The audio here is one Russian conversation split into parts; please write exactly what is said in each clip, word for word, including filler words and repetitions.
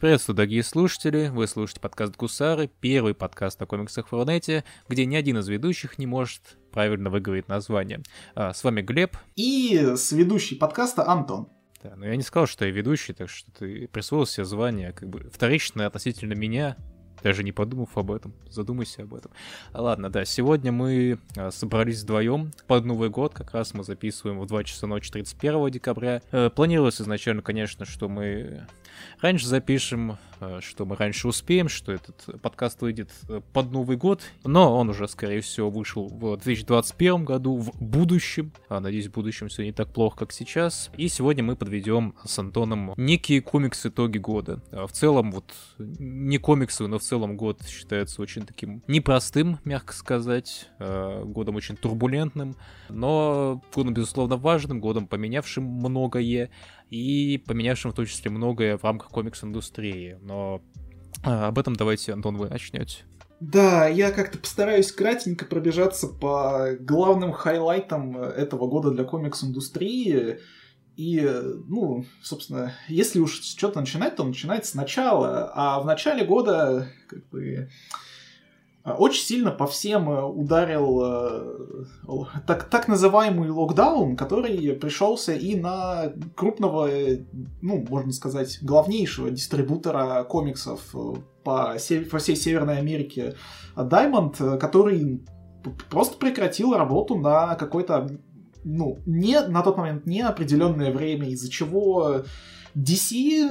Приветствую, дорогие слушатели, вы слушаете подкаст «Гусары», первый подкаст о комиксах в Рунете, где ни один из ведущих не может правильно выговорить название. А, с вами Глеб. И с ведущий подкаста Антон. Да, но я не сказал, что я ведущий, так что ты присвоил себе звание как бы вторичное относительно меня, даже не подумав об этом, задумайся об этом. Ладно, да, сегодня мы а, собрались вдвоем под Новый год, как раз мы записываем в два часа ночи тридцать первого декабря. Э, планировалось изначально, конечно, что мы раньше запишем, э, что мы раньше успеем, что этот подкаст выйдет под Новый год, но он уже, скорее всего, вышел в две тысячи двадцать первом году, в будущем. А, надеюсь, в будущем все не так плохо, как сейчас. И сегодня мы подведем с Антоном некие комикс-итоги года. А, в целом, вот, не комиксы, но в целом год считается очень таким непростым, мягко сказать, э, годом очень турбулентным, но годом, безусловно, важным, годом поменявшим многое, и поменявшим в том числе многое в рамках комикс-индустрии. Но э, об этом давайте, Антон, вы начнете. Да, я как-то постараюсь кратенько пробежаться по главным хайлайтам этого года для комикс-индустрии. И, ну, собственно, если уж что-то начинать, то начинать сначала. А в начале года, как бы, очень сильно по всем ударил э, так, так называемый локдаун, который пришелся и на крупного, ну, можно сказать, главнейшего дистрибутора комиксов по, по всей Северной Америке Diamond, который просто прекратил работу на какой-то, ну, не, на тот момент неопределенное время, из-за чего ди си,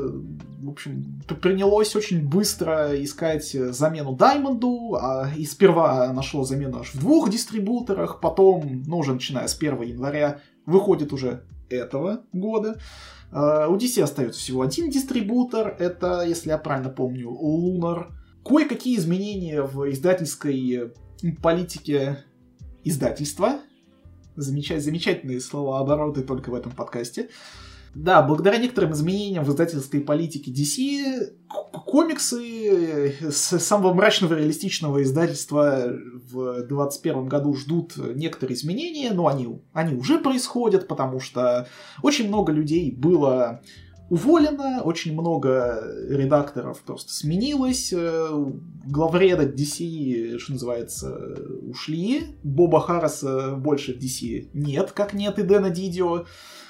в общем, принялось очень быстро искать замену Даймонду, а, и сперва нашло замену аж в двух дистрибуторах, потом, ну, уже начиная с первого января, выходит уже этого года. Uh, у ди си остается всего один дистрибутор, это, если я правильно помню, Lunar. Кое-какие изменения в издательской политике издательства. Замечать, замечательные словообороты только в этом подкасте. Да, благодаря некоторым изменениям в издательской политике ди си, комиксы с самого мрачного реалистичного издательства в двадцать первом году ждут некоторые изменения, но они, они уже происходят, потому что очень много людей было уволено, очень много редакторов просто сменилось, главреда ди си, что называется, ушли, Боба Харриса больше в ди си нет, как нет и Дэна Дидио.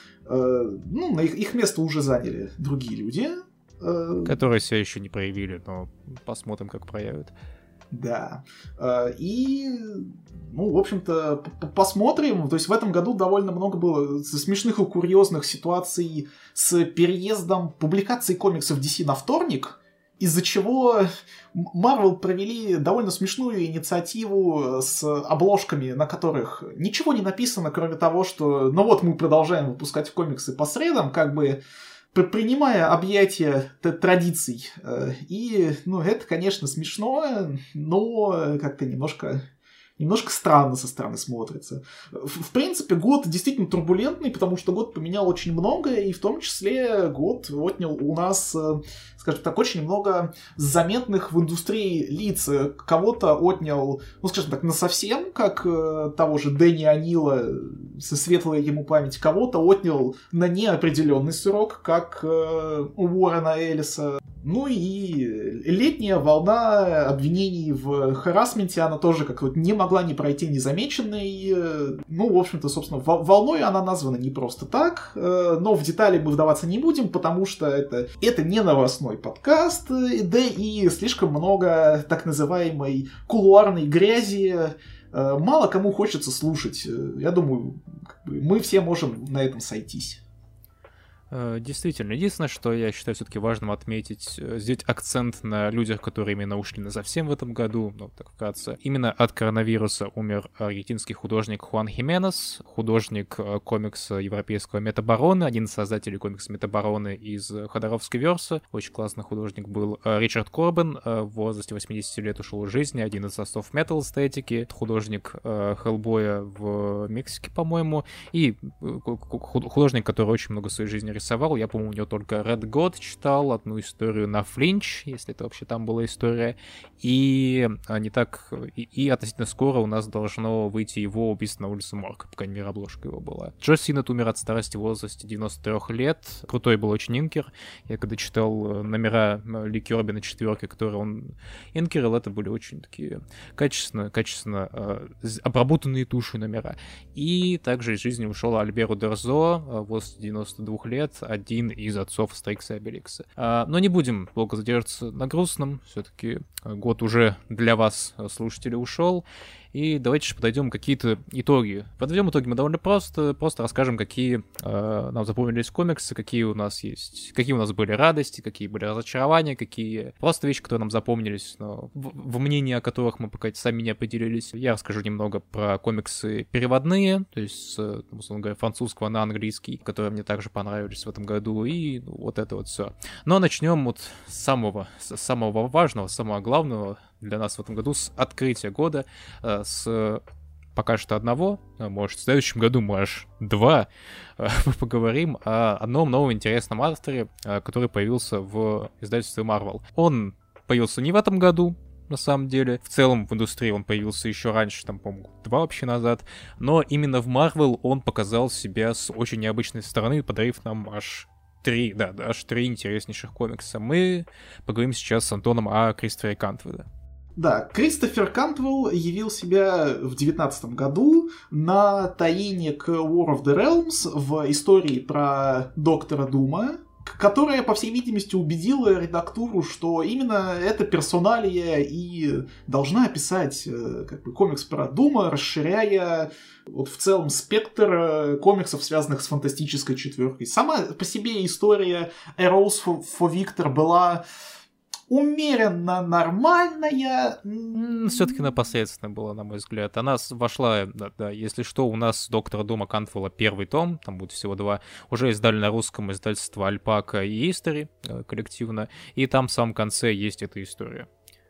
Ну, на их, их место уже заняли другие люди. Которые себя еще не проявили, но посмотрим, как проявят. Да. И, ну, в общем-то, посмотрим. То есть в этом году довольно много было смешных и курьезных ситуаций с переездом публикаций комиксов ди си на вторник, из-за чего Marvel провели довольно смешную инициативу с обложками, на которых ничего не написано, кроме того, что ну вот мы продолжаем выпускать комиксы по средам, как бы принимая объятия традиций. И, ну, это, конечно, смешно, но как-то немножко... Немножко странно со стороны смотрится. В, в принципе, год действительно турбулентный, потому что год поменял очень многое, и в том числе год отнял у нас, скажем так, очень много заметных в индустрии лиц. Кого-то отнял, ну, скажем так, насовсем, как того же Дэнни О'Нила, со светлой ему память, кого-то отнял на неопределенный срок, как у Уоррена Эллиса. Ну и летняя волна обвинений в харассменте, она тоже как вот не могла не пройти незамеченной. Ну, в общем-то, собственно, волной она названа не просто так, но в детали мы вдаваться не будем, потому что это, это не новостной подкаст, да и слишком много так называемой кулуарной грязи. Мало кому хочется слушать. Я думаю, мы все можем на этом сойтись. Действительно, единственное, что я считаю все-таки важным отметить, сделать акцент на людях, которые именно ушли насовсем в этом году, ну, так вкратце. Именно от коронавируса умер аргентинский художник Хуан Хименес, художник комикса европейского Метабароны, один из создателей комикса Метабароны из Ходоровской Верса. Очень классный художник был Ричард Корбен, в возрасте восьмидесяти лет ушел из жизни, один из отцов метал эстетики, художник Хеллбоя в Мексике, по-моему, и художник, который очень много в своей жизни рисовал. Я, по-моему, у него только Red God читал, одну историю на Flinch, если это вообще там была история. И не так... И, и относительно скоро у нас должно выйти его «Убийство на улице Морг», по крайней мере, обложка его была. Джош Синнет умер от старости в возрасте девяноста трёх лет. Крутой был очень инкер. Я когда читал номера Ли Кёрби на четверке, которые он инкерил, это были очень такие качественно, качественно э, обработанные тушью номера. И также из жизни ушел Альберу Дерзо в возрасте девяноста двух лет, один из отцов Астерикса и Обеликса. А, но не будем долго задерживаться на грустном, все-таки год уже для вас, слушателей, ушел. И давайте же подойдем какие-то итоги. Подведем итоги мы довольно просто. Просто расскажем, какие э, нам запомнились комиксы, какие у нас есть, какие у нас были радости, какие были разочарования, какие просто вещи, которые нам запомнились, но в, в мнении о которых мы пока сами не определились. Я расскажу немного про комиксы переводные, то есть с, условно говоря, французского на английский, которые мне также понравились в этом году, и ну, вот это вот все. Но начнем вот с самого, с самого важного, самого главного для нас в этом году, с открытия года, с пока что одного, может, в следующем году мы аж два, мы поговорим о одном новом интересном авторе, который появился в издательстве Marvel. Он появился не в этом году, на самом деле. В целом в индустрии он появился еще раньше, там, по-моему, два вообще назад. Но именно в Marvel он показал себя с очень необычной стороны, подарив нам аж три, да, аж три интереснейших комикса. Мы поговорим сейчас с Антоном о Кристофере Кантвелле. Да, Кристофер Кантвелл явил себя в девятнадцатом году на таине к War of the Realms в истории про Доктора Дума, которая, по всей видимости, убедила редактуру, что именно эта персоналия и должна описать как бы, комикс про Дума, расширяя вот, в целом спектр комиксов, связанных с фантастической четверкой. Сама по себе история A Rose for, for Victor была умеренно нормальная. Все-таки она посредственно была, на мой взгляд. Она вошла, да, да, если что, у нас Доктора Дума Кантвелла первый том, там будет всего два, уже издали на русском издательство Альпака и Истори коллективно, и там в самом конце есть эта история.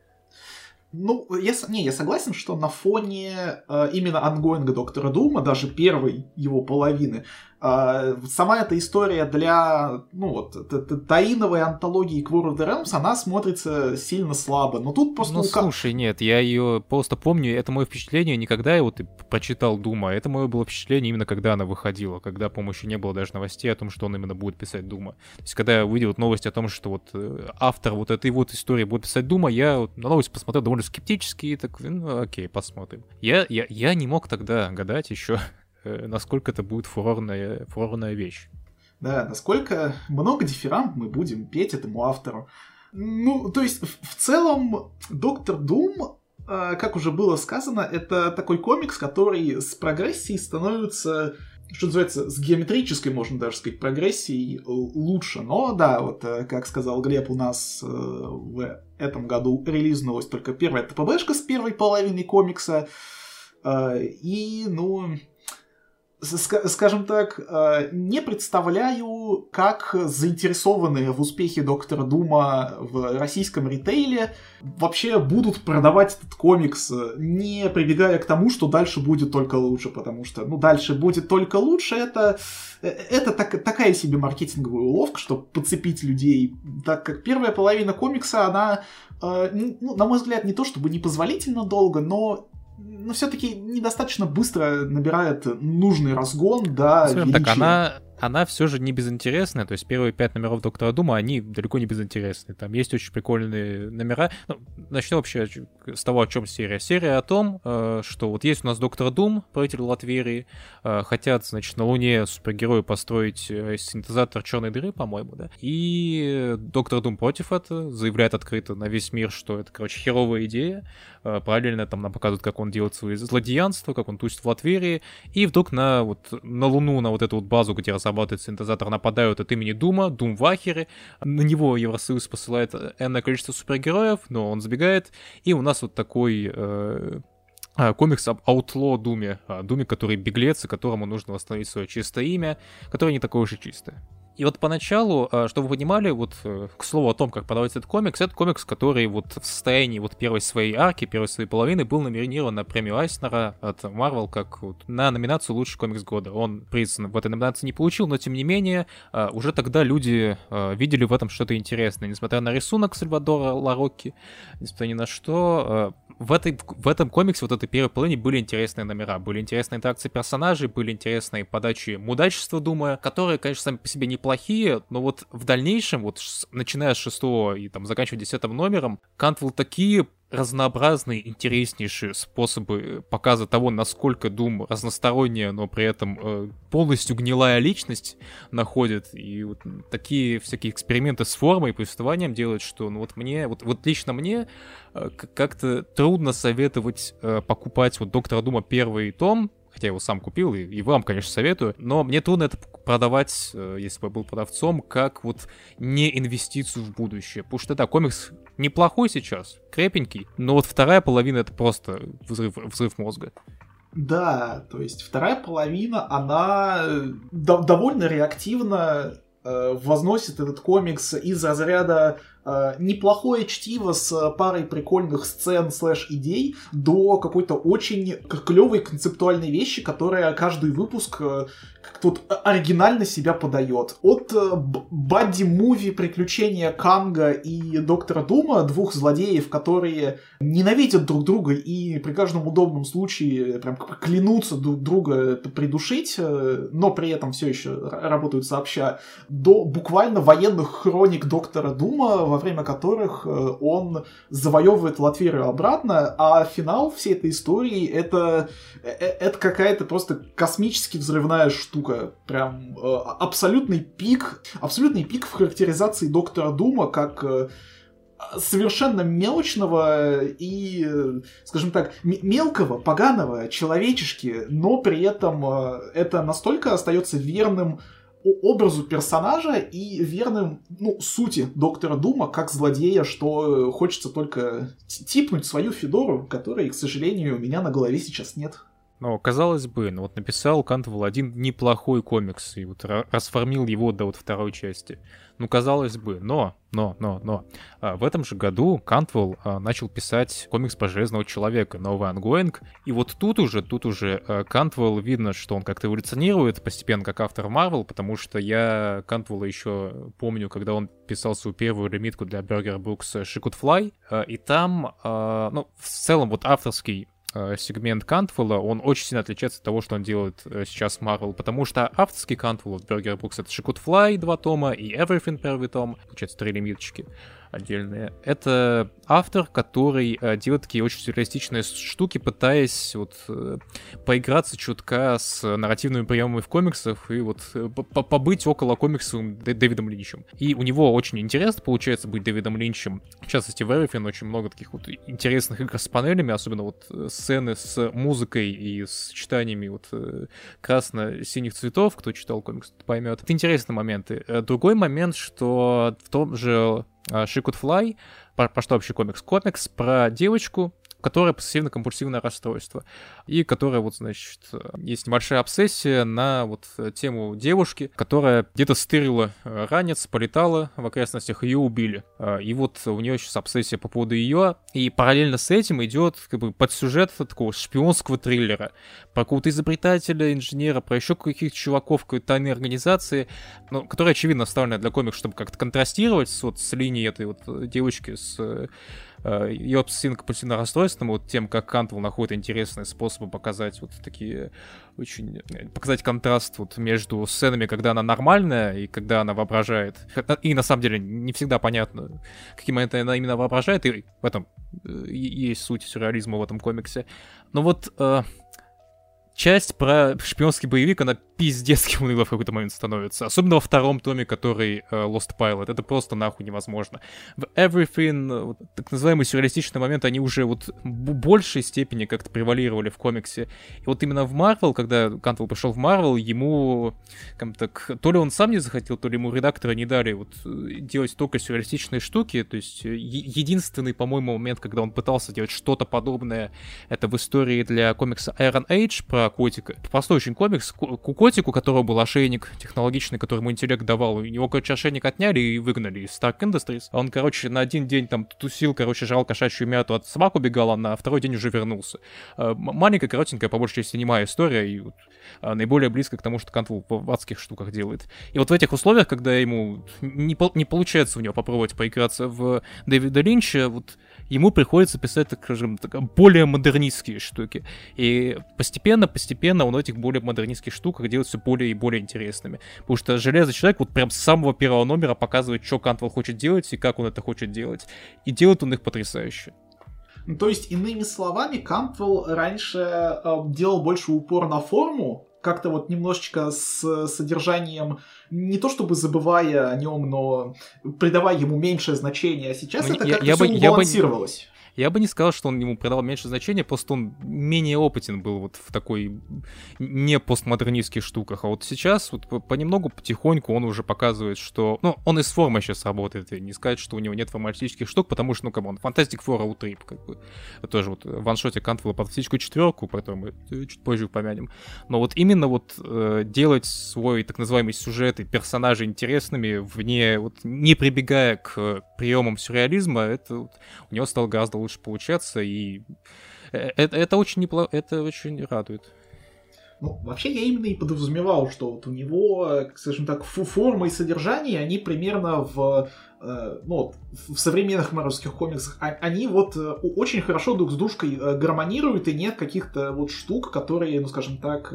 Ну, я, не, я согласен, что на фоне э, именно ангоинга Доктора Дума, даже первой его половины, э, сама эта история для, ну вот, таиновой антологии к War of the Realms, она смотрится сильно слабо. Но тут просто... Ну, ука... слушай, нет, я ее просто помню, это мое впечатление не когда я вот прочитал Дума, это мое было впечатление именно когда она выходила, когда, по-моему, еще не было даже новостей о том, что он именно будет писать Дума. То есть, когда я увидел новость о том, что вот автор вот этой вот истории будет писать Дума, я вот на новость посмотрел довольно скептически, и так, ну, окей, посмотрим. Я, я, я не мог тогда гадать еще, насколько это будет фурорная, фурорная вещь. Да, насколько много дифирамб мы будем петь этому автору. Ну, то есть, в, в целом, Доктор Дум, э, как уже было сказано, это такой комикс, который с прогрессией становится, что называется, с геометрической, можно даже сказать, прогрессией лучше. Но да, вот, как сказал Глеб, у нас э, в этом году релизнулась только первая ТПБшка с первой половиной комикса. Э, и, ну... Скажем так, не представляю, как заинтересованные в успехе Доктора Дума в российском ритейле вообще будут продавать этот комикс, не прибегая к тому, что дальше будет только лучше, потому что, ну, дальше будет только лучше, это, это так, такая себе маркетинговая уловка, чтобы подцепить людей, так как первая половина комикса, она, ну, на мой взгляд, не то чтобы непозволительно долго, но но все-таки недостаточно быстро набирает нужный разгон, да, Скажем так, она, она все же не безинтересная, то есть первые пять номеров Доктора Дума, они далеко не безинтересные, там есть очень прикольные номера. Ну, начнем вообще с того, о чем серия. Серия о том, что вот есть у нас Доктор Дум, правитель Латверии, хотят, значит, на Луне супергерои построить синтезатор черной дыры, по-моему, да, и Доктор Дум против этого, заявляет открыто на весь мир, что это, короче, херовая идея. Параллельно там нам показывают, как он делает свои злодеянства, как он тусит в Латверии, и вдруг на, вот, на Луну, на вот эту вот базу, где разрабатывает синтезатор, нападают от имени Дума, Думвахеры, на него Евросоюз посылает энное количество супергероев, но он сбегает, и у нас вот такой... Э- комикс об Аутло Думе, Думе, который беглец, и которому нужно восстановить свое чистое имя, которое не такое уж и чистое. И вот поначалу, чтобы вы понимали, вот к слову о том, как подавать этот комикс, это комикс, который вот в состоянии вот первой своей арки, первой своей половины был номинирован на премию Айснера от Marvel как вот на номинацию «Лучший комикс года». Он приз в этой номинации не получил, но тем не менее уже тогда люди видели в этом что-то интересное. Несмотря на рисунок Сальвадора Ларокки, несмотря ни на что, в, этой, в этом комиксе, вот этой первой половине, были интересные номера, были интересные интеракции персонажей, были интересные подачи мудачества Дума, которые, конечно, сами по себе неплохие, но вот в дальнейшем, вот начиная с шестого и там заканчивая десятым номером, Кантвелл такие разнообразные, интереснейшие способы показа того, насколько Doom разносторонняя, но при этом э, полностью гнилая личность находит, и вот такие всякие эксперименты с формой и повествованием делают, что ну вот мне, вот, вот лично мне э, как-то трудно советовать э, покупать вот Доктора Дума первый том, хотя я его сам купил, и, и вам, конечно, советую, но мне трудно это продавать, э, если бы я был продавцом, как вот не инвестицию в будущее, потому что да, комикс неплохой сейчас, крепенький, но вот вторая половина — это просто взрыв, взрыв мозга. Да, то есть вторая половина, она до- довольно реактивно э, возносит этот комикс из разряда э, неплохое чтиво с парой прикольных сцен слэш-идей до какой-то очень клевой концептуальной вещи, которая каждый выпуск э, как-то вот оригинально себя подает. От э, бадди-муви «Приключения Канга» и Доктора Дума, двух злодеев, которые ненавидят друг друга и при каждом удобном случае прям клянутся друг друга придушить, э, но при этом все еще работают сообща, до буквально военных хроник Доктора Дума, во время которых он завоевывает Латверию обратно, а финал всей этой истории это, это какая-то просто космически взрывная штука. Прям абсолютный пик, абсолютный пик в характеризации Доктора Дума как совершенно мелочного и, скажем так, м- мелкого, поганого человечешки, но при этом это настолько остается верным образу персонажа и верным, ну, сути Доктора Дума как злодея, что хочется только типнуть свою федору, которой, к сожалению, у меня на голове сейчас нет. Ну, казалось бы, ну вот написал Кантвелл один неплохой комикс и вот расформил его до вот второй части. Ну, казалось бы, но, но, но, но. А в этом же году Кантвелл а, начал писать комикс про Железного Человека, новый ангоинг, и вот тут уже, тут уже а, Кантвелл видно, что он как-то эволюционирует постепенно как автор Marvel, потому что я Кантвелла еще помню, когда он писал свою первую лимитку для Burger Books She Could Fly, а, и там, а, ну, в целом вот авторский сегмент Кантвелла, он очень сильно отличается от того, что он делает сейчас Marvel, потому что авторский Кантвелл от Burger Books — это She Could Fly, два тома, и Everything первый том, получается, три лимиточки отдельные. Это автор, который э, делает такие очень сюрреалистичные штуки, пытаясь вот э, поиграться чутка с нарративными приемами в комиксах и вот э, побыть около комиксовым Дэвидом Линчем. И у него очень интересно получается быть Дэвидом Линчем. В частности, в Everything очень много таких вот интересных игр с панелями, особенно вот сцены с музыкой и с сочетаниями вот э, красно-синих цветов. Кто читал комикс, тот поймет. Это интересные моменты. Другой момент, что в том же She Could Fly, про, про что вообще комикс? Комикс про девочку, которая поссессивно-компульсивное расстройство, и которая, вот, значит, есть небольшая обсессия на вот тему девушки, которая где-то стырила ранец, полетала в окрестностях, ее убили. И вот у нее сейчас обсессия по поводу ее, и параллельно с этим идет как бы подсюжет такого шпионского триллера про какого-то изобретателя, инженера, про еще каких-то чуваков какой-то тайной организации, ну, которая, очевидно, оставлена для комикса, чтобы как-то контрастировать с, вот, с линией этой вот девочки, с ее обсессивно-компульсивным расстройством, вот тем, как Кантвелл находит интересные способы показать вот такие очень... показать контраст вот между сценами, когда она нормальная и когда она воображает. И на самом деле не всегда понятно, какие моменты она именно воображает, и в этом и есть суть сюрреализма в этом комиксе. Но вот... Э... часть про шпионский боевик, она пиздецки уныло в какой-то момент становится. Особенно во втором томе, который uh, Lost Pilot. Это просто нахуй невозможно. В Everything, вот, так называемые сюрреалистичные моменты, они уже вот в большей степени как-то превалировали в комиксе. И вот именно в Marvel, когда Кантвелл пришел в Marvel, ему как так, то ли он сам не захотел, то ли ему редакторы не дали вот делать только сюрреалистичные штуки. То есть е- единственный, по-моему, момент, когда он пытался делать что-то подобное, это в истории для комикса Iron Age про про котика. Простой очень комикс. К котику, у которого был ошейник технологичный, который ему интеллект давал, у него, короче, ошейник отняли и выгнали из Stark Industries. А он, короче, на один день там тусил, короче, жрал кошачью мяту, от собак убегал, а на второй день уже вернулся. Маленькая, коротенькая, по большей части, немая история, и вот наиболее близко к тому, что Кантвелл в адских штуках делает. И вот в этих условиях, когда ему не, по- не получается у него попробовать поиграться в Дэвида Линча, вот ему приходится писать, так скажем, более модернистские штуки. И постепенно-постепенно он этих более модернистских штуках делает все более и более интересными. Потому что Железный Человек вот прям с самого первого номера показывает, что Кантвелл хочет делать и как он это хочет делать. И делает он их потрясающе. Ну, то есть, иными словами, Кантвелл раньше э, делал больше упор на форму, как-то вот немножечко с содержанием, не то чтобы забывая о нем, но придавая ему меньшее значение, а сейчас ну, это как-то я, все я убалансировалось. Я бы не сказал, что он ему придавал меньше значения, просто он менее опытен был вот в такой не постмодернистских штуках. А вот сейчас вот понемногу, потихоньку он уже показывает, что... Ну, он из формы сейчас работает, и не сказать, что у него нет формалистических штук, потому что, ну, камон, Fantastic Four Outrip, как бы. Тоже вот в ваншоте Кантвелла под фантастическую четверку, поэтому мы чуть позже упомянем. Но вот именно вот э, делать свой так называемый сюжет и персонажи интересными, вне, вот, не прибегая к приемам сюрреализма, это вот, у него стало гораздо лучше получаться, и это, это очень неплохо, это очень радует. Ну, вообще я именно и подразумевал, что вот у него, скажем так, форма и содержание, они примерно в, э, ну, в современных марвелских комиксах, они вот очень хорошо друг с дружкой гармонируют, и нет каких-то вот штук, которые, ну, скажем так,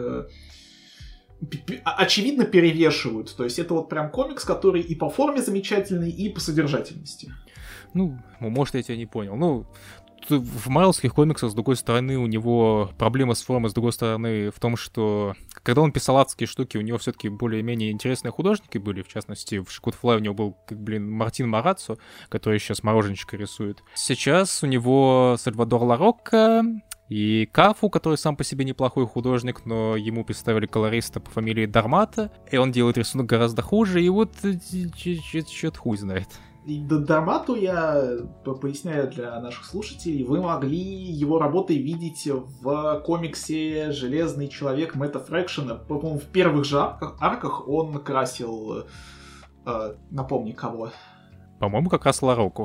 очевидно перевешивают. То есть это вот прям комикс, который и по форме замечательный, и по содержательности. Ну, может, я тебя не понял. Ну, в марвелских комиксах, с другой стороны, у него проблема с формой, с другой стороны, в том, что когда он писал адские штуки, у него все-таки более-менее интересные художники были, в частности, в Шкутфлай у него был, как, блин, Мартин Мараццо, который сейчас мороженщика рисует. Сейчас у него Сальвадор Ларокко и Кафу, который сам по себе неплохой художник, но ему представили колориста по фамилии Дармата, и он делает рисунок гораздо хуже, и вот что-то хуй знает. И Дармату, я поясняю для наших слушателей, вы могли его работы видеть в комиксе «Железный человек» Мэтта Фрэкшена. По-моему, в первых же арках, арках он красил, э, напомни, кого? По-моему, как раз Лароку.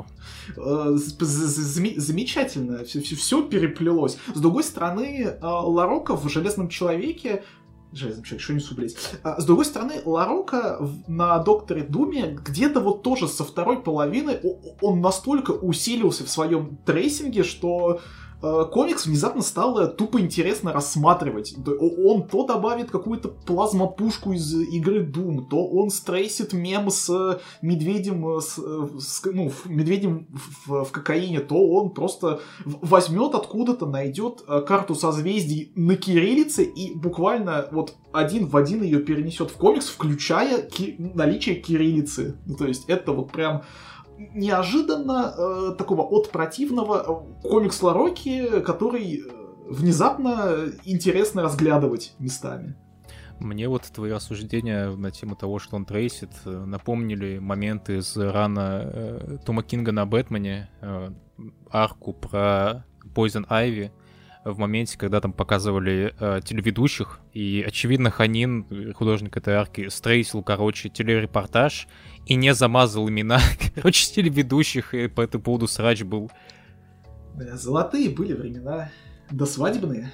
Замечательно, все, все, все переплелось. С другой стороны, Ларока в «Железном человеке», Железный человек, что несу, блядь. А, с другой стороны, Ларока на Докторе Думе где-то вот тоже со второй половины он настолько усилился в своем трейсинге, что э, комикс внезапно стало тупо интересно рассматривать. Он то добавит какую-то плазмопушку из игры Doom, то он стрейсит мем с медведем, с, с, ну, медведем в, в кокаине, то он просто возьмет откуда-то, найдет карту созвездий на кириллице и буквально вот один в один ее перенесет в комикс, включая ки- наличие кириллицы. Ну, то есть это вот прям неожиданно э, такого от противного э, комикс Лароки, который э, внезапно интересно разглядывать местами. Мне вот твои рассуждения на тему того, что он трейсит, напомнили моменты из рана э, Тома Кинга на Бэтмене, э, арку про Poison Ivy, в моменте, когда там показывали э, телеведущих, и, очевидно, Ханин, художник этой арки, стрейсил, короче, телерепортаж и не замазал имена, короче, телеведущих, и по этому поводу срач был. Бля, золотые были времена, досвадебные.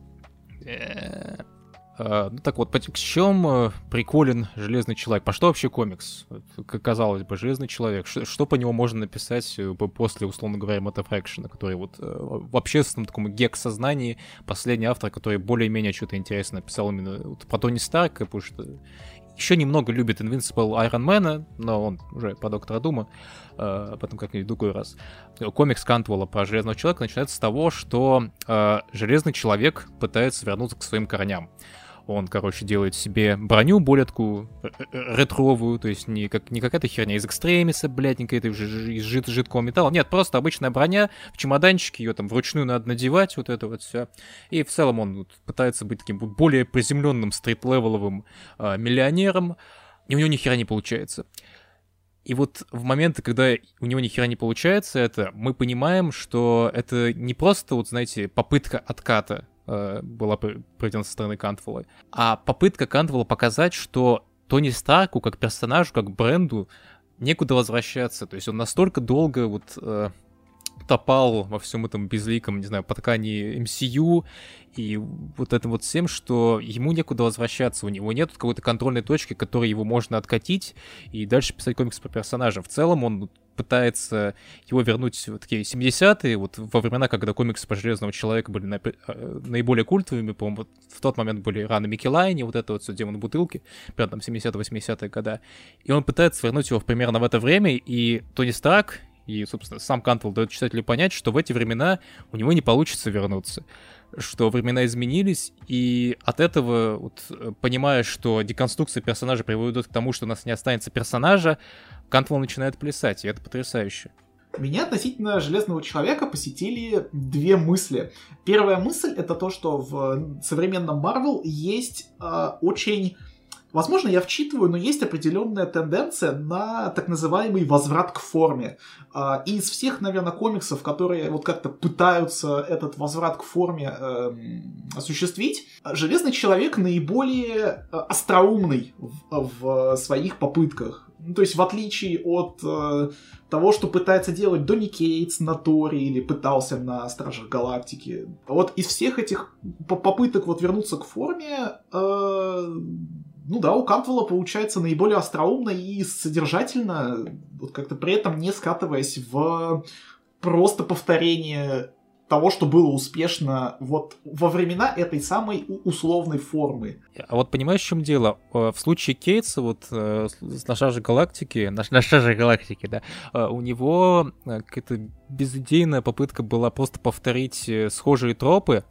Uh, ну так вот, в чем uh, приколен Железный Человек? По что вообще комикс? Как казалось бы, Железный Человек. Ш- что по нему можно написать uh, после, условно говоря, Мэтта Фрэкшена, который вот uh, в общественном таком гек-сознании последний автор, который более-менее что-то интересное написал именно вот, про Тони Старка, потому что еще немного любит Invincible Iron Man, но он уже по Доктора Дума, uh, потом как-нибудь в другой раз. Комикс Кантвелла про Железного Человека начинается с того, что uh, Железный Человек пытается вернуться к своим корням. Он, короче, делает себе броню более такую ретровую, то есть не, как, не какая-то херня из экстремиса, блядь, не какая-то из жид, жидкого металла. Нет, просто обычная броня в чемоданчике, ее там вручную надо надевать, вот это вот все. И в целом он вот, пытается быть таким более приземленным, стрит-левеловым э, миллионером, и у него ни хера не получается. И вот в моменты, когда у него ни хера не получается это, мы понимаем, что это не просто, вот знаете, попытка отката. э, была проведена со стороны Кантвелла, а попытка Кантвелла показать, что Тони Старку как персонажу, как бренду некуда возвращаться. То есть он настолько долго вот э, топал во всем этом безликом, не знаю, потакании эм си ю и вот это вот всем, что ему некуда возвращаться. У него нет какой-то контрольной точки, которой его можно откатить и дальше писать комиксы по персонажам. В целом он пытается его вернуть в такие семидесятые, вот во времена, когда комиксы по Железному Человеку были на, наиболее культовыми, по-моему, вот в тот момент были раны Микки Лайни, вот это вот все «Демон бутылки», прям там семидесятые-восьмидесятые года. И он пытается вернуть его примерно в это время, и Тони Старк и, собственно, сам Кантвелл дает читателю понять, что в эти времена у него не получится вернуться, что времена изменились, и от этого, вот, понимая, что деконструкция персонажа приводит к тому, что у нас не останется персонажа, Кантвелл начинает плясать, и это потрясающе. Меня относительно Железного Человека посетили две мысли. Первая мысль — это то, что в современном Марвел есть э, очень... Возможно, я вчитываю, но есть определенная тенденция на так называемый возврат к форме. И из всех, наверное, комиксов, которые вот как-то пытаются этот возврат к форме э, осуществить, Железный Человек наиболее остроумный в, в своих попытках. Ну, то есть, в отличие от э, того, что пытается делать Донни Кейтс на Торе или пытался на Стражах Галактики. Вот из всех этих попыток вот вернуться к форме... Э, Ну да, у Кантвелла получается наиболее остроумно и содержательно, вот как-то при этом не скатываясь в просто повторение того, что было успешно вот во времена этой самой условной формы. А вот понимаешь, в чем дело? В случае Кейтса, вот на Страже Галактики, на, на Страже Галактики, да, у него какая-то безидейная попытка была просто повторить схожие тропы,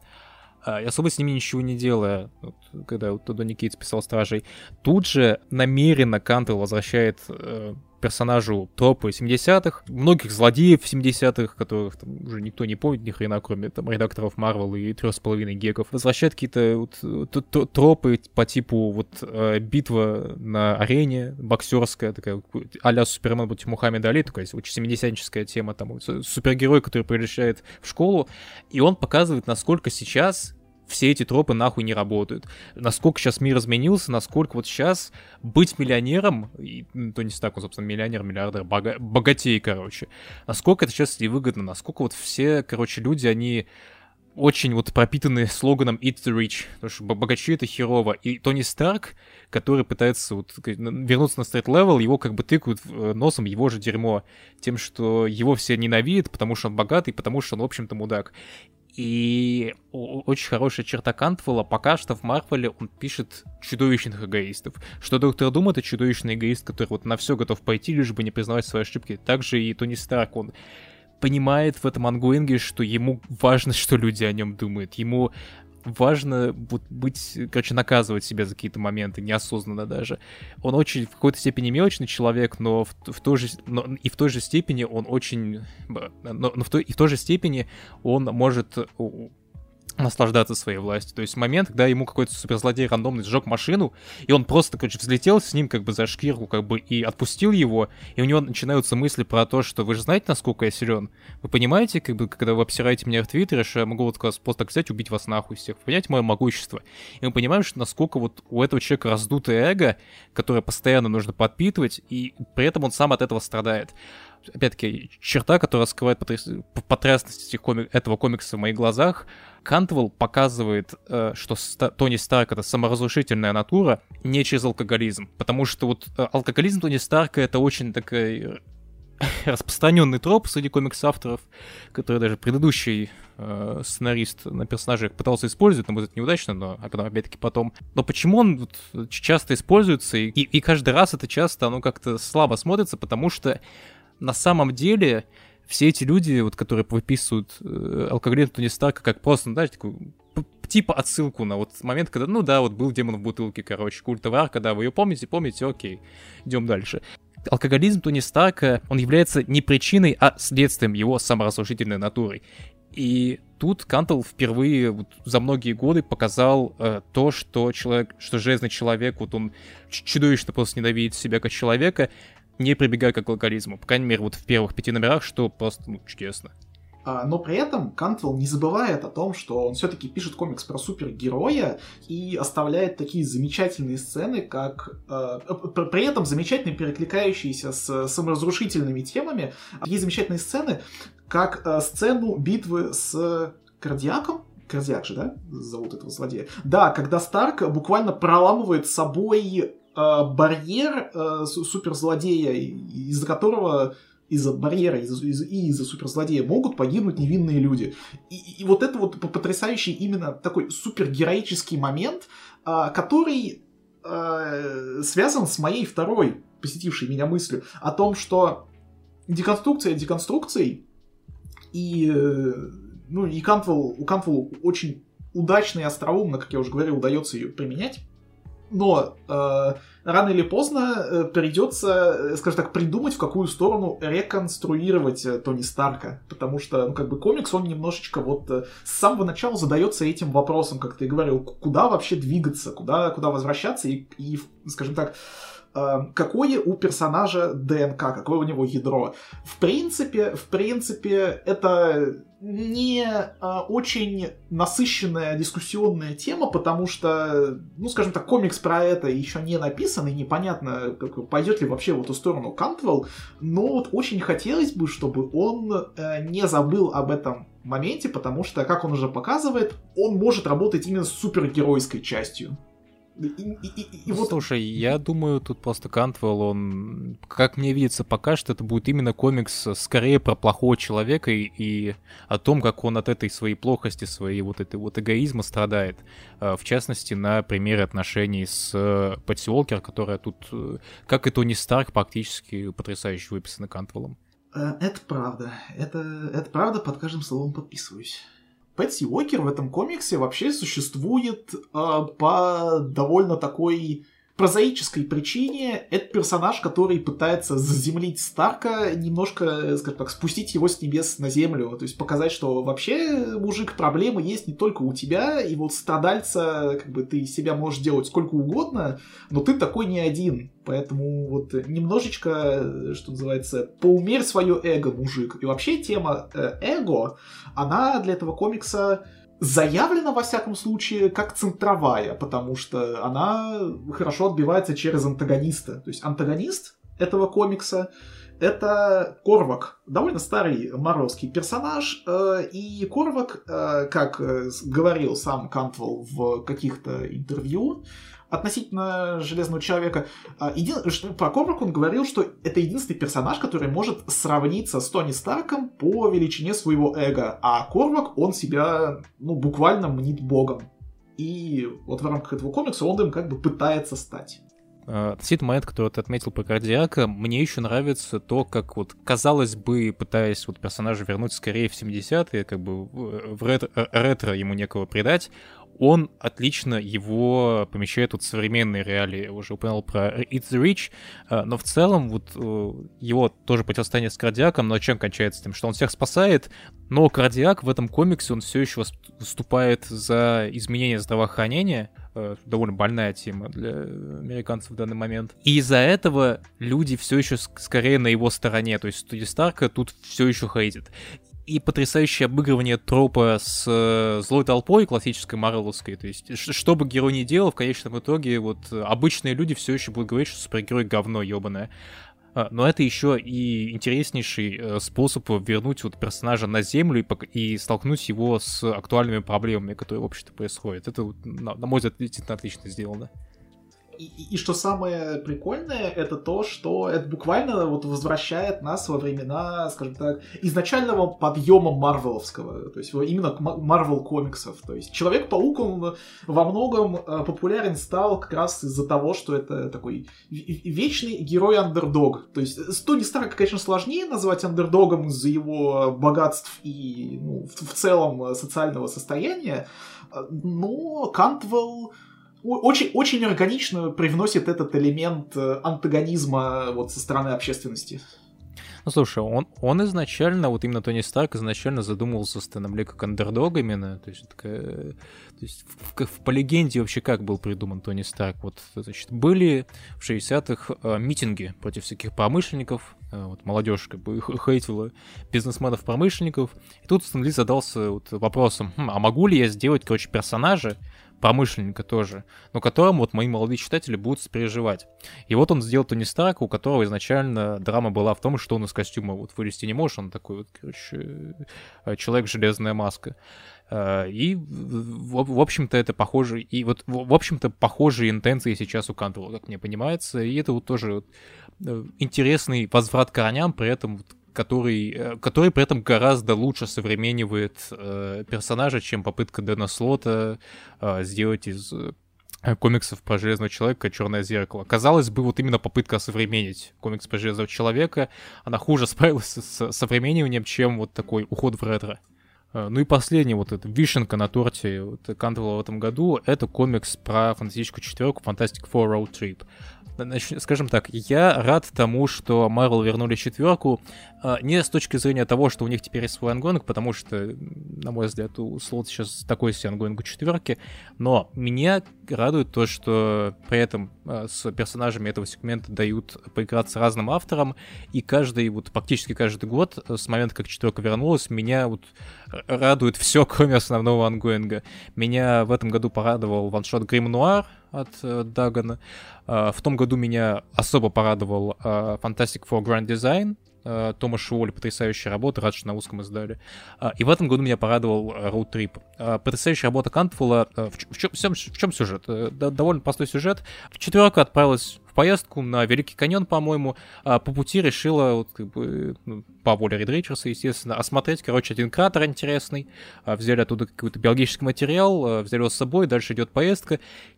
и особо с ними ничего не делая, вот, когда вот, Донни Кейтс писал «Стражей». Тут же намеренно Кантвелл возвращает э, персонажу тропы семидесятых, многих злодеев семидесятых, которых там уже никто не помнит, ни хрена, кроме там редакторов Марвел и трех с половиной геков. Возвращает какие-то вот, тропы по типу вот э, битва на арене, боксерская, такая а-ля Супермен против Мухаммеда Али, такая очень семидесятническая тема, там вот, супергерой, который приезжает в школу, и он показывает, насколько сейчас все эти тропы нахуй не работают. Насколько сейчас мир изменился, насколько вот сейчас быть миллионером, и Тони Старк, он, собственно, миллионер, миллиардер, бога, богатей, короче, насколько это сейчас невыгодно, насколько вот все, короче, люди, они очень вот пропитаны слоганом «Eat the rich», потому что богачи — это херово. И Тони Старк, который пытается вот вернуться на стрит-левел, его как бы тыкают носом его же дерьмо, тем, что его все ненавидят, потому что он богатый, потому что он, в общем-то, мудак. И очень хорошая черта Кантвелла, пока что в Марвеле он пишет чудовищных эгоистов. Что Доктор Дум — это чудовищный эгоист, который вот на все готов пойти, лишь бы не признавать свои ошибки. Также и Тони Старк, он понимает в этом ангоинге, что ему важно, что люди о нем думают. Ему важно вот быть, короче, наказывать себя за какие-то моменты, неосознанно даже. Он очень в какой-то степени мелочный человек, но в, в той же, но и в той же степени он очень, но, но в той, и в той же степени он может наслаждаться своей властью. То есть момент, когда ему какой-то суперзлодей рандомный сжег машину, и он просто, короче, взлетел с ним как бы за шкирку, как бы, и отпустил его, и у него начинаются мысли про то, что вы же знаете, насколько я силен? Вы понимаете, как бы, когда вы обсираете меня в Твиттере, что я могу вот просто так взять, убить вас нахуй всех. Вы понимаете мое могущество? И мы понимаем, что насколько вот у этого человека раздутое эго, которое постоянно нужно подпитывать, и при этом он сам от этого страдает. Опять-таки, черта, которая скрывает потряс... потрясность этих коми... этого комикса в моих глазах. Кантвелл показывает, э, что Ста... Тони Старк — это саморазрушительная натура не через алкоголизм. Потому что вот э, алкоголизм Тони Старка — это очень такой распространенный троп среди комикс-авторов, который даже предыдущий э, сценарист на персонажах пытался использовать, но будет неудачно, но а потом опять-таки потом. Но почему он вот часто используется, и, и каждый раз это часто, оно как-то слабо смотрится, потому что на самом деле все эти люди, вот, которые выписывают э, алкоголизм Тони Старка как просто, ну, да, такой, типа отсылку на вот момент, когда, ну да, вот был демон в бутылке, короче, культовая арка, да, вы ее помните, помните, окей, идем дальше. Алкоголизм Тони Старка, он является не причиной, а следствием его саморазрушительной натуры. И тут Кантвелл впервые вот за многие годы показал э, то, что человек, что Железный Человек, вот он чудовищно просто ненавидит себя как человека, не прибегая к алкоголизму. По крайней мере, вот в первых пяти номерах, что просто, ну, чудесно. Но при этом Кантвелл не забывает о том, что он все-таки пишет комикс про супергероя и оставляет такие замечательные сцены, как... При этом замечательно перекликающиеся с саморазрушительными темами. Есть замечательные сцены, как сцену битвы с Кардиаком. Кардиак же, да? Зовут этого злодея. Да, когда Старк буквально проламывает с собой барьер суперзлодея, из-за которого... из-за барьера из- из- и из-за суперзлодея могут погибнуть невинные люди. И, и вот это вот потрясающий именно такой супергероический момент, а, который а, связан с моей второй посетившей меня мыслью о том, что деконструкция деконструкцией, и, ну, и Кантвелл, у Кантвелла очень удачно и остроумно, как я уже говорил, удается ее применять. Но э, рано или поздно э, придется, скажем так, придумать, в какую сторону реконструировать э, Тони Старка. Потому что, ну, как бы комикс, он немножечко вот э, с самого начала задается этим вопросом, как ты говорил, куда вообще двигаться, куда, куда возвращаться и, и, скажем так, э, какое у персонажа ДНК, какое у него ядро. В принципе, в принципе, это... не а, очень насыщенная дискуссионная тема, потому что, ну, скажем так, комикс про это еще не написан, и непонятно, как, пойдет ли вообще в эту сторону Кантвелл, но вот очень хотелось бы, чтобы он э, не забыл об этом моменте, потому что, как он уже показывает, он может работать именно с супергеройской частью. И, и, и, и вот... Слушай, я думаю, тут просто Кантвелл, он, как мне видится, пока что это будет именно комикс скорее про плохого человека и, и о том, как он от этой своей плохости, своей вот этой вот эгоизма страдает. В частности, на примере отношений с Пэтси Уолкер, которая тут, как и Тони Старк, практически потрясающе выписана Кантвеллом. Это правда. Это, это правда, под каждым словом подписываюсь. Пэтси Уокер в этом комиксе вообще существует э, по довольно такой прозаической причине. Это персонаж, который пытается заземлить Старка, немножко, скажем так, спустить его с небес на землю. То есть показать, что вообще, мужик, проблемы есть не только у тебя, и вот страдальца, как бы, ты себя можешь делать сколько угодно, но ты такой не один. Поэтому вот немножечко, что называется, поумерь свое эго, мужик. И вообще тема э, эго, она для этого комикса заявлена, во всяком случае, как центровая, потому что она хорошо отбивается через антагониста. То есть антагонист этого комикса — это Корвак, довольно старый марвелский персонаж, э, и Корвак, э, как э, говорил сам Кантвелл в каких-то интервью, относительно Железного Человека. Еди... Про Корвак он говорил, что это единственный персонаж, который может сравниться с Тони Старком по величине своего эго. А Корвак, он себя, ну, буквально мнит богом. И вот в рамках этого комикса он им как бы пытается стать. Относительно момент, который ты отметил про Кардиака, мне еще нравится то, как вот, казалось бы, пытаясь вот персонажа вернуть скорее в семидесятые, как бы в ретро, ретро ему некого придать, он отлично его помещает вот в современные реалии. Я уже упомянул про It's the Rich, но в целом вот его тоже противостояние с Кардиаком, но чем кончается тем, что он всех спасает, но Кардиак в этом комиксе, он все еще выступает за изменение здравоохранения, довольно больная тема для американцев в данный момент. И из-за этого люди все еще скорее на его стороне, то есть Тони Старка тут все еще хейтит. И потрясающее обыгрывание тропа с э, злой толпой классической марвеловской. То есть, ш- что бы герой ни делал, в конечном итоге вот обычные люди все еще будут говорить, что супергерой говно ебаное. А, но это еще и интереснейший э, способ вернуть вот персонажа на землю и, пок- и столкнуть его с актуальными проблемами, которые в обществе происходят. Это, на, на мой взгляд, действительно отлично сделано. И, и, и что самое прикольное, это то, что это буквально вот возвращает нас во времена, скажем так, изначального подъема марвеловского, то есть именно Марвел комиксов. То есть Человек-паук, он во многом популярен стал как раз из-за того, что это такой вечный герой-андердог. То есть Тони Старка, конечно, сложнее назвать андердогом из-за его богатств и, ну, в, в целом социального состояния, но Кантвелл Очень, очень органично привносит этот элемент антагонизма вот со стороны общественности. Ну, слушай, он, он изначально, вот именно Тони Старк изначально задумывался Стэном Ли как андердог именно, то есть, такая, то есть в, в, по легенде вообще как был придуман Тони Старк, вот, значит, были в шестидесятых э, митинги против всяких промышленников, э, вот, молодежь как бы хейтила бизнесменов-промышленников, и тут Стэн Ли задался вот вопросом, хм, а могу ли я сделать, короче, персонажа, промышленника тоже, но которым вот мои молодые читатели будут сопереживать. И вот он сделал Тони Старка, у которого изначально драма была в том, что он из костюма вот вылезти не может, он такой вот, короче, человек-железная маска. И, в общем-то, это похоже, и вот, в общем-то, похожие интенции сейчас у Кантвелла, как мне понимается, и это вот тоже вот интересный возврат к корням, при этом вот который, который при этом гораздо лучше современнивает э, персонажа, чем попытка Дэна Слота э, сделать из э, комиксов про Железного Человека «Черное зеркало». Казалось бы, вот именно попытка осовременить комикс про Железного Человека, она хуже справилась с современниванием, чем вот такой уход в ретро. Э, ну и последний вот эта вишенка на торте вот, Кантвелла в этом году — это комикс про фантастическую четверку Fantastic Four Road Trip. Значит, скажем так, я рад тому, что Marvel вернули четверку, не с точки зрения того, что у них теперь есть свой ангоинг, потому что, на мой взгляд, у Слота сейчас такой себе ангоинг у четверки, но меня радует то, что при этом с персонажами этого сегмента дают поиграться разным авторам, и каждый, вот практически каждый год, с момента, как четверка вернулась, меня вот радует все, кроме основного ангоинга. Меня в этом году порадовал ваншот Грим Нуар от э, Дагана. Uh, в том году меня особо порадовал uh, Fantastic Four Grand Design. Uh, Тома Шиоли, потрясающая работа, рад, что на узком издали. Uh, и в этом году меня порадовал uh, Road Trip. Uh, потрясающая работа Кантвелла. Uh, в, в, чем, в, чем, в чем сюжет? Uh, довольно простой сюжет. Четверка отправилась в поездку на Великий каньон, по-моему. Uh, по пути решила, вот, как бы, ну, по воле Рид Ричардса, естественно, осмотреть, короче, один кратер интересный. Uh, взяли оттуда какой-то биологический материал, uh, взяли его с собой, дальше идет поездка.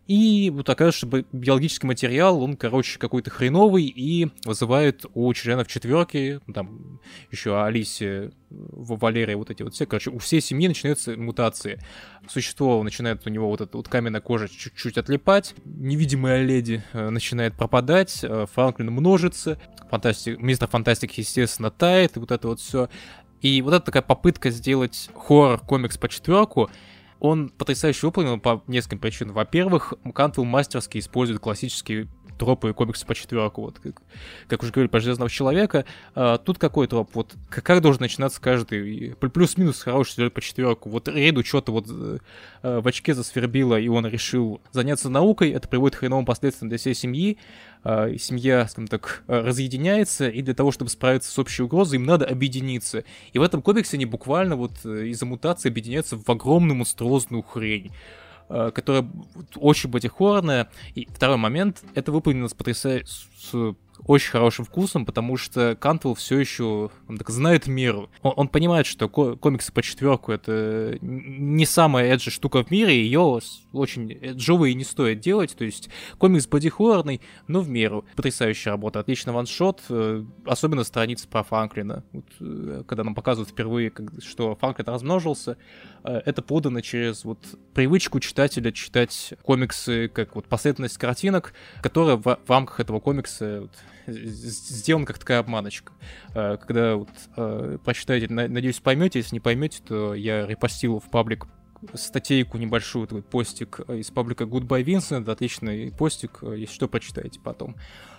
И вот оказывается, что биологический материал, он, короче, какой-то хреновый и вызывает у членов четверки, там еще Алисе, Валерия, вот эти вот все, короче, у всей семьи начинаются мутации. Существо начинает у него вот эта вот каменная кожа чуть-чуть отлипать, невидимая леди э, начинает пропадать, э, Франклин множится, Фантастик, мистер Фантастик, естественно, тает, и вот это вот все. И вот это такая попытка сделать хоррор-комикс по четверку, он потрясающе выполнен по нескольким причинам. Во-первых, Кантвелл мастерски использует классические тропы комикса по четверку, вот, как, как уже говорили про Железного Человека. А, тут какой троп? Вот как должен начинаться каждый? Плюс-минус хороший сюжет по четверку. Вот Рейду что-то вот а, в очке засвербило, и он решил заняться наукой. Это приводит к хреновым последствиям для всей семьи. А, семья, скажем так, разъединяется, и для того, чтобы справиться с общей угрозой, им надо объединиться. И в этом комиксе они буквально вот из-за мутации объединяются в огромную монструозную хрень, которая очень бодихорная. И второй момент, это выполнено с потрясающим, с очень хорошим вкусом, потому что Кантвелл все еще, он так знает меру. Он, он понимает, что ко- комиксы по четверку — это не самая эджи штука в мире, ее очень эджовой и не стоит делать. То есть комикс бодихорный, но в меру. Потрясающая работа, отличный ваншот, особенно страницы про Франклина. Вот, когда нам показывают впервые, что Франклин размножился, это подано через вот привычку читателя читать комиксы как вот последовательность картинок, которая в, в рамках этого комикса вот сделана как такая обманочка. Когда вот прочитаете, надеюсь, поймете, если не поймете, то я репостил в паблик статейку небольшую, такой постик из паблика Goodbye Vincent, отличный постик, если что, прочитайте потом.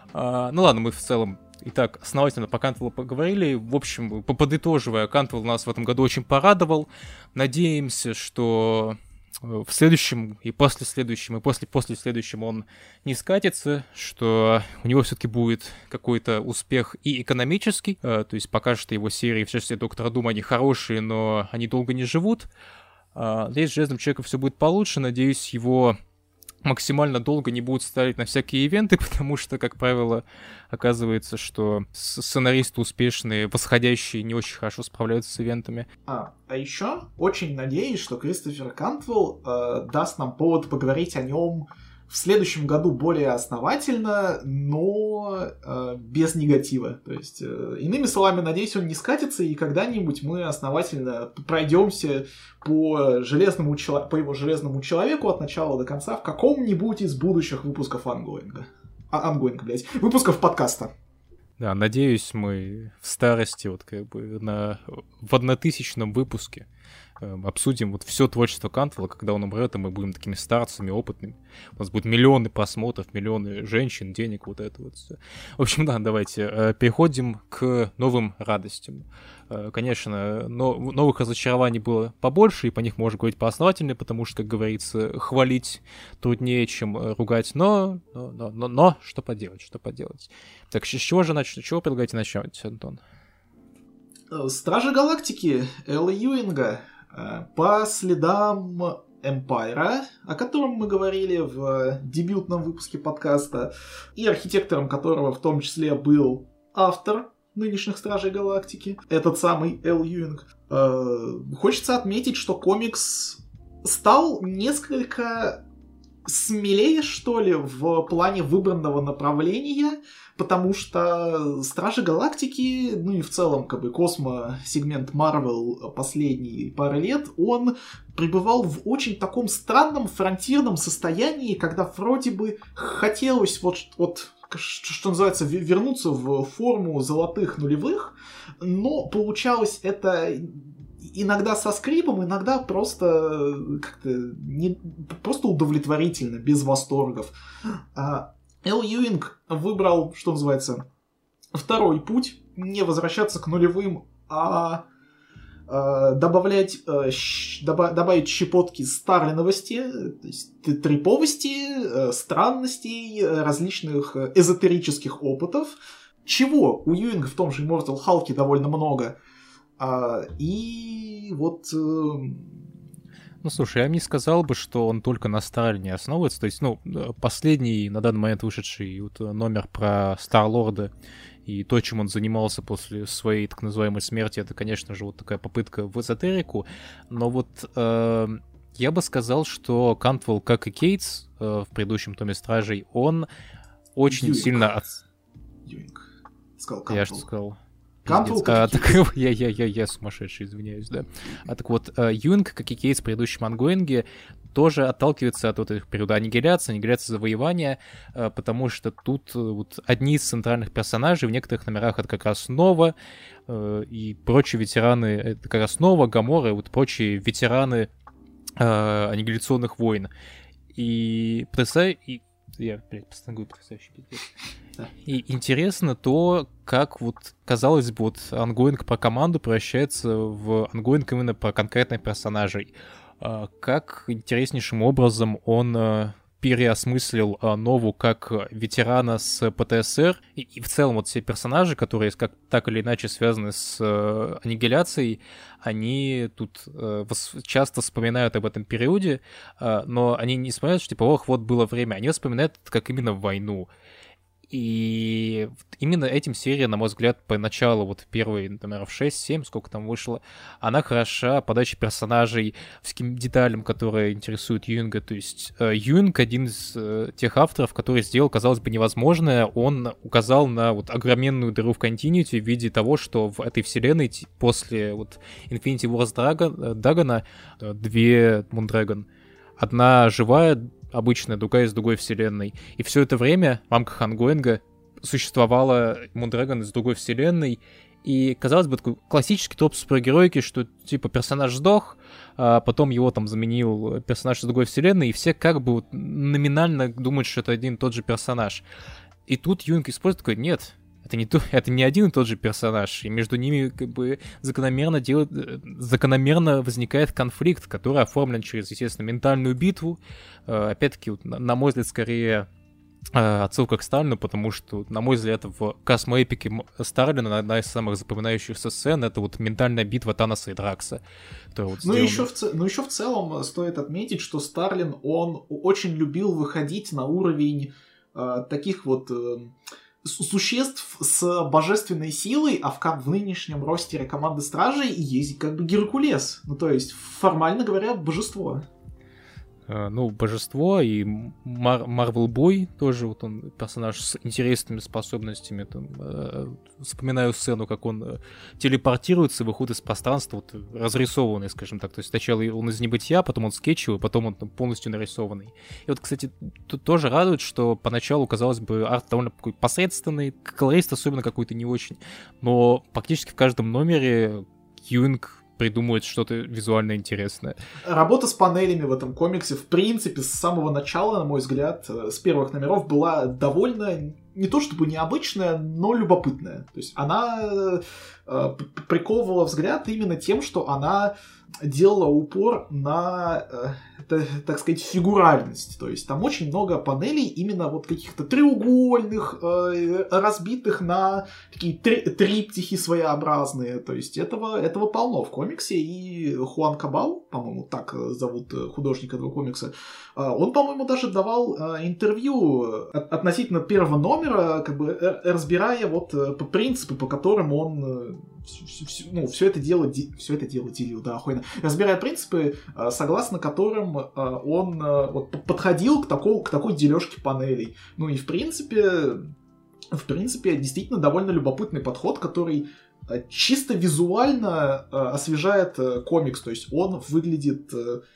Ну ладно, мы в целом и так основательно по Кантвеллу поговорили. В общем, подытоживая, Кантвелл нас в этом году очень порадовал. Надеемся, что в следующем и после следующем, и после после следующем он не скатится, что у него все-таки будет какой-то успех и экономический, то есть пока что его серии, в частности Доктора Дума, они хорошие, но они долго не живут. Надеюсь, с Железным Человеком все будет получше, надеюсь, его максимально долго не будут ставить на всякие ивенты, потому что, как правило, оказывается, что сценаристы успешные, восходящие, не очень хорошо справляются с ивентами. А, а еще очень надеюсь, что Кристофер Кантвелл э, даст нам повод поговорить о нем в следующем году более основательно, но э, без негатива. То есть, э, иными словами, надеюсь, он не скатится, и когда-нибудь мы основательно пройдемся по, железному, по его Железному Человеку от начала до конца в каком-нибудь из будущих выпусков ангоинга. А, ангоинга, блядь. Выпусков подкаста. Да, надеюсь, мы в старости, вот как бы на, в однотысячном выпуске э, обсудим вот все творчество Кантвелла, когда он умрет, и мы будем такими старцами, опытными. У нас будут миллионы просмотров, миллионы женщин, денег, вот это вот все. В общем, да, давайте э, переходим к новым радостям. Э, конечно, но, новых разочарований было побольше, и по них можно говорить поосновательнее, потому что, как говорится, хвалить труднее, чем ругать, но, но, но, но, но что поделать, что поделать. Так, с чего же начать? С чего предлагаете начать, Антон? Стражи Галактики Элла Юинга по следам Эмпайра, о котором мы говорили в дебютном выпуске подкаста, и архитектором которого в том числе был автор нынешних Стражей Галактики, этот самый Эл Юинг. Хочется отметить, что комикс стал несколько смелее, что ли, в плане выбранного направления, потому что Стражи Галактики, ну и в целом, как бы, космо-сегмент Marvel последние пары лет, он пребывал в очень таком странном фронтирном состоянии, когда вроде бы хотелось вот, вот что называется, вернуться в форму золотых нулевых, но получалось это иногда со скрипом, иногда просто как-то не, просто удовлетворительно, без восторгов. Эл Юинг выбрал, что называется, второй путь, не возвращаться к нулевым, а добавлять, добавить щепотки старлиновости, то есть триповости, странностей, различных эзотерических опытов, чего у Юинга в том же Immortal Hulk'е довольно много. И вот... Ну, слушай, я не сказал бы, что он только на Старлине основывается. То есть, ну, последний, на данный момент вышедший вот номер про Стар-Лорда и то, чем он занимался после своей так называемой смерти, это, конечно же, вот такая попытка в эзотерику. Но вот э, я бы сказал, что Кантвелл, как и Кейтс э, в предыдущем томе Стражей, он очень Юинг. сильно... От... Юинг. Сказал Кантвелл. Я что сказал? Кантвелл, а, так, я, я, я, я сумасшедший, извиняюсь, да. А так вот, Юинг, как и Кейтс в предыдущем ангоинге, тоже отталкивается от вот этих периода аннигиляции, аннигиляции завоевания, потому что тут вот одни из центральных персонажей в некоторых номерах это как раз Нова, и прочие ветераны, это как раз Нова, Гамора, и вот прочие ветераны аннигиляционных войн. И потрясающе... И... Я, блядь, постоянно говорю потрясающий пиздец. И интересно то, как вот, казалось бы, вот ангоинг про команду превращается в ангоинг именно про конкретных персонажей. Как интереснейшим образом он переосмыслил Нову как ветерана с ПТСР, и, и в целом вот все персонажи, которые как так или иначе связаны с э, аннигиляцией, они тут э, часто вспоминают об этом периоде, э, но они не вспоминают, что типа, ох, вот было время, они вспоминают это как именно войну. И именно этим серия, на мой взгляд, поначалу, вот первые, например, в шесть-семь, сколько там вышло, она хороша подачей персонажей, всяким деталям, которые интересуют Юинга. То есть э, Юинг один из э, тех авторов, который сделал, казалось бы, невозможное. Он указал на вот огроменную дыру в континьюти в виде того, что в этой вселенной после вот Infinity Wars Dragon, Дагона две Moondragon. Одна живая, обычная, другая из другой вселенной. И все это время в рамках ангоинга существовала Moondragon из другой вселенной. И, казалось бы, такой классический топ супергероики, что, типа, персонаж сдох, а потом его там заменил персонаж из другой вселенной, и все как бы вот номинально думают, что это один и тот же персонаж. И тут Юинг использует такой, нет, это не, то, это не один и тот же персонаж, и между ними как бы закономерно, делает, закономерно возникает конфликт, который оформлен через, естественно, ментальную битву. Опять-таки, на мой взгляд, скорее отсылка к Сталину, потому что, на мой взгляд, в космоэпике Старлина одна из самых запоминающихся сцен — это вот ментальная битва Таноса и Дракса. Вот ну, еще в, ну, еще в целом стоит отметить, что Старлин, он очень любил выходить на уровень э, таких вот... Э, существ с божественной силой, а в, в нынешнем ростере команды Стражей есть как бы Геркулес. Ну, то есть, формально говоря, божество. ну, божество, и Мар- Марвел Бой тоже, вот он персонаж с интересными способностями, там, э, вспоминаю сцену, как он э, телепортируется, выходит из пространства, вот, разрисованный, скажем так, то есть сначала он из небытия, потом он скетчевый, потом он там, полностью нарисованный. И вот, кстати, тут тоже радует, что поначалу, казалось бы, арт довольно такой посредственный, колорист особенно какой-то не очень, но практически в каждом номере Юинг придумывает что-то визуально интересное. Работа с панелями в этом комиксе, в принципе, с самого начала, на мой взгляд, с первых номеров была довольно, не то чтобы необычная, но любопытная. То есть она э, приковывала взгляд именно тем, что она делала упор на, э, так сказать, фигуральность. То есть там очень много панелей именно вот каких-то треугольных, э, разбитых на такие три- триптихи своеобразные. То есть этого, этого полно в комиксе. И Хуан Кабал, по-моему, так зовут художника этого комикса, э, он, по-моему, даже давал э, интервью относительно первого номера, как бы э, разбирая вот э, принципы, по которым он э, все, все, ну, все это дело, все это дело делил, да, охуенно. Разбирая принципы, согласно которым он вот, подходил к, такому, к такой дележке панелей. Ну и в принципе, в принципе, действительно довольно любопытный подход, который чисто визуально освежает комикс. То есть он выглядит...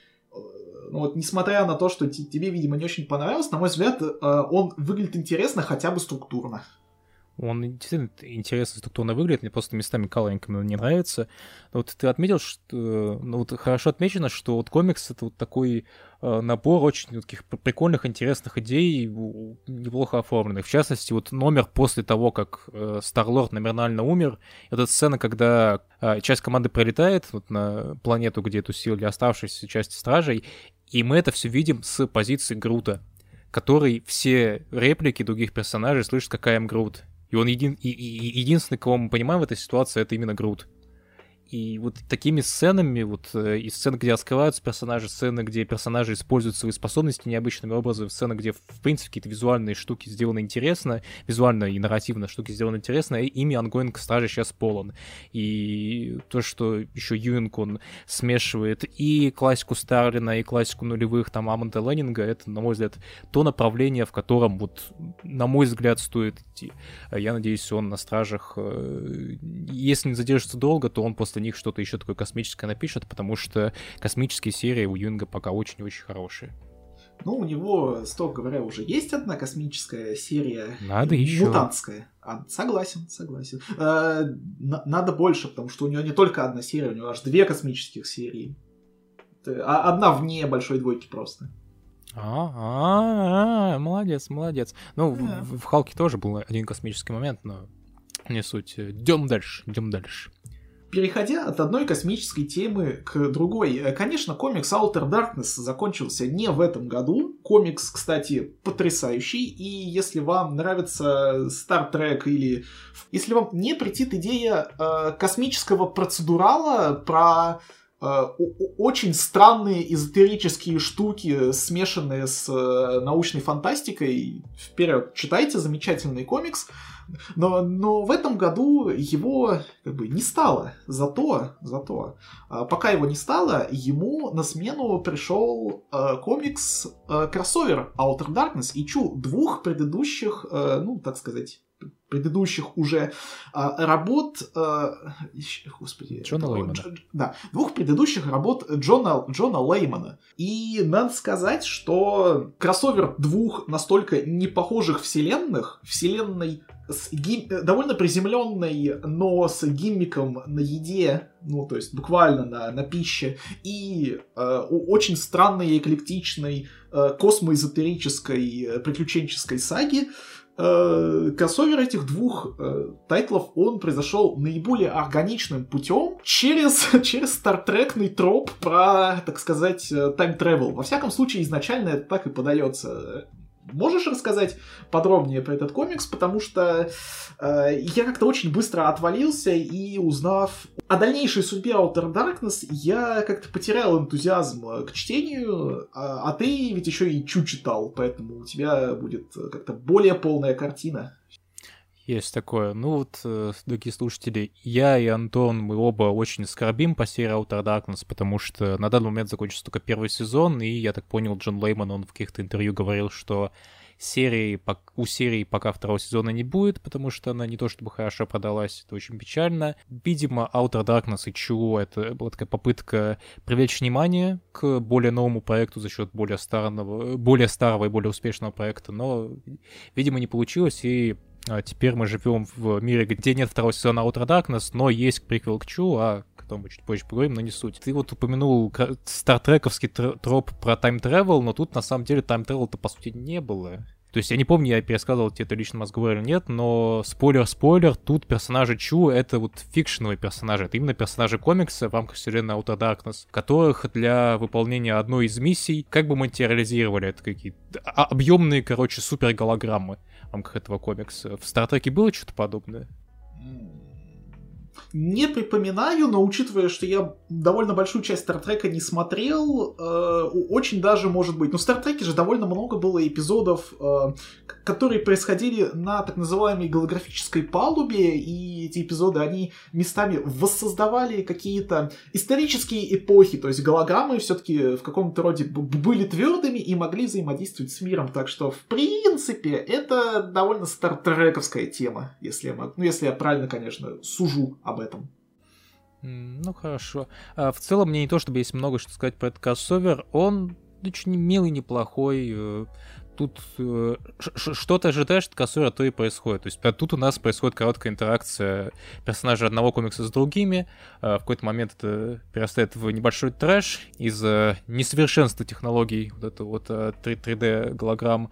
Ну вот, несмотря на то, что тебе, видимо, не очень понравилось, на мой взгляд, он выглядит интересно хотя бы структурно. Он действительно интересно структурно выглядит, мне просто местами колоринг не нравится. Но вот ты отметил, что... Ну вот хорошо отмечено, что вот комикс — это вот такой э, набор очень вот таких прикольных, интересных идей, неплохо оформленных. В частности, вот номер после того, как э, Стар-Лорд номинально умер, это сцена, когда э, часть команды прилетает вот на планету, где тусили оставшиеся части Стражей, и мы это все видим с позиции Грута, который все реплики других персонажей слышит, как I am Groot. И он един... и, и, единственный, кого мы понимаем в этой ситуации, это именно Грут. И вот такими сценами, вот э, и сцены, где раскрываются персонажи, сцены, где персонажи используют свои способности необычными образами, сцены, где, в принципе, какие-то визуальные штуки сделаны интересно, визуально и нарративно штуки сделаны интересно, и ими ангоинг Стражи сейчас полон. И то, что еще Юинг, он смешивает и классику Старлина, и классику нулевых, там, Амонда Леннинга, это, на мой взгляд, то направление, в котором, вот, на мой взгляд, стоит идти. Я надеюсь, он на Стражах, э, если не задержится долго, то он после них что-то еще такое космическое напишет, потому что космические серии у Юинга пока очень-очень хорошие. Ну, у него, строго говоря, уже есть одна космическая серия. Надо еще. Мутантская. А, согласен, согласен. А, на, надо больше, потому что у него не только одна серия, у него аж две космических серии. А, одна вне большой двойки просто. А, а, молодец, молодец. Ну, в, в Халке тоже был один космический момент, но не суть. Идем дальше, идем дальше. Переходя от одной космической темы к другой, конечно, комикс Outer Darkness закончился не в этом году. Комикс, кстати, потрясающий, и если вам нравится Star Trek или... Если вам не претит идея э, космического процедурала про... очень странные эзотерические штуки, смешанные с научной фантастикой. Вперед, читайте, замечательный комикс. Но, но в этом году его как бы не стало. Зато, зато, пока его не стало, ему на смену пришел э, комикс э, кроссовер Outer Darkness и Чу, двух предыдущих, э, ну, так сказать, предыдущих уже а, работ э, господи, Джона это, Леймана. Дж, да, двух предыдущих работ Джона, Джона Леймана. И надо сказать, что кроссовер двух настолько непохожих вселенных, вселенной с гим... довольно приземленной, но с гиммиком на еде, ну, то есть буквально на, на пище, и э, очень странной и эклектичной э, космоэзотерической э, приключенческой саги, кроссовер этих двух э, тайтлов, он произошел наиболее органичным путем через, через стартрекный троп про, так сказать, тайм-тревел. Во всяком случае, изначально это так и подается. Можешь рассказать подробнее про этот комикс, потому что э, я как-то очень быстро отвалился, и узнав о дальнейшей судьбе Outer Darkness, я как-то потерял энтузиазм к чтению, а, а ты ведь еще и Чу читал, поэтому у тебя будет как-то более полная картина. Есть такое. Ну вот, э, дорогие слушатели, я и Антон, мы оба очень скорбим по серии Outer Darkness, потому что на данный момент закончился только первый сезон, и, я так понял, Джон Лейман, он в каких-то интервью говорил, что серии, у серии пока второго сезона не будет, потому что она не то чтобы хорошо продалась, это очень печально. Видимо, Outer Darkness и Чу — это была такая попытка привлечь внимание к более новому проекту за счет более старого, более старого и более успешного проекта, но, видимо, не получилось, и а теперь мы живем в мире, где нет второго сезона Outer Darkness, но есть приквел к Чу, о котором мы чуть позже поговорим, но не суть. Ты вот упомянул стартрековский троп про тайм-тревел, но тут на самом деле тайм-тревел-то по сути не было. То есть я не помню, я пересказывал тебе это лично разговор или нет, но спойлер-спойлер, тут персонажи Чу — это вот фикшеновые персонажи, это именно персонажи комикса в рамках вселенной Outer Darkness, которых для выполнения одной из миссий как бы материализировали, это какие-то объемные, короче, супер-голограммы в рамках этого комикса. В Стартреке было что-то подобное? Не припоминаю, но учитывая, что я довольно большую часть Стартрека не смотрел, э, очень даже может быть. Но в Стартреке же довольно много было эпизодов, э, которые происходили на так называемой голографической палубе, и эти эпизоды, они местами воссоздавали какие-то исторические эпохи, то есть голограммы все-таки в каком-то роде были твердыми и могли взаимодействовать с миром, так что в принципе это довольно стартрековская тема, если я, могу, ну, если я правильно, конечно, сужу об этом. Ну, хорошо. А, в целом, мне не то, чтобы есть много что сказать про этот кроссовер. Он очень милый, неплохой. Тут э, что ты ожидаешь от кроссовера, то и происходит. То есть тут у нас происходит короткая интеракция персонажей одного комикса с другими. Э, в какой-то момент это перерастает в небольшой трэш из-за несовершенства технологий вот это вот три дэ-голограмм.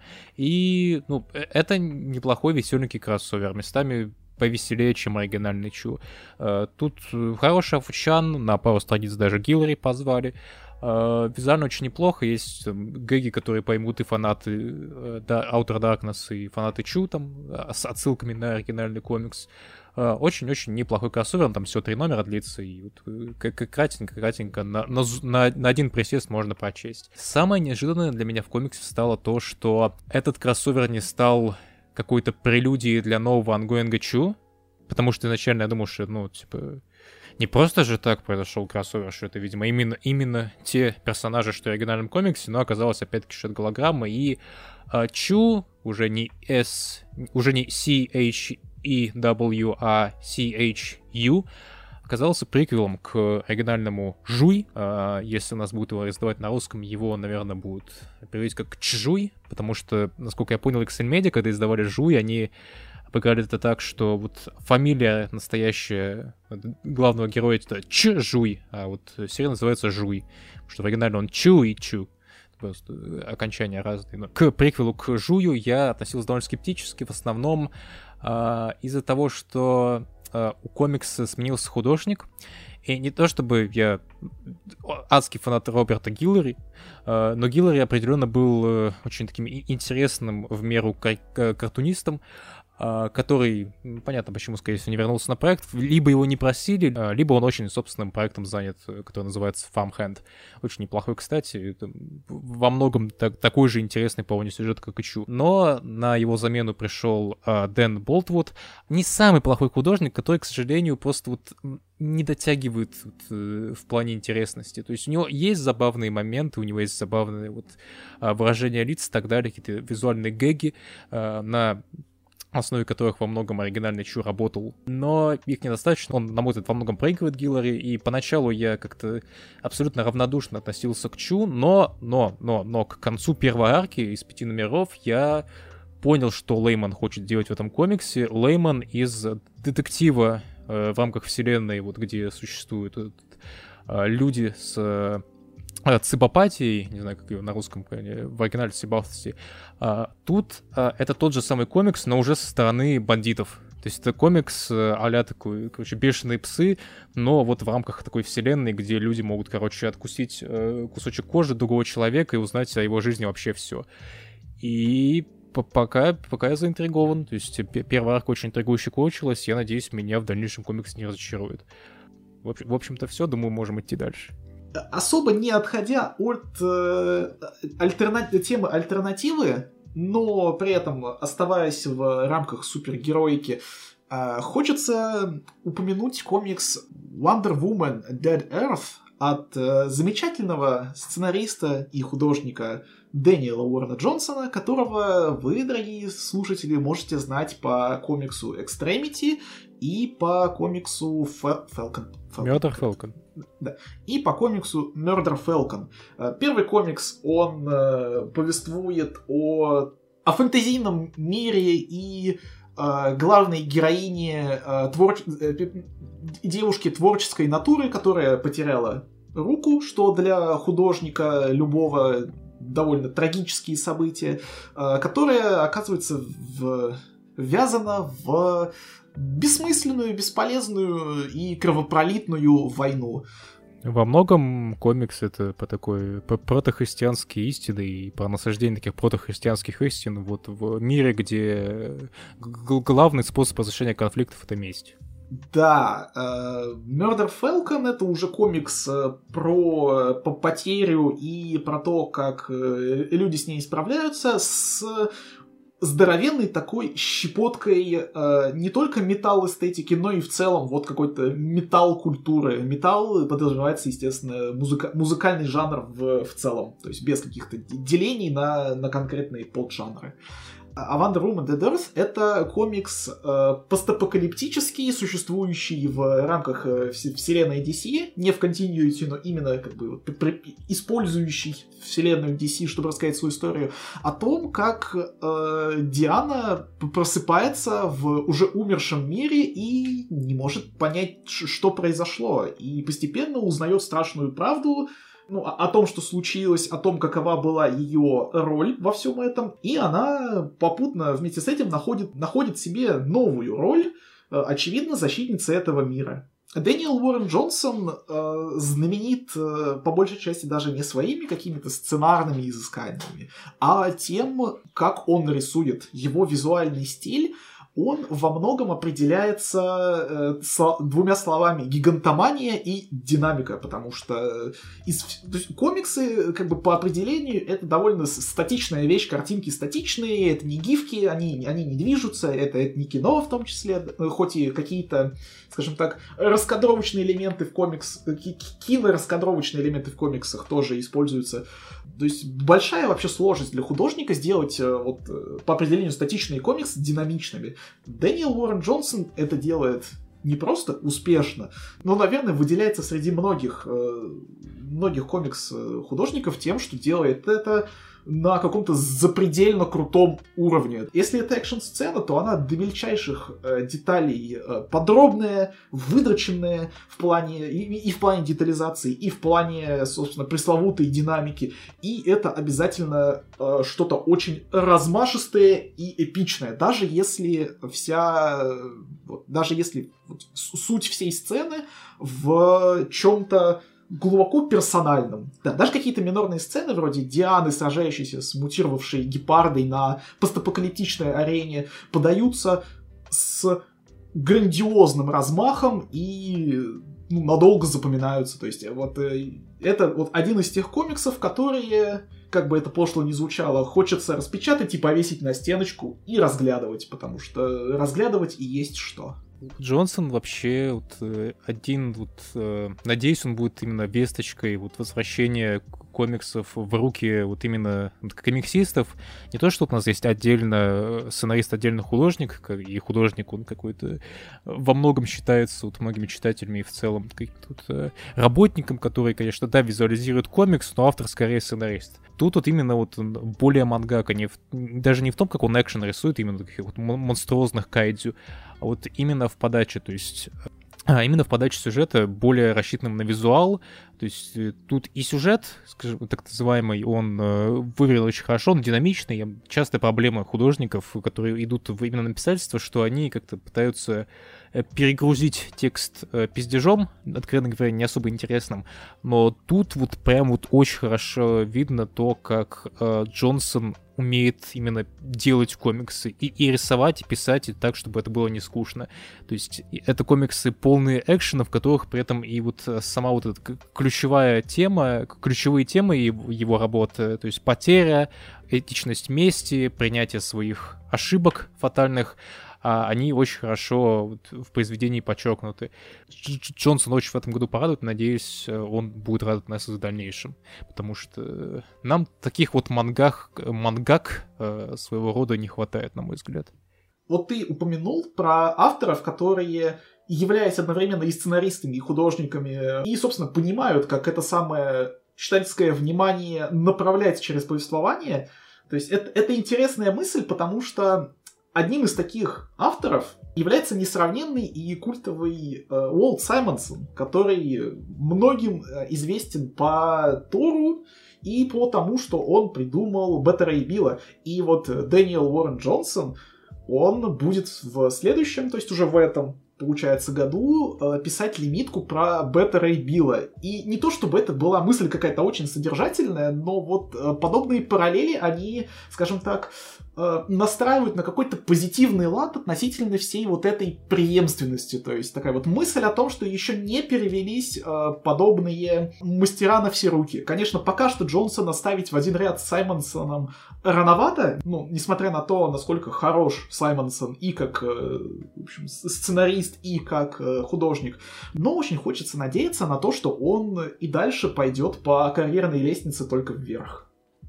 И, ну, это неплохой, веселенький кроссовер. Местами повеселее, чем оригинальный Чу. Тут хороший Афучан, на пару страниц даже Гиллари позвали. Визуально очень неплохо, есть там гэги, которые поймут и фанаты да, Outer Darkness, и фанаты Чу, там, с отсылками на оригинальный комикс. Очень-очень неплохой кроссовер, там всего три номера длится, и вот кратенько-кратенько на, на, на, на один присест можно прочесть. Самое неожиданное для меня в комиксе стало то, что этот кроссовер не стал какой-то прелюдией для нового ангоинга Чу, потому что изначально я думал, что, ну, типа, не просто же так произошел кроссовер, что это, видимо, именно, именно те персонажи, что в оригинальном комиксе, но оказалось, опять-таки, что это голограмма, и а, Чу, уже не S, уже не си эйч и дабл ю, а си эйч ю, оказался приквелом к оригинальному Жуй. А, если у нас будут его издавать на русском, его, наверное, будут переводить как Чжуй, потому что, насколько я понял, Икс Эл Media, когда издавали Жуй, они обыграли это так, что вот фамилия настоящая главного героя — это Чжуй, а вот серия называется Жуй, потому что в оригинале он Чу и Чу. Просто окончания разные. Но к приквелу к Жую я относился довольно скептически, в основном а, из-за того, что у комикса сменился художник, и не то чтобы я адский фанат Роберта Гиллари, но Гиллари определенно был очень таким интересным в меру кар- картунистом, который, понятно, почему, скорее всего, не вернулся на проект, либо его не просили, либо он очень собственным проектом занят, который называется Farmhand. Очень неплохой, кстати, это во многом так, такой же интересный по уровню сюжета, как и Чу. Но на его замену пришел а, Дэн Болтвуд, не самый плохой художник, который, к сожалению, просто вот не дотягивает вот, э, в плане интересности. То есть у него есть забавные моменты, у него есть забавные вот, выражения лиц и так далее, какие-то визуальные гэги э, на основе которых во многом оригинальный Чу работал. Но их недостаточно, он, на мой взгляд, во многом проигрывает Гиллари, и поначалу я как-то абсолютно равнодушно относился к Чу, но, но, но, но к концу первой арки из пяти номеров я понял, что Лейман хочет делать в этом комиксе. Лейман из детектива э, в рамках вселенной, вот где существуют э, люди с... Э, цибопатией, не знаю, как ее на русском, в оригинале цибопатии. А, тут а, это тот же самый комикс, но уже со стороны бандитов. То есть это комикс а-ля такой, короче, бешеные псы, но вот в рамках такой вселенной, где люди могут, короче, откусить э, кусочек кожи другого человека и узнать о его жизни вообще все. И пока, пока я заинтригован. То есть первая арка очень интригующе кончилась, я надеюсь, меня в дальнейшем комикс не разочарует. В, общем, в общем-то все, думаю, можем идти дальше. Особо не отходя от э, альтерна... темы альтернативы, но при этом оставаясь в рамках супергероики, хочется упомянуть комикс Wonder Woman Dead Earth от замечательного сценариста и художника Дэниела Уоррена Джонсона, которого вы, дорогие слушатели, можете знать по комиксу Extremity и по комиксу Falcon. Murder Falcon. Да. И по комиксу Murder Falcon. Первый комикс, он повествует о, о фэнтезийном мире и главной героине твор... девушки творческой натуры, которая потеряла руку, что для художника любого довольно трагические события, которая оказывается в... ввязана в бессмысленную, бесполезную и кровопролитную войну. Во многом комикс — это по такой по протохристианские истины и про насаждение таких протохристианских истин вот в мире, где г- главный способ разрешения конфликтов — это месть. Да, Murder Falcon — это уже комикс про потерю и про то, как люди с ней справляются, с здоровенной такой щепоткой э, не только металл-эстетики, но и в целом вот какой-то металл-культуры. Металл подразумевается, естественно, музыка- музыкальный жанр в, в целом, то есть без каких-то делений на, на конкретные поджанры. А Wonder Woman Dead Earth — это комикс э, постапокалиптический, существующий в рамках э, вселенной ди си, не в континьюити, но именно как бы использующий вселенную ди си, чтобы рассказать свою историю, о том, как э, Диана просыпается в уже умершем мире и не может понять, что произошло, и постепенно узнает страшную правду, ну, о том, что случилось, о том, какова была ее роль во всем этом. И она попутно вместе с этим находит, находит себе новую роль, очевидно, защитницы этого мира. Дэниел Уоррен Джонсон э, знаменит э, по большей части даже не своими какими-то сценарными изысканиями, а тем, как он рисует. Его визуальный стиль, он во многом определяется э, со, двумя словами: гигантомания и динамика, потому что из, то есть комиксы, как бы по определению, это довольно статичная вещь, картинки статичные, это не гифки, они, они не движутся, это, это не кино в том числе, хоть и какие-то, скажем так, раскадровочные элементы в комикс, кинораскадровочные элементы в комиксах тоже используются. То есть большая вообще сложность для художника сделать вот, по определению статичные комиксы динамичными. Дэниел Уоррен Джонсон это делает не просто успешно, но, наверное, выделяется среди многих, многих комикс-художников тем, что делает это на каком-то запредельно крутом уровне. Если это экшн-сцена, то она до мельчайших э, деталей э, подробная, выдроченная в плане, и, и в плане детализации, и в плане, собственно, пресловутой динамики. И это обязательно э, что-то очень размашистое и эпичное. Даже если вся... Э, вот, даже если вот, суть всей сцены в чем-то глубоко персональным. Да, даже какие-то минорные сцены, вроде Дианы, сражающейся с мутировавшей гепардой на постапокалиптичной арене, подаются с грандиозным размахом и ну, надолго запоминаются. То есть вот э, это вот один из тех комиксов, которые, как бы это пошло ни звучало, хочется распечатать и повесить на стеночку и разглядывать, потому что разглядывать и есть что. Джонсон вообще вот, один, вот, надеюсь, он будет именно весточкой вот, возвращения комиксов в руки вот именно вот, комиксистов. Не то, что у нас есть отдельно сценарист, отдельно художник, и художник он какой-то во многом считается вот, многими читателями и в целом вот, работником, который, конечно, да, визуализирует комикс, но автор скорее сценарист. Тут вот именно вот более мангака, не в, даже не в том, как он экшен рисует, именно таких вот монструозных кайдзю, а вот именно в подаче, то есть а, именно в подаче сюжета более рассчитанным на визуал, то есть тут и сюжет, скажем, так называемый, он э, выверен очень хорошо, он динамичный. Частая проблема художников, которые идут в, именно на писательство, что они как-то пытаются перегрузить текст э, пиздежом, откровенно говоря, не особо интересным, но тут вот прям вот очень хорошо видно то, как э, Джонсон умеет именно делать комиксы и, и рисовать, и писать и так, чтобы это было не скучно. То есть это комиксы полные экшена, в которых при этом и вот сама вот эта ключевая тема, ключевые темы его работы, то есть потеря, этичность мести, принятие своих ошибок фатальных, а они очень хорошо вот в произведении подчеркнуты. Джонсон очень в этом году порадует, надеюсь, он будет радовать нас и в дальнейшем, потому что нам таких вот мангах, мангак своего рода не хватает, на мой взгляд. Вот ты упомянул про авторов, которые, являясь одновременно и сценаристами, и художниками, и, собственно, понимают, как это самое читательское внимание направлять через повествование. То есть это, это интересная мысль, потому что одним из таких авторов является несравненный и культовый э, Уолт Саймонсон, который многим известен по Тору и по тому, что он придумал Бета Рэй Билла. И вот Дэниел Уоррен Джонсон, он будет в следующем, то есть уже в этом, получается, году писать лимитку про Бета Рэй Билла. И не то, чтобы это была мысль какая-то очень содержательная, но вот подобные параллели, они, скажем так, настраивают на какой-то позитивный лад относительно всей вот этой преемственности. То есть такая вот мысль о том, что еще не перевелись подобные мастера на все руки. Конечно, пока что Джонсона ставить в один ряд с Саймонсоном рановато, ну, несмотря на то, насколько хорош Саймонсон и как, в общем, сценарист, и как художник. Но очень хочется надеяться на то, что он и дальше пойдет по карьерной лестнице только вверх.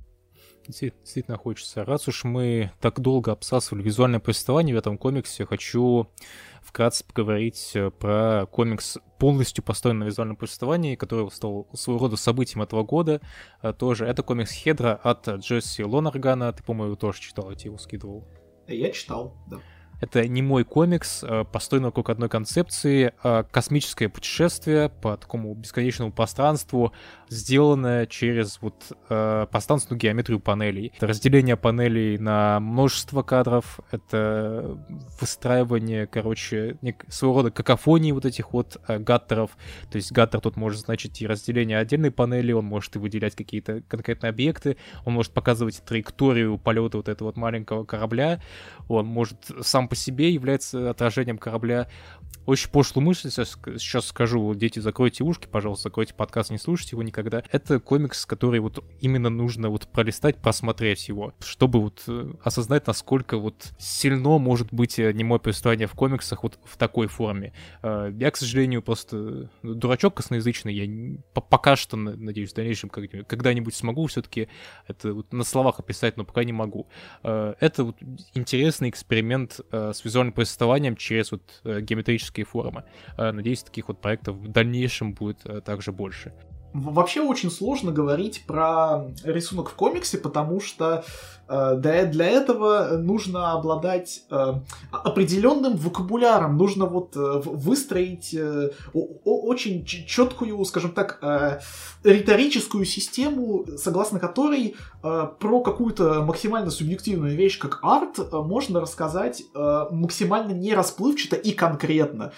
Действительно хочется. Раз уж мы так долго обсасывали визуальное повествование в этом комиксе, хочу вкратце поговорить про комикс, полностью построенный на визуальном повествовании, который стал своего рода событием этого года. Тоже это комикс Хедра от Джесси Лонергана. Ты, по-моему, тоже читал, я тебе его скидывал. Я читал, да. Это немой комикс, построен вокруг одной концепции. Космическое путешествие по такому бесконечному пространству, сделанное через вот пространственную геометрию панелей. Это разделение панелей на множество кадров, это выстраивание, короче, своего рода какофонии вот этих вот гаттеров. То есть гаттер тут может значить и разделение отдельной панели, он может и выделять какие-то конкретные объекты, он может показывать траекторию полета вот этого вот маленького корабля, он может сам по себе является отражением корабля. Очень пошлую мысль сейчас, сейчас скажу. Дети, закройте ушки, пожалуйста, закройте подкаст, не слушайте его никогда. Это комикс, который вот именно нужно вот пролистать, просмотреть его, чтобы вот осознать, насколько вот сильно может быть немое повествование в комиксах вот в такой форме. Я, к сожалению, просто дурачок косноязычный. Я пока что, надеюсь, в дальнейшем когда-нибудь смогу все-таки это вот на словах описать, но пока не могу. Это вот интересный эксперимент с визуальным повествованием через вот геометрические формы. Надеюсь, таких вот проектов в дальнейшем будет также больше. Вообще очень сложно говорить про рисунок в комиксе, потому что э, для, для этого нужно обладать э, определенным вокабуляром, нужно вот э, выстроить э, о, очень четкую, скажем так, э, риторическую систему, согласно которой э, про какую-то максимально субъективную вещь, как арт, э, можно рассказать э, максимально не расплывчато и конкретно.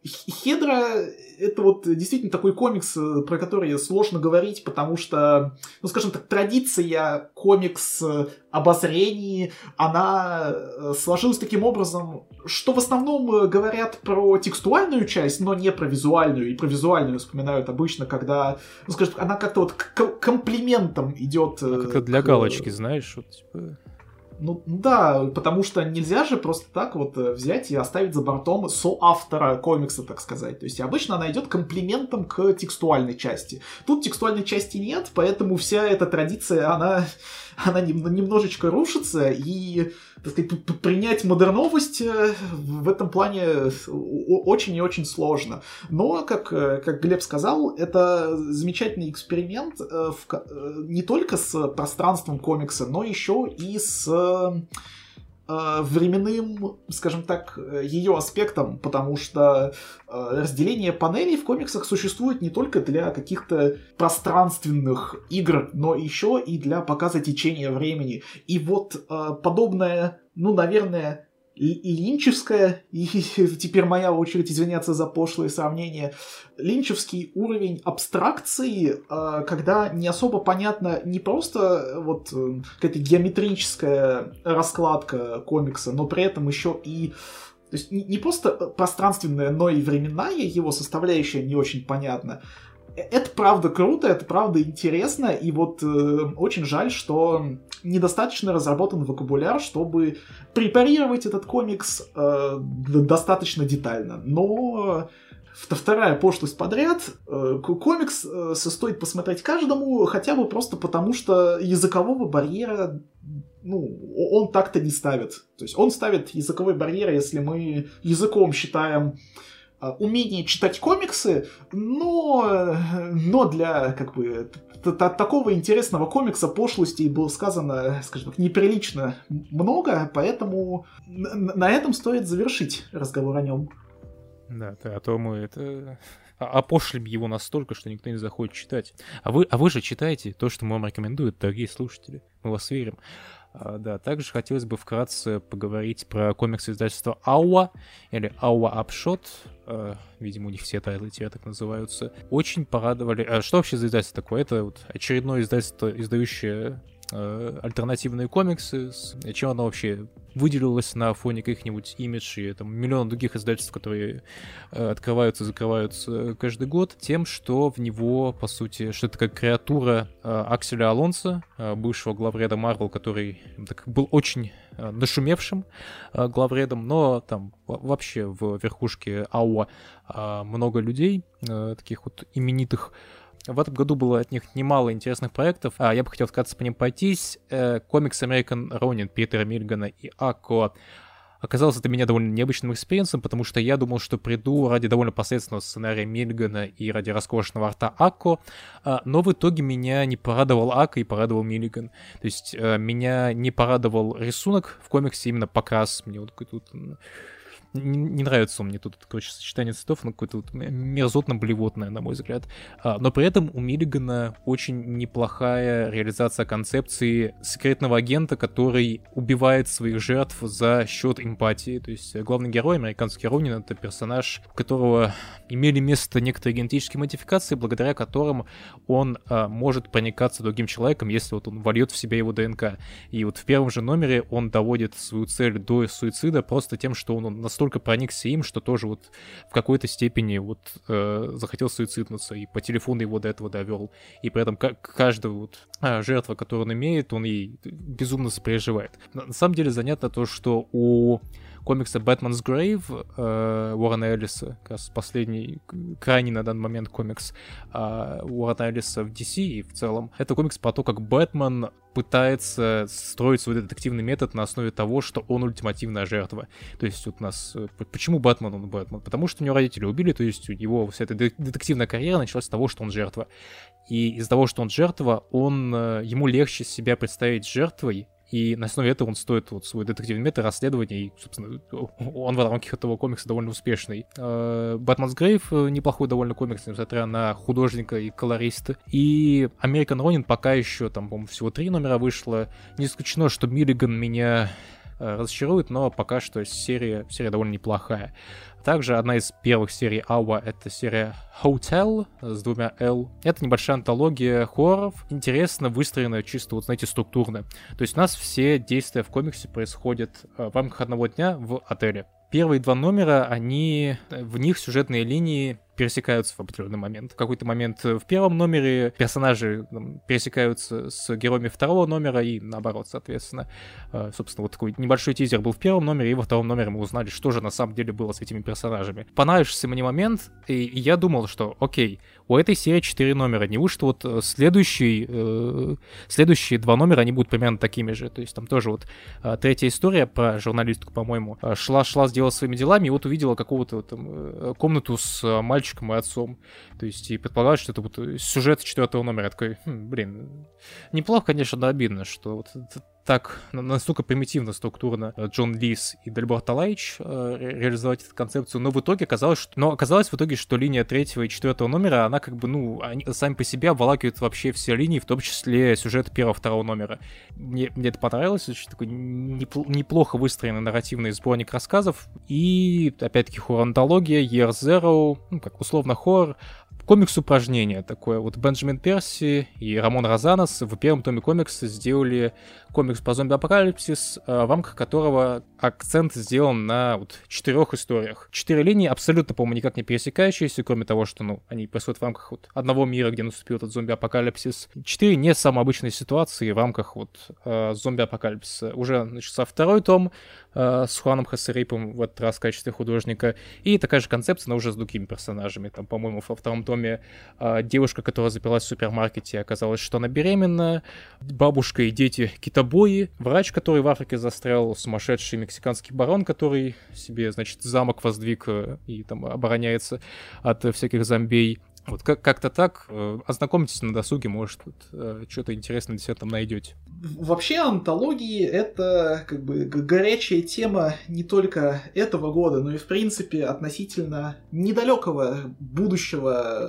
Хедра — это вот действительно такой комикс, про который сложно говорить, потому что, ну, скажем так, традиция комикс-обозрений, она сложилась таким образом, что в основном говорят про текстуальную часть, но не про визуальную, и про визуальную вспоминают обычно, когда, ну, скажем, она как-то вот к комплиментом идет. А как-то для к... галочки, знаешь, вот, типа... Ну да, потому что нельзя же просто так вот взять и оставить за бортом соавтора комикса, так сказать. То есть обычно она идет комплиментом к текстуальной части. Тут текстуальной части нет, поэтому вся эта традиция, она, она немножечко рушится, и, так сказать, принять модерновость в этом плане очень и очень сложно. Но, как, как Глеб сказал, это замечательный эксперимент в, не только с пространством комикса, но еще и с временным, скажем так, ее аспектом, потому что разделение панелей в комиксах существует не только для каких-то пространственных игр, но еще и для показа течения времени. И вот подобное, ну, наверное, линчевская, и теперь моя очередь извиняться за пошлые сравнения, линчевский уровень абстракции, когда не особо понятно не просто вот какая-то геометрическая раскладка комикса, но при этом еще и, то есть не просто пространственная, но и временная его составляющая не очень понятна. это правда круто, это правда интересно, и вот э, очень жаль, что недостаточно разработан вокабуляр, чтобы препарировать этот комикс э, достаточно детально. Но вторая пошлость подряд. Э, комикс э, стоит посмотреть каждому, хотя бы просто потому, что языкового барьера, ну, он так-то не ставит. То есть он ставит языковой барьер, если мы языком считаем умение читать комиксы, но, но для как бы такого интересного комикса пошлостей было сказано, скажем так, неприлично много, поэтому на этом стоит завершить разговор о нем. Да, а то мы это опошлим его настолько, что никто не захочет читать. А вы, а вы же читаете то, что мы вам рекомендуем, дорогие слушатели. Мы вас верим. А, да, также хотелось бы вкратце поговорить про комиксы издательства Ауа или Ауа Upshot. А, видимо, у них все тайтлы теперь так называются. Очень порадовали... А, что вообще за издательство такое? Это вот очередное издательство, издающее а, альтернативные комиксы. Чем оно вообще выделилось на фоне каких-нибудь имидж и там миллион других издательств, которые э, открываются и закрываются каждый год, тем, что в него, по сути, что это как креатура э, Акселя Алонсо, э, бывшего главреда Marvel, который так, был очень э, нашумевшим э, главредом, но там вообще в верхушке Ауа э, много людей, э, таких вот именитых. В этом году было от них немало интересных проектов. А, я бы хотел вкратце по ним пройтись. Э, комикс American Ronin Питера Миллигана и Акко оказался для меня довольно необычным экспириенсом, потому что я думал, что приду ради довольно посредственного сценария Миллигана и ради роскошного арта Акко, а, но в итоге меня не порадовал Акко и порадовал Миллиган. То есть э, меня не порадовал рисунок в комиксе, именно покрас. Мне вот какой-то... Не, не нравится мне тут, короче, сочетание цветов, ну, какое-то вот мерзотно-блевотное, на мой взгляд. А, но при этом у Миллигана очень неплохая реализация концепции секретного агента, который убивает своих жертв за счет эмпатии. То есть главный герой, американский Ронин, это персонаж, у которого имели место некоторые генетические модификации, благодаря которым он а, может проникаться другим человеком, если вот он вольет в себя его ДНК. И вот в первом же номере он доводит свою цель до суицида просто тем, что он, он настолько только проникся им, что тоже вот в какой-то степени вот э, захотел суициднуться, и по телефону его до этого довел. И при этом к- каждая вот э, жертва, которую он имеет, он ей безумно сопереживает. На, на самом деле занятно то, что у комикса Batman's Grave э, Уоррена Эллиса, как раз последний, крайний на данный момент комикс э, Уоррена Эллиса в ди си и в целом, это комикс про то, как Бэтмен пытается строить свой детективный метод на основе того, что он ультимативная жертва. То есть вот у нас... Почему Бэтмен он Бэтмен? Потому что у него родители убили, то есть у него вся эта детективная карьера началась с того, что он жертва. И из-за того, что он жертва, он, ему легче себя представить жертвой, и на основе этого он стоит вот свой детективный метод расследования, и, собственно, он в рамках этого комикса довольно успешный. Batman's Grave неплохой довольно комикс, несмотря на художника и колориста. И American Ronin пока еще, там, по-моему, всего три номера вышло. Не исключено, что Миллиган меня разочарует, но пока что серия, серия довольно неплохая. Также одна из первых серий Ауа — это серия Hotel с двумя L. Это небольшая антология хорроров, интересно выстроенная чисто, вот знаете, структурно. То есть у нас все действия в комиксе происходят в рамках одного дня в отеле. Первые два номера, они, в них сюжетные линии пересекаются в определенный момент. В какой-то момент в первом номере персонажи там пересекаются с героями второго номера и наоборот, соответственно. Собственно, вот такой небольшой тизер был в первом номере, и во втором номере мы узнали, что же на самом деле было с этими персонажами. Понравившийся мне момент, и я думал, что окей, у этой серии четыре номера, неужто вот следующий, э, следующие два номера, они будут примерно такими же. То есть там тоже вот э, третья история про журналистку, по-моему, шла-шла, сделала своими делами, и вот увидела какую-то там э, комнату с э, мальчиком и отцом. То есть и предполагалось, что это вот сюжет четвертого номера. Я такой, хм, блин, неплохо, конечно, но обидно, что вот так настолько примитивно, структурно Джон Лис и Дельбор Талайч э, реализовать эту концепцию, но в итоге оказалось, что, но оказалось в итоге, что линия третьего и четвертого номера, она как бы, ну, они сами по себе обволакивают вообще все линии, в том числе сюжет первого-второго номера. Мне, мне это понравилось, очень такой непл- неплохо выстроенный нарративный сборник рассказов, и, опять-таки, хоррор-антология, Year Zero, ну, как условно хоррор, комикс-упражнение такое. Вот Бенджамин Перси и Рамон Розанос в первом томе комикса сделали комикс по зомби-апокалипсис, в рамках которого акцент сделан на вот четырех историях. Четыре линии абсолютно, по-моему, никак не пересекающиеся, кроме того, что, ну, они происходят в рамках вот одного мира, где наступил этот зомби-апокалипсис. Четыре не самые обычные ситуации в рамках вот э, зомби-апокалипсиса. Уже начался второй том э, с Хуаном Хасерипом в этот раз в качестве художника, и такая же концепция, но уже с другими персонажами. Там, по-моему, во втором томе э, девушка, которая заперлась в супермаркете, оказалось, что она беременна, бабушка и дети китобои, врач, который в Африке застрял, сумасшедший мексиканский барон, который себе, значит, замок воздвиг и там обороняется от всяких зомбей. Вот как- как-то так. Э, Ознакомьтесь на досуге, может, вот, э, что-то интересное для себя там найдете. Вообще антологии — это как бы г- горячая тема не только этого года, но и в принципе относительно недалекого будущего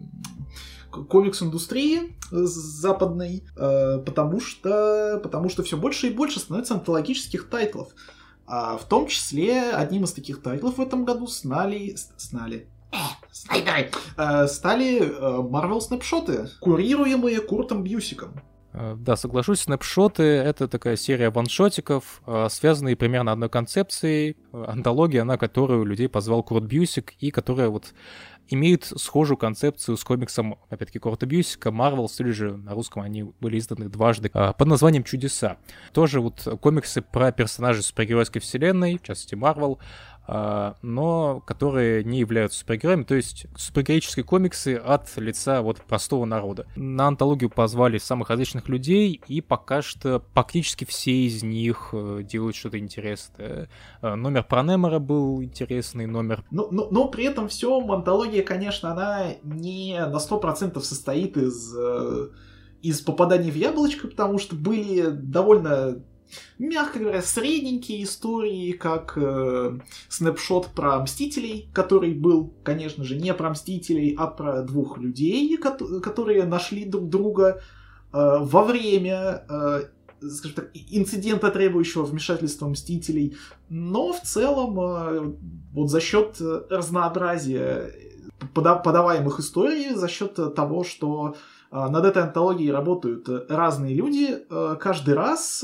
э, комикс-индустрии э, западной, э, потому что, потому что все больше и больше становится антологических тайтлов. А в том числе одним из таких тайтлов в этом году снали... снали... Снайдеры! Э, стали э, Marvel снапшоты, курируемые Куртом Бьюсиком. Э, Да, соглашусь, снапшоты — это такая серия ваншотиков, э, связанные примерно одной концепцией. Э, Антология, на которую людей позвал Курт Бьюсик, и которая вот имеет схожую концепцию с комиксом, опять-таки, Курта Бьюсика, Marvels, или же на русском они были изданы дважды, э, под названием «Чудеса». Тоже вот комиксы про персонажей супергеройской вселенной, в частности, Marvel, а, но которые не являются супергероями, то есть супергероические комиксы от лица вот простого народа. На антологию позвали самых различных людей, и пока что практически все из них э, делают что-то интересное. Э, Номер про Немора был интересный, номер... Но, но, но при этом всем антология, конечно, она не на сто процентов состоит из, э, из попаданий в яблочко, потому что были довольно, мягко говоря, средненькие истории, как э, снапшот про Мстителей, который был, конечно же, не про Мстителей, а про двух людей, ко- которые нашли друг друга э, во время, э, скажем так, инцидента, требующего вмешательства Мстителей. Но в целом, э, вот за счет разнообразия пода- подаваемых историй, за счет того, что над этой антологией работают разные люди. Каждый раз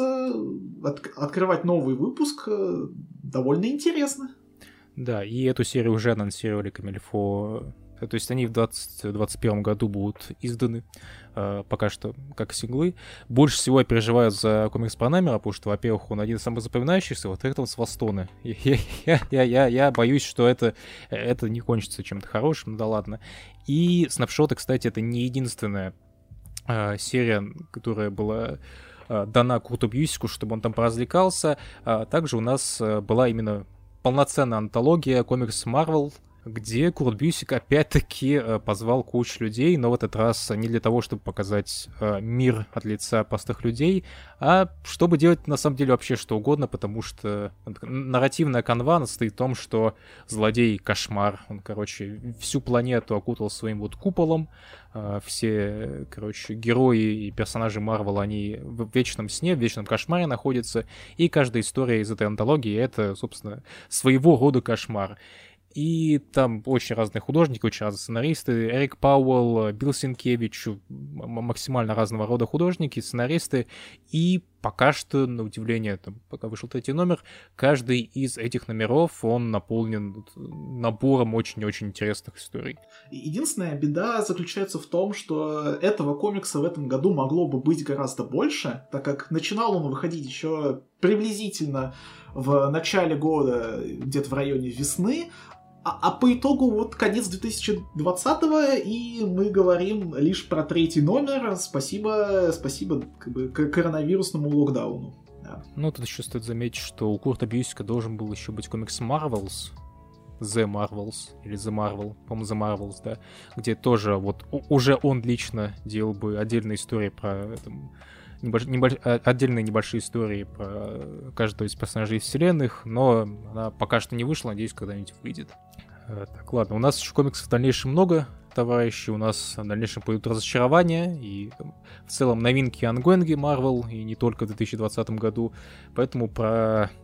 от- открывать новый выпуск довольно интересно. Да, и эту серию уже анонсировали Камильфо. Э, То есть они в двадцать двадцать первом году будут изданы, э, пока что как синглы. Больше всего я переживаю за комикс про Немора, потому что, во-первых, он один из самых запоминающихся, во-вторых, он с Востона. Я, я, я, я, я боюсь, что это, это не кончится чем-то хорошим, ну да ладно. И снапшоты, кстати, это не единственная э, серия, которая была э, дана Курту Бьюсику, чтобы он там поразвлекался. А также у нас э, была именно полноценная антология комикс Marvel, где Курт Бьюсик опять-таки э, позвал кучу людей, но в этот раз не для того, чтобы показать э, мир от лица простых людей, а чтобы делать на самом деле вообще что угодно, потому что э, нарративная канва состоит в том, что злодей — кошмар. Он, короче, всю планету окутал своим вот куполом. Э, все, короче, герои и персонажи Марвел, они в вечном сне, в вечном кошмаре находятся, и каждая история из этой антологии — это, собственно, своего рода кошмар. И там очень разные художники, очень разные сценаристы. Эрик Пауэлл, Билл Синкевич, м- максимально разного рода художники, сценаристы. И пока что, на удивление, там, пока вышел третий номер, каждый из этих номеров, он наполнен набором очень-очень интересных историй. Единственная беда заключается в том, что этого комикса в этом году могло бы быть гораздо больше, так как начинал он выходить еще приблизительно в начале года, где-то в районе весны, а, а по итогу вот конец две тысячи двадцатого, и мы говорим лишь про третий номер. Спасибо, спасибо как бы, к- коронавирусному локдауну. Да. Ну, тут еще стоит заметить, что у Курта Бьюсика должен был еще быть комикс Marvels, The Marvels, или The Marvel, по-моему, The Marvels, да, где тоже вот у- уже он лично делал бы отдельные истории про там, небольш- небольш- а- отдельные небольшие истории про каждого из персонажей вселенных, но она пока что не вышла, надеюсь, когда-нибудь выйдет. Э, Так, ладно, у нас еще комиксов в дальнейшем много, товарищи, у нас в дальнейшем пойдут разочарования и там, в целом новинки ангоинги Marvel, и не только в две тысячи двадцатом году, поэтому про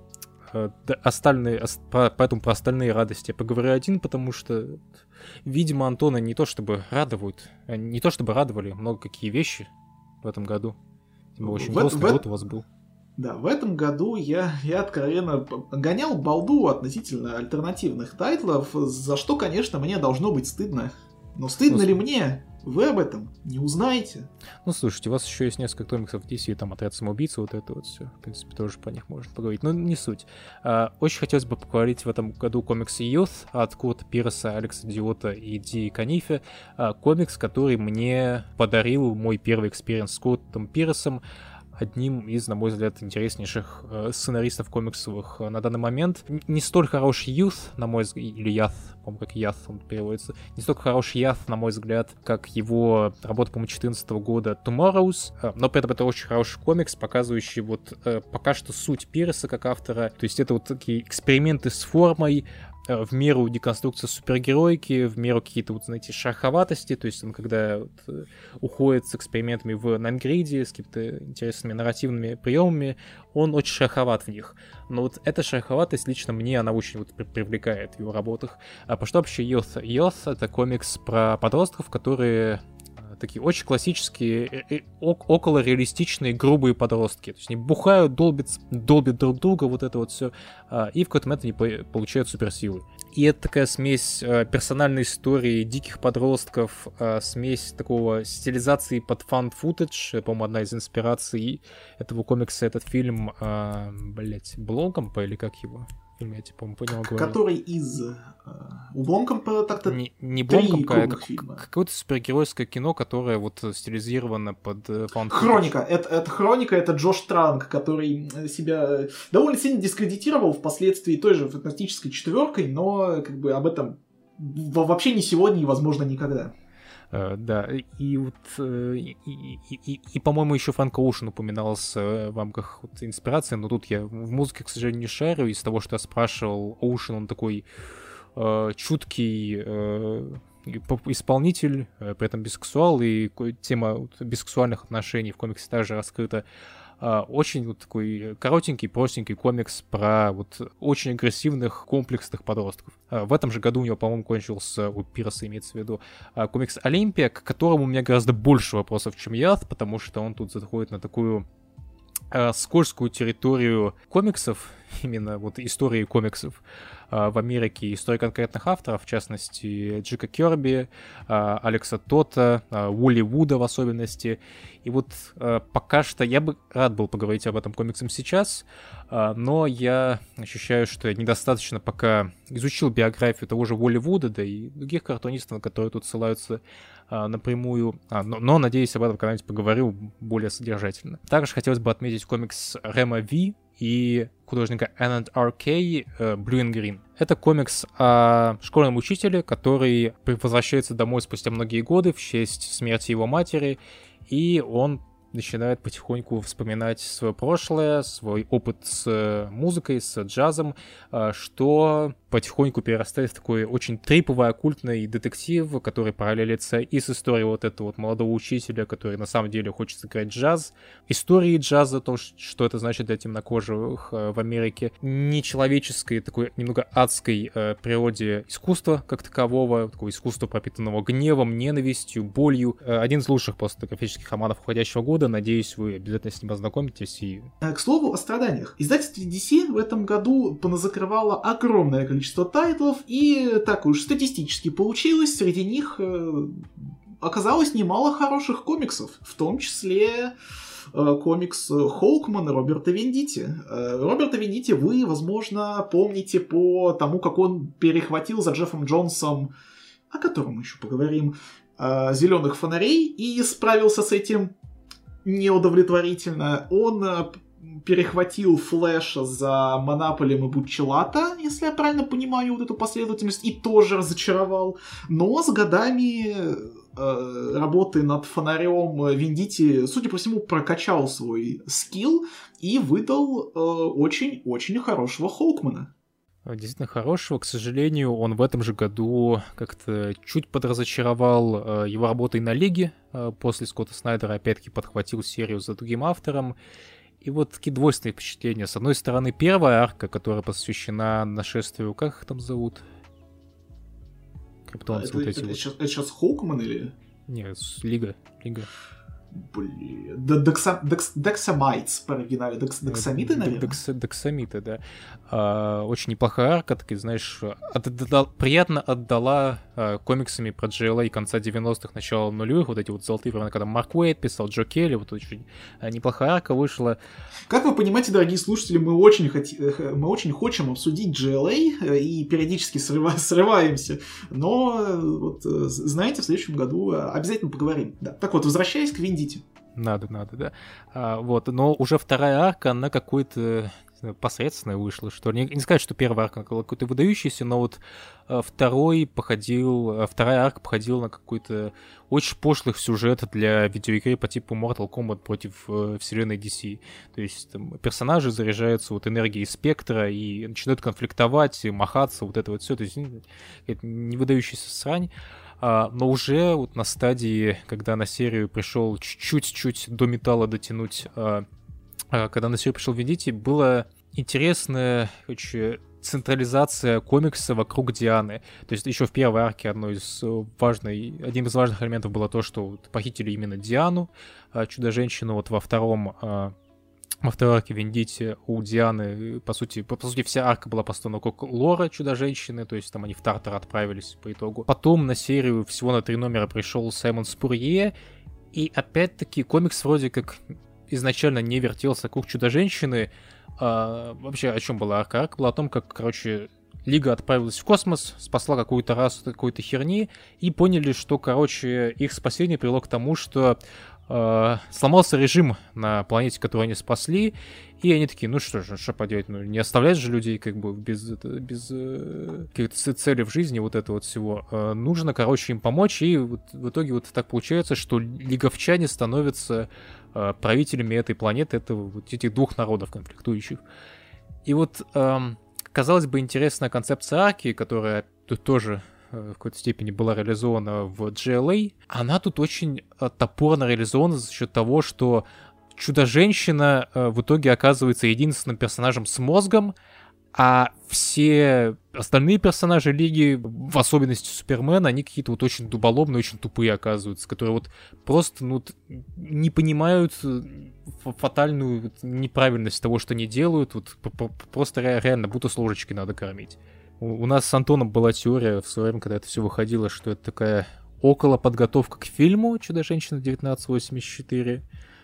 э, да, остальные, ос, про, поэтому про остальные радости я поговорю один, потому что, видимо, Антона не то чтобы радуют, не то чтобы радовали много какие вещи в этом году. Тем очень в, грустный в, год у вас был. Да, в этом году я, я откровенно гонял балду относительно альтернативных тайтлов, за что, конечно, мне должно быть стыдно. Но стыдно ну, ли мне? Вы об этом не узнаете. Ну, слушайте, у вас еще есть несколько комиксов ди си, там, Отряд самоубийцы, вот это вот все. В принципе, тоже по них можно поговорить. Но не суть. А, очень хотелось бы поговорить в этом году комиксы Youth от Курта Пирса, Алекса Диота и Ди Канифе. А, комикс, который мне подарил мой первый экспириенс с Куртом Пирсом, одним из, на мой взгляд, интереснейших э, сценаристов комиксовых э, на данный момент. Не столь хороший Youth, на мой взгляд, или Yath, по-моему, как Yath он переводится, не столько хороший Yath, на мой взгляд, как его работа, по-моему, две тысячи четырнадцатого года Tomorrows, э, но при этом это очень хороший комикс, показывающий вот э, пока что суть Пирса как автора, то есть это вот такие эксперименты с формой, в меру деконструкции супергеройки, в меру какие-то, вот, знаете, шероховатости, то есть он когда вот, уходит с экспериментами в Нангриде, с какими-то интересными нарративными приемами, он очень шероховат в них. Но вот эта шероховатость лично мне, она очень вот привлекает в его работах. А по что вообще Youth? Youth — это комикс про подростков, которые такие очень классические, около реалистичные, грубые подростки. То есть они бухают, долбят, долбят друг друга, вот это вот все, и в какой-то момент они получают суперсилы. И это такая смесь персональной истории диких подростков, смесь такого стилизации под фан-футедж. По-моему, одна из инспираций этого комикса — этот фильм, блять, Бломкомпа, или как его? Фильм, я типа, по нему говорю. Который из... У Бломкомпа так-то не, не Бломкомпа, а как, какое-то супергеройское кино, которое вот стилизировано под фан-футедж. Хроника. Это, это Хроника, это Джош Транк, который себя довольно сильно дискредитировал впоследствии той же фантастической четверкой, но как бы об этом вообще не сегодня и, возможно, никогда. Uh, да, и вот, uh, и, и, и, и, по-моему, еще Фрэнк Оушен упоминался uh, в рамках вот, инспирации, но тут я в музыке, к сожалению, не шарю. Из того, что я спрашивал, Оушен, он такой uh, чуткий uh, исполнитель, uh, при этом бисексуал, и тема вот, бисексуальных отношений в комиксе также раскрыта. Uh, очень вот такой коротенький, простенький комикс про вот очень агрессивных, комплексных подростков. Uh, в этом же году у него, по-моему, кончился, у Пирса имеется в виду, uh, комикс «Олимпия», к которому у меня гораздо больше вопросов, чем Yath, потому что он тут заходит на такую uh, скользкую территорию комиксов, именно вот истории комиксов uh, в Америке, истории конкретных авторов, в частности, Джека Кёрби, uh, Алекса Тота, uh, Уолли Вуда в особенности. И вот uh, пока что я бы рад был поговорить об этом комиксе сейчас, uh, но я ощущаю, что я недостаточно пока изучил биографию того же Уолли Вуда, да и других картунистов, которые тут ссылаются uh, напрямую, uh, но, но, надеюсь, об этом когда-нибудь поговорю более содержательно. Также хотелось бы отметить комикс Рема Ви и художника эн энд ар кей Blue and Green. Это комикс о школьном учителе, который возвращается домой спустя многие годы в честь смерти его матери, и он начинает потихоньку вспоминать свое прошлое, свой опыт с музыкой, с джазом, что потихоньку перерастает в такой очень триповый, оккультный детектив, который параллелится и с историей вот этого вот молодого учителя, который на самом деле хочет сыграть джаз, истории джаза, то, что это значит для темнокожих в Америке, нечеловеческой, такой немного адской природе искусства как такового, такого искусства, пропитанного гневом, ненавистью, болью. Один из лучших постграфических романов уходящего года. Надеюсь, вы обязательно с ним ознакомитесь. И... К слову о страданиях. Издательство ди си в этом году поназакрывало огромное количество тайтлов, и так уж статистически получилось, среди них э, оказалось немало хороших комиксов, в том числе э, комикс Хоукмана Роберта Вендити. Э, Роберта Вендити вы, возможно, помните по тому, как он перехватил за Джеффом Джонсом, о котором мы еще поговорим, э, «Зеленых фонарей» и справился с этим неудовлетворительно. Он э, перехватил Флэша за Монополием и Буччелата, если я правильно понимаю вот эту последовательность, и тоже разочаровал. Но с годами э, работы над Фонарем Вендити, судя по всему, прокачал свой скилл и выдал э, очень-очень хорошего Хоукмана. Действительно хорошего. К сожалению, он в этом же году как-то чуть подразочаровал э, его работой на Лиге. Э, после Скотта Снайдера опять-таки подхватил серию за другим автором. И вот такие двойственные впечатления. С одной стороны, первая арка, которая посвящена нашествию, как их там зовут? Криптонцы это, вот эти это, вот. Сейчас, это сейчас Хоукман или? Нет, Лига. Лига. Блин. Дексамайтс по оригинале. Дексамиты, наверное? Дексамиты, да. А, очень неплохая арка, такая, знаешь, отдала, приятно отдала а, комиксами про джи эл эй конца девяностых, начала нулевых, вот эти вот золотые времена, когда Марк Уэйд писал, Джо Келли, вот очень а, неплохая арка вышла. Как вы понимаете, дорогие слушатели, мы очень, хоти... мы очень хотим обсудить джи эл эй и периодически срыва... срываемся, но вот, знаете, в следующем году обязательно поговорим. Да. Так вот, возвращаясь к Вендите. Надо, надо, да. А, вот, но уже вторая арка, она какой-то посредственная вышла, что ли. Не, не сказать, что первая арка была какой-то выдающийся, но вот а, второй походил, а, вторая арка походила на какой-то очень пошлых сюжет для видеоигры по типу Mortal Kombat против э, вселенной ди си. То есть там персонажи заряжаются вот энергией спектра и начинают конфликтовать, и махаться, вот это вот все. То есть это не выдающаяся срань. Uh, но уже вот на стадии, когда на серию пришел чуть-чуть до металла дотянуть, uh, uh, когда на серию пришел Вендити, была интересная, короче, централизация комикса вокруг Дианы. То есть еще в первой арке одной из важной, одним из важных элементов было то, что вот похитили именно Диану, uh, Чудо-женщину. Вот во втором... Uh, Во второй арке Вендите у Дианы, по сути, по, по сути, вся арка была построена как лора Чудо-женщины, то есть там они в Тартар отправились по итогу. Потом на серию всего на три номера пришел Саймон Спурье, и опять-таки комикс вроде как изначально не вертелся вокруг Чудо-женщины. А, вообще, о чем была арка? Арка была о том, как, короче, Лига отправилась в космос, спасла какую-то расу какой-то херни, и поняли, что, короче, их спасение привело к тому, что Uh, сломался режим на планете, которую они спасли, и они такие, ну что же, что поделать, ну не оставлять же людей как бы без, без uh, каких-то целей в жизни, вот это вот всего. Uh, нужно, короче, им помочь, и вот, в итоге вот так получается, что лиговчане становятся uh, правителями этой планеты, этого, вот этих двух народов конфликтующих. И вот, um, казалось бы, интересная концепция арки, которая тут тоже в какой-то степени была реализована в джи эл эй, она тут очень топорно реализована за счет того, что Чудо-женщина в итоге оказывается единственным персонажем с мозгом, а все остальные персонажи Лиги, в особенности Супермен, они какие-то вот очень дуболомные, очень тупые оказываются, которые вот просто ну, не понимают фатальную неправильность того, что они делают, вот просто реально будто с ложечки надо кормить. У нас с Антоном была теория в свое время, когда это все выходило, что это такая около подготовка к фильму «Чудо-женщина тысяча девятьсот восемьдесят четыре».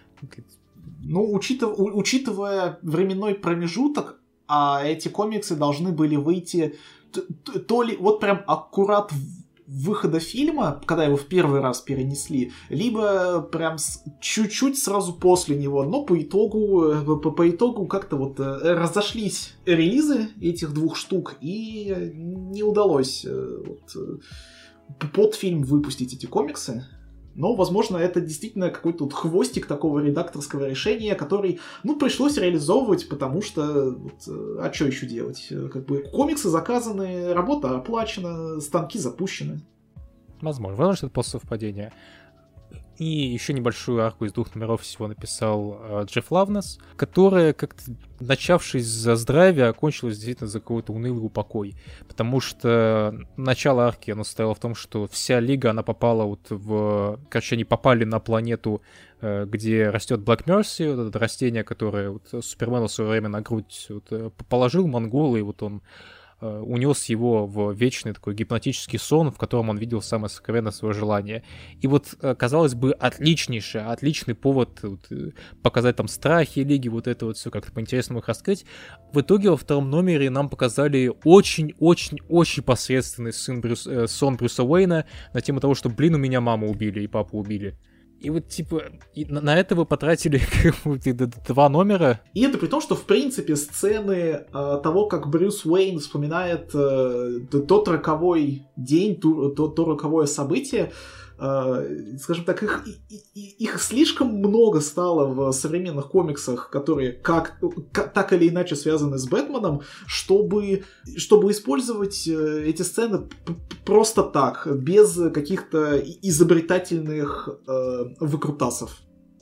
Ну, учитывая, учитывая временной промежуток, а эти комиксы должны были выйти то, то ли вот прям аккурат выхода фильма, когда его в первый раз перенесли, либо прям с, чуть-чуть сразу после него, но по итогу, по, по итогу как-то вот разошлись релизы этих двух штук, и не удалось вот, под фильм выпустить эти комиксы. Но, возможно, это действительно какой-то вот хвостик такого редакторского решения, который, ну, пришлось реализовывать, потому что, вот, а что еще делать? Как бы комиксы заказаны, работа оплачена, станки запущены. Возможно, возможно, что это просто совпадение. И еще небольшую арку из двух номеров всего написал э, Джефф Лавнес, которая, как-то начавшись за здравие, окончилась действительно за какой-то унылый упокой. Потому что начало арки, оно состояло в том, что вся Лига, она попала вот в... Короче, они попали на планету, э, где растет Black Mercy, вот это растение, которое вот, Супермену в свое время на грудь вот, положил монгол, и вот он унес его в вечный такой гипнотический сон, в котором он видел самое сокровенное свое желание. И вот, казалось бы, отличнейший, отличный повод вот, показать там страхи Лиги, вот это вот все как-то по-интересному их раскрыть. В итоге во втором номере нам показали очень-очень-очень посредственный сын Брюс, э, сон Брюса Уэйна на тему того, что, блин, у меня маму убили и папу убили. И вот, типа, и на, на это вы потратили два номера. И это при том, что, в принципе, сцены э, того, как Брюс Уэйн вспоминает э, тот роковой день, то, то, то роковое событие, э, скажем так, их, их слишком много стало в современных комиксах, которые как, как, так или иначе связаны с Бэтменом, чтобы, чтобы использовать эти сцены просто так, без каких-то изобретательных э, выкрутасов.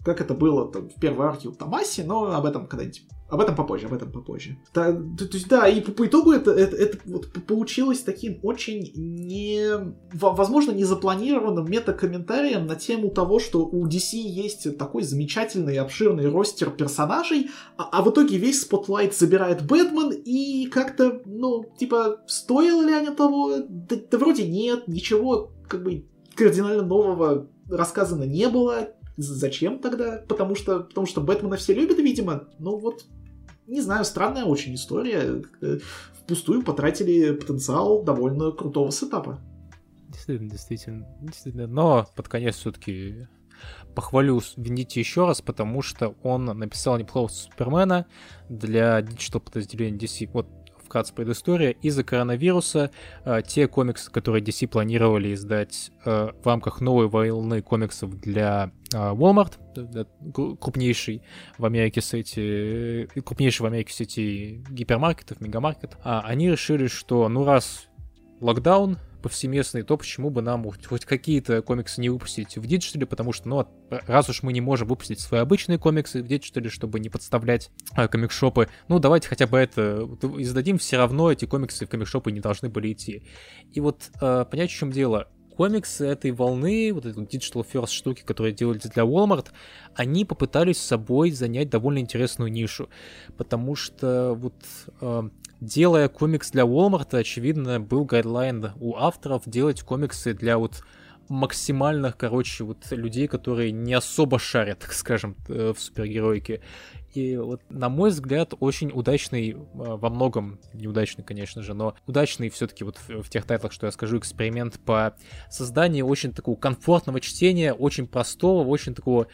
как это было там, в первой арке у Томаси, но об этом когда-нибудь. Об этом попозже, об этом попозже. Да, то, то есть, да, и по, по итогу это, это, это вот получилось таким очень не... возможно, незапланированным метакомментарием на тему того, что у ди си есть такой замечательный обширный ростер персонажей, а, а в итоге весь спотлайт забирает Бэтмен, и как-то, ну, типа, стоило ли они того? Да, да вроде нет, ничего, как бы, кардинально нового рассказано не было. Зачем тогда? Потому что, потому что Бэтмена все любят, видимо. Ну вот, не знаю, странная очень история. Впустую потратили потенциал довольно крутого сетапа. Действительно, действительно, действительно. Но под конец все-таки похвалю Вендити еще раз, потому что он написал неплохого Супермена для диджитал-подразделения ди си. Вот вкратце предыстория. Из-за коронавируса э, те комиксы, которые ди си планировали издать э, в рамках новой волны комиксов для э, Walmart, для крупнейшей в Америке сети, крупнейшей в Америке сети гипермаркетов, мегамаркетов, а они решили, что ну раз локдаун повсеместный, то почему бы нам хоть, хоть какие-то комиксы не выпустить в диджитале, потому что, ну, раз уж мы не можем выпустить свои обычные комиксы в диджитале, чтобы не подставлять а, комикс-шопы, ну, давайте хотя бы это издадим, все равно эти комиксы в комикс-шопы не должны были идти. И вот а, понять, в чем дело. Комиксы этой волны, вот этой Digital First штуки, которые делали для Walmart, они попытались с собой занять довольно интересную нишу, потому что вот э, делая комикс для Walmart, очевидно, был гайдлайн у авторов делать комиксы для вот максимальных, короче, вот людей, которые не особо шарят, так скажем, в супергероике. И вот, на мой взгляд, очень удачный, во многом неудачный, конечно же, но удачный все-таки вот в, в тех тайтлах, что я скажу, эксперимент по созданию очень такого комфортного чтения, очень простого, очень такого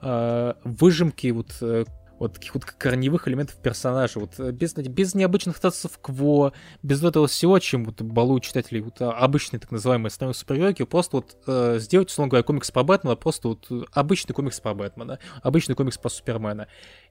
э, выжимки вот э, вот таких вот корневых элементов персонажа, вот без, без необычных статусов-кво, без этого всего, чем вот балуют читателей вот обычные так называемые основные супергероики, просто вот э, сделать, условно говоря, комикс про Бэтмена, просто вот обычный комикс про Бэтмена, обычный комикс про Супермена.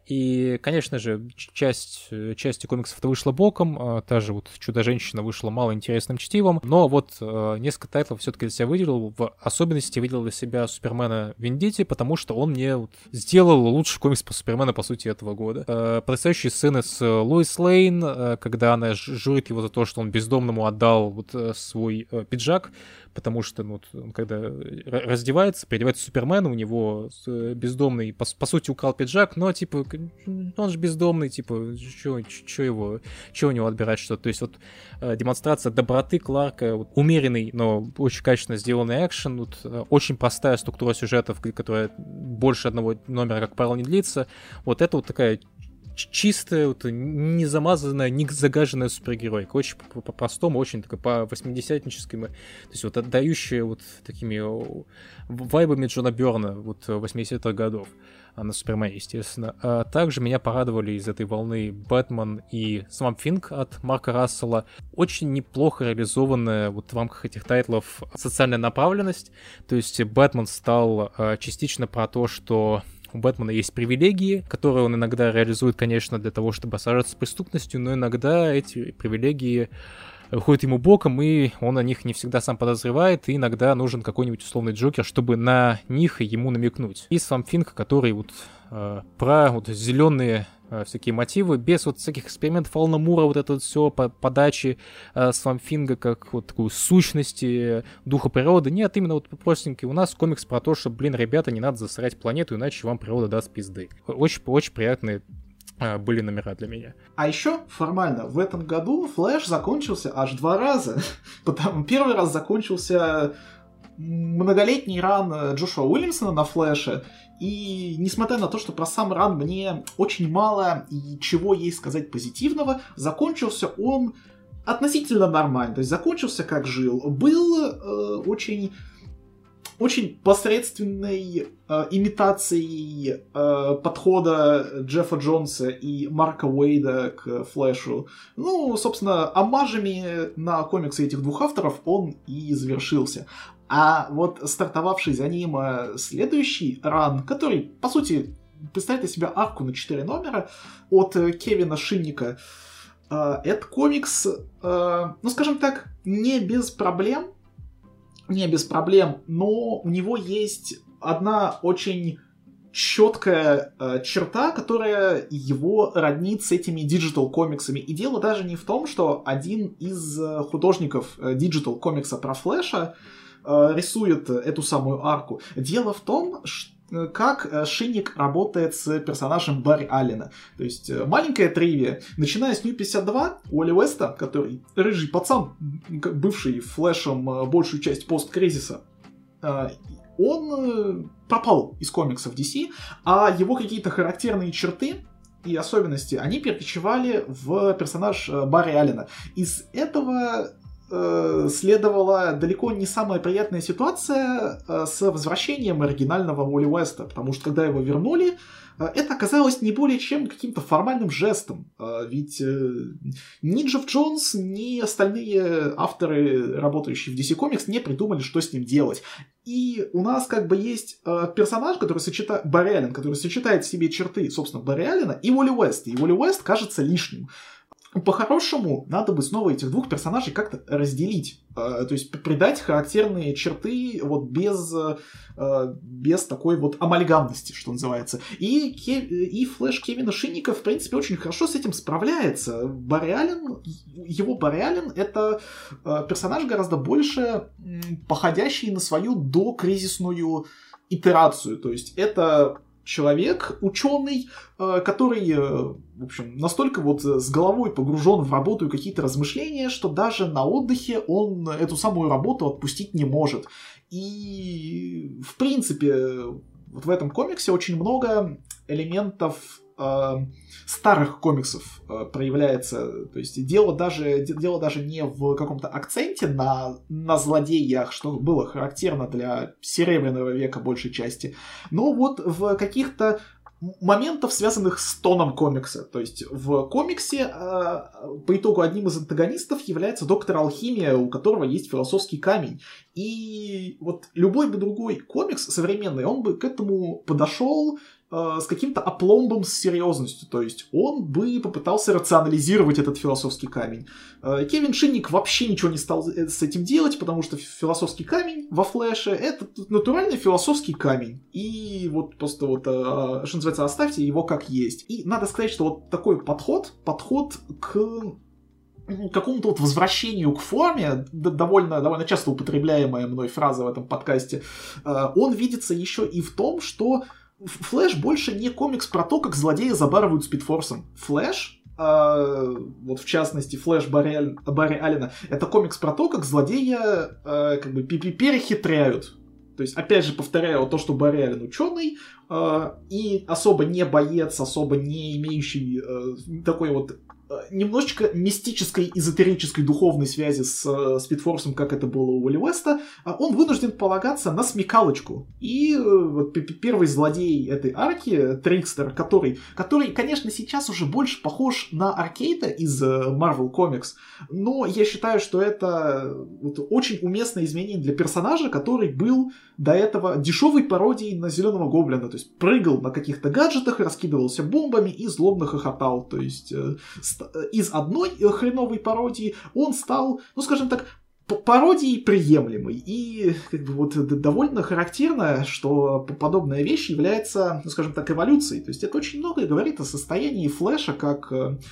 И, конечно же, часть, часть комиксов-то вышла боком, э, та же вот Чудо-женщина вышла малоинтересным чтивом, но вот э, несколько тайтлов все-таки для себя выделил, в особенности выделил для себя Супермена Вендити, потому что он мне вот сделал лучший комикс по Супермену, по сути, этого года. Э, потрясающие сцены с Лоис Лейн, э, когда она журит его за то, что он бездомному отдал вот э, свой э, пиджак, потому что ну, он когда раздевается, переодевается Супермена, у него бездомный, по, по сути, украл пиджак, но, типа, он же бездомный, типа, что его, что у него отбирать что-то. То есть вот э, демонстрация доброты Кларка, вот, умеренный, но очень качественно сделанный экшен, вот, э, очень простая структура сюжетов, которая больше одного номера, как правило, не длится. Вот это вот такая чистая, вот, не замазанная, не загаженная супергеройка. Очень по-простому, очень такая по-восьмидесятнической. То есть вот отдающая вот такими вайбами Джона Бёрна вот восьмидесятых годов на Супермене, естественно. А также меня порадовали из этой волны Бэтмен и Swamp Thing от Марка Рассела. Очень неплохо реализованная вот в рамках этих тайтлов социальная направленность. То есть Бэтмен стал а, частично про то, что у Бэтмена есть привилегии, которые он иногда реализует, конечно, для того, чтобы сражаться с преступностью, но иногда эти привилегии выходят ему боком, и он о них не всегда сам подозревает, и иногда нужен какой-нибудь условный Джокер, чтобы на них ему намекнуть. И Swamp Thing, который вот э, про вот зеленые э, всякие мотивы, без вот всяких экспериментов Алана Мура, вот это вот все по подаче э, Swamp Thing как вот такую сущности э, духа природы. Нет, именно вот простенький. У нас комикс про то, что, блин, ребята, не надо засорять планету, иначе вам природа даст пизды. Очень-очень приятные были номера для меня. А еще формально в этом году Флэш закончился аж два раза. Потому первый раз закончился многолетний ран Джошуа Уильямсона на Флэше. И несмотря на то, что про сам ран мне очень мало и чего есть сказать позитивного, закончился он относительно нормально. То есть закончился как жил. Был э, очень... очень посредственной э, имитацией э, подхода Джеффа Джонса и Марка Уэйда к Флэшу. Ну, собственно, омажами на комиксы этих двух авторов он и завершился. А вот стартовавший за ним следующий ран, который, по сути, представляет из себя арку на четыре номера от Кевина Шинника, э, это комикс, э, ну, скажем так, не без проблем, Не без проблем, но у него есть одна очень четкая э, черта, которая его роднит с этими диджитал-комиксами. И дело даже не в том, что один из художников э, диджитал-комикса про Флэша э, рисует эту самую арку. Дело в том, что как Шинник работает с персонажем Барри Аллена. То есть маленькая тривия. Начиная с Нью пятьдесят два, Уолли Уэста, который рыжий пацан, бывший Флэшем большую часть посткризиса, он пропал из комиксов ди си, а его какие-то характерные черты и особенности, они перекочевали в персонаж Барри Аллена. Из этого следовала далеко не самая приятная ситуация с возвращением оригинального Уолли Уэста, потому что когда его вернули, это оказалось не более чем каким-то формальным жестом. Ведь ни Джефф Джонс, ни остальные авторы, работающие в ди си Comics, не придумали, что с ним делать. И у нас как бы есть персонаж, который сочетает, Барри Аллен, который сочетает в себе черты, собственно, Барри Аллена и Уолли Уэста. И Уолли Уэст кажется лишним. По-хорошему, надо бы снова этих двух персонажей как-то разделить, э, то есть придать характерные черты вот без, э, без такой вот амальгамности, что называется. И, и Флэш Кевина Шинника, в принципе, очень хорошо с этим справляется. Барри Аллен, его Барри Аллен — это э, персонаж гораздо больше э, походящий на свою докризисную итерацию, то есть это человек, ученый, который, в общем, настолько вот с головой погружен в работу и какие-то размышления, что даже на отдыхе он эту самую работу отпустить не может. И, в принципе, вот в этом комиксе очень много элементов э, старых комиксов э, проявляется. То есть дело даже, дело даже не в каком-то акценте на, на злодеях, что было характерно для Серебряного века большей части, но вот в каких-то моментов, связанных с тоном комикса. То есть в комиксе э, по итогу одним из антагонистов является доктор Алхимия, у которого есть философский камень. И вот любой бы другой комикс современный, он бы к этому подошел э, с каким-то опломбом, с серьезностью. То есть он бы попытался рационализировать этот философский камень. Э, Кевин Шинник вообще ничего не стал с этим делать, потому что философский камень во Флэше — это натуральный философский камень. И вот просто вот, э, что называется, оставьте его как есть. И надо сказать, что вот такой подход, подход к какому-то вот возвращению к форме, довольно, довольно часто употребляемая мной фраза в этом подкасте, он видится еще и в том, что Флэш больше не комикс про то, как злодеи забарывают Спидфорсом. Флэш, вот в частности Флэш Барри, Барри Аллена, это комикс про то, как злодея как бы перехитряют. То есть, опять же, повторяю, вот то, что Барри Аллен ученый и особо не боец, особо не имеющий такой вот немножечко мистической, эзотерической, духовной связи с э, Спидфорсом, как это было у Уолли Уэста, он вынужден полагаться на смекалочку. И э, вот первый злодей этой арки, Трикстер, который, который, конечно, сейчас уже больше похож на Аркейда из э, Marvel Comics, но я считаю, что это вот, очень уместное изменение для персонажа, который был до этого дешевой пародией на Зеленого Гоблина, то есть прыгал на каких-то гаджетах, раскидывался бомбами и злобно хохотал, то есть э, из одной хреновой пародии он стал, ну скажем так, пародией приемлемой. И как бы вот довольно характерно, что подобная вещь является, ну скажем так, эволюцией. То есть это очень многое говорит о состоянии Флэша как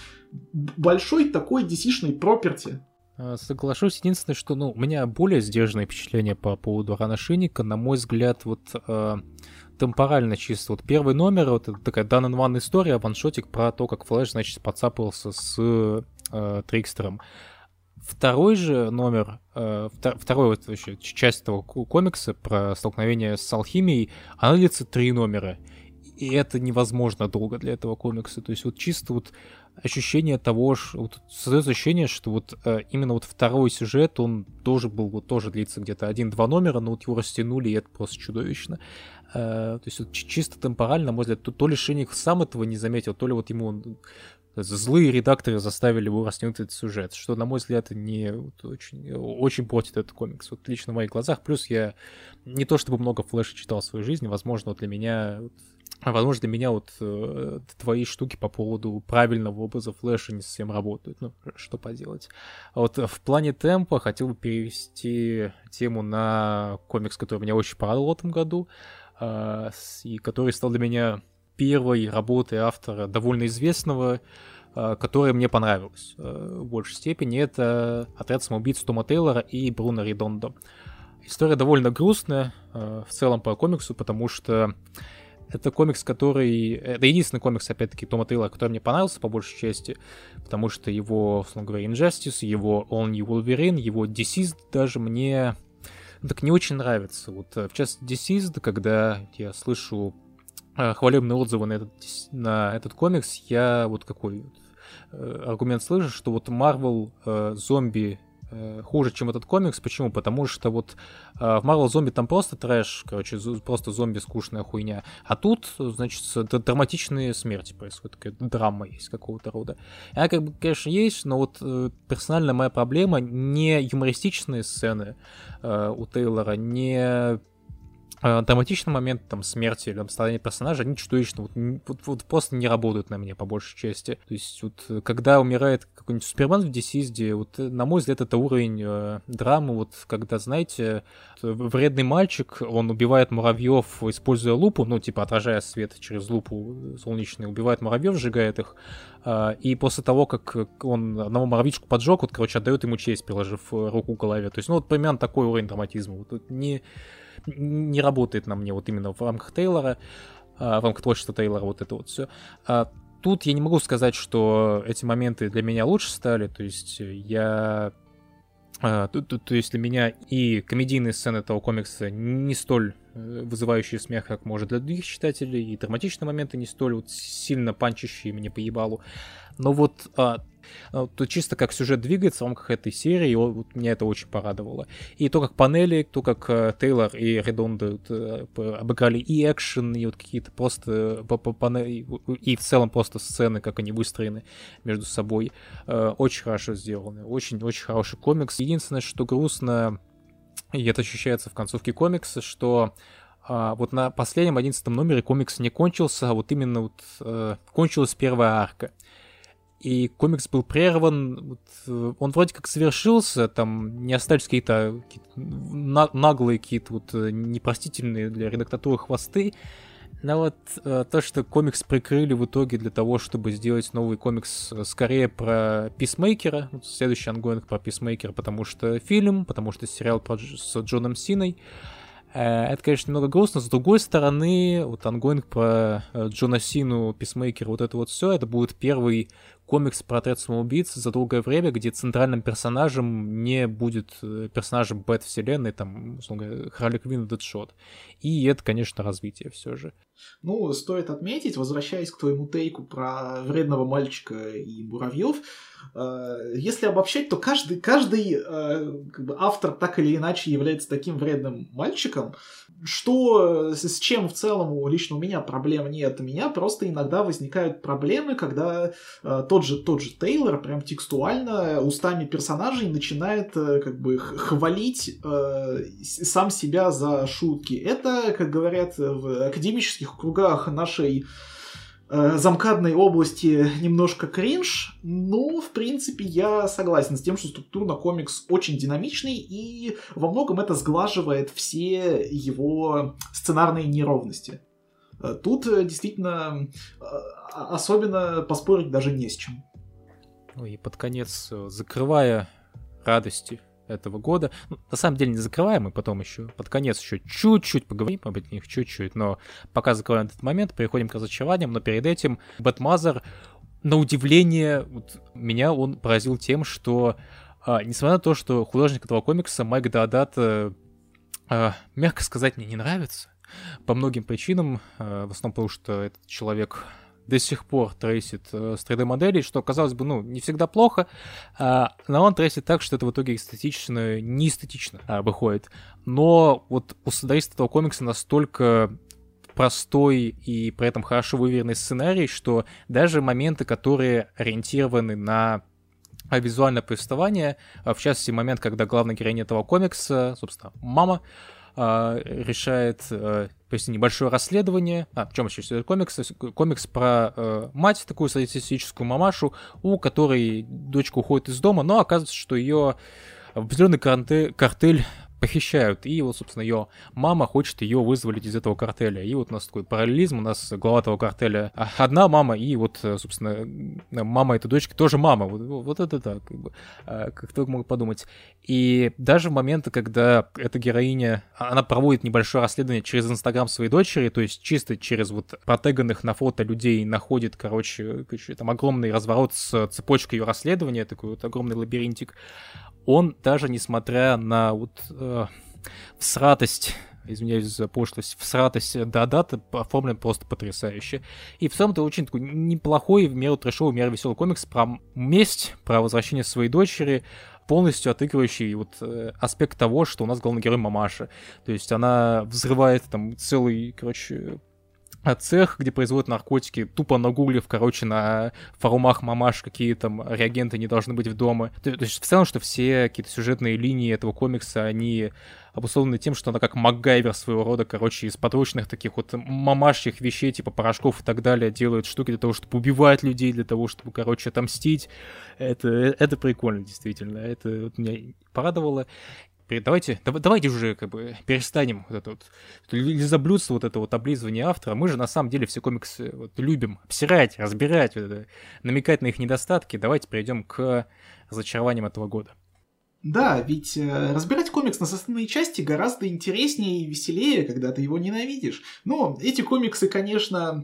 большой такой ди си-шной проперти. Соглашусь. Единственное, что ну, у меня более сдержанное впечатление по поводу Рана Шинника. На мой взгляд, вот э, темпорально чисто. Вот первый номер, вот это такая дан-н-ван история, ваншотик про то, как Флэш, значит, подцапался с э, Трикстером. Второй же номер, э, втор, второй вот вообще часть этого комикса про столкновение с алхимией, она длится три номера. И это невозможно долго для этого комикса. То есть вот чисто вот ощущение того, что вот создается ощущение, что вот э, именно вот второй сюжет, он тоже был, вот тоже длится где-то один-два номера, но вот его растянули, и это просто чудовищно. Э, то есть вот чисто темпорально, на мой взгляд, то, то ли Шинник сам этого не заметил, то ли вот ему злые редакторы заставили его растянуть этот сюжет, что, на мой взгляд, не вот, очень, очень портит этот комикс. Вот лично в моих глазах. Плюс я не то чтобы много Флэша читал в своей жизни, возможно, вот для меня... Вот, возможно, для меня вот э, твои штуки по поводу правильного образа Флэша не совсем работают. Ну, что поделать. А вот в плане темпа хотел бы перевести тему на комикс, который меня очень порадовал в этом году. и который стал для меня первой работой автора довольно известного, которая мне понравилась в большей степени. Это «Отряд самоубийц» Тома Тейлора и Бруно Редондо. История довольно грустная в целом по комиксу, потому что это комикс, который... Это единственный комикс, опять-таки, Тома Тейлора, который мне понравился по большей части, потому что его, условно говоря, Injustice, его All New Wolverine, его Deceased даже мне так не очень нравится. Вот, в частности, Deceased, когда я слышу хвалебные отзывы на этот, на этот комикс, я вот какой аргумент слышу, что вот Marvel э, зомби э, хуже, чем этот комикс. Почему? Потому что вот э, в Marvel зомби там просто трэш, короче, просто зомби скучная хуйня. А тут, значит, драматичные смерти происходят, такая драма есть какого-то рода. Она как бы, конечно, есть, но вот э, персонально моя проблема не юмористичные сцены э, у Тейлора, не драматичный момент там смерти или состояния персонажа, они чудовищно вот, вот, вот просто не работают на меня по большей части. То есть вот когда умирает какой-нибудь Супермен в Deceased, вот на мой взгляд это уровень э, драмы, вот когда, знаете, вредный мальчик, он убивает муравьев, используя лупу, ну типа отражая свет через лупу солнечную, убивает муравьев, сжигает их, э, и после того, как он одного муравьичку поджег, вот, короче, отдает ему честь, приложив руку к голове. То есть, ну вот примерно такой уровень драматизма. Вот не не работает на мне вот именно в рамках Тейлора, в рамках творчества Тейлора вот это вот все. А тут я не могу сказать, что эти моменты для меня лучше стали, то есть я... То, то, то есть для меня и комедийные сцены этого комикса не столь вызывающие смех, как может для других читателей, и драматичные моменты не столь вот сильно панчащие мне по ебалу. Но вот а, то чисто как сюжет двигается в рамках этой серии, вот, меня это очень порадовало. И то, как панели, то, как а, Тейлор и Редондо вот, а, обыграли и экшен, и вот какие-то просто по, по, панели, и в целом просто сцены, как они выстроены между собой, а, очень хорошо сделаны. Очень-очень хороший комикс. Единственное, что грустно, и это ощущается в концовке комикса, что а, вот на последнем одиннадцатом номере комикс не кончился, а вот именно вот, а, кончилась первая арка. И комикс был прерван, вот, он вроде как завершился, там не остались какие-то, какие-то наглые, какие-то вот непростительные для редактатуры хвосты. Но вот э, то, что комикс прикрыли в итоге для того, чтобы сделать новый комикс скорее про Писмейкера, вот следующий ангоинг про Писмейкера, потому что фильм, потому что сериал про, с Джоном Синой. Э, это, конечно, немного грустно. С другой стороны, вот ангоинг про э, Джона Сину, Писмейкера, вот это вот все, это будет первый комикс про отряд самоубийц за долгое время, где центральным персонажем не будет персонажем Бэт-вселенной, там, условно говоря, Харли Квинн и Дэдшот. И это, конечно, развитие все же. Ну, стоит отметить, возвращаясь к твоему тейку про вредного мальчика и муравьев, э, если обобщать, то каждый, каждый э, как бы автор так или иначе является таким вредным мальчиком, что с чем в целом лично у меня проблем нет. У меня просто иногда возникают проблемы, когда э, тот же, тот же Тейлор прям текстуально устами персонажей начинает э, как бы хвалить э, сам себя за шутки. Это, как говорят в академических кругах нашей э, замкадной области, немножко кринж, но, в принципе, я согласен с тем, что структурно комикс очень динамичный, и во многом это сглаживает все его сценарные неровности. Тут действительно особенно поспорить даже не с чем. Ну и под конец, закрывая радости этого года. Ну, на самом деле не закрываем, мы потом еще под конец еще чуть-чуть поговорим об них, чуть-чуть, но пока закрываем этот момент, переходим к разочарованиям, но перед этим Бэтмазер, на удивление, вот, меня он поразил тем, что, а, несмотря на то, что художник этого комикса Майк Деодат, а, а, мягко сказать, мне не нравится, по многим причинам, а, в основном потому, что этот человек до сих пор трейсит э, с три дэ-моделей, что, казалось бы, ну, не всегда плохо, а, но он трейсит так, что это в итоге эстетично, не эстетично а, выходит. Но вот у сценариста этого комикса настолько простой и при этом хорошо выверенный сценарий, что даже моменты, которые ориентированы на визуальное повествование, в частности, момент, когда главная героиня этого комикса, собственно, мама, решает провести небольшое расследование. А, в чем еще этот комикс? Комикс про э, мать, такую статистическую мамашу, у которой дочка уходит из дома, но оказывается, что ее определенный картель, картель похищают, и вот, собственно, ее мама хочет ее вызволить из этого картеля. И вот у нас такой параллелизм, у нас глава этого картеля одна мама, и вот, собственно, мама этой дочки тоже мама. Вот, вот это так, как бы, как кто мог подумать. И даже в моменты, когда эта героиня, она проводит небольшое расследование через Инстаграм своей дочери, то есть чисто через вот протеганных на фото людей находит, короче, там огромный разворот с цепочкой ее расследования, такой вот огромный лабиринтик. Он даже несмотря на вот э, всратость, извиняюсь за пошлость, всратость до даты оформлен просто потрясающе. И в целом это очень такой неплохой, в меру трэшовый, в меру веселый комикс про месть, про возвращение своей дочери, полностью отыгрывающий вот э, аспект того, что у нас главный герой мамаша. То есть она взрывает там целый, короче... цех, где производят наркотики, тупо нагуглив, короче, на форумах мамаш, какие там реагенты не должны быть в доме. То, то есть в целом, что все какие-то сюжетные линии этого комикса, они обусловлены тем, что она как макгайвер своего рода, короче, из подручных таких вот мамашьих вещей, типа порошков и так далее, делают штуки для того, чтобы убивать людей, для того, чтобы, короче, отомстить. Это, это прикольно, действительно. Это вот меня порадовало. Давайте, давайте уже как бы перестанем вот это вот лизоблюдство, вот это вот облизывание автора. Мы же на самом деле все комиксы вот любим обсирать, разбирать, вот это, намекать на их недостатки. Давайте перейдем к разочарованиям этого года. Да, ведь э, разбирать комикс на составные части гораздо интереснее и веселее, когда ты его ненавидишь. Но эти комиксы, конечно,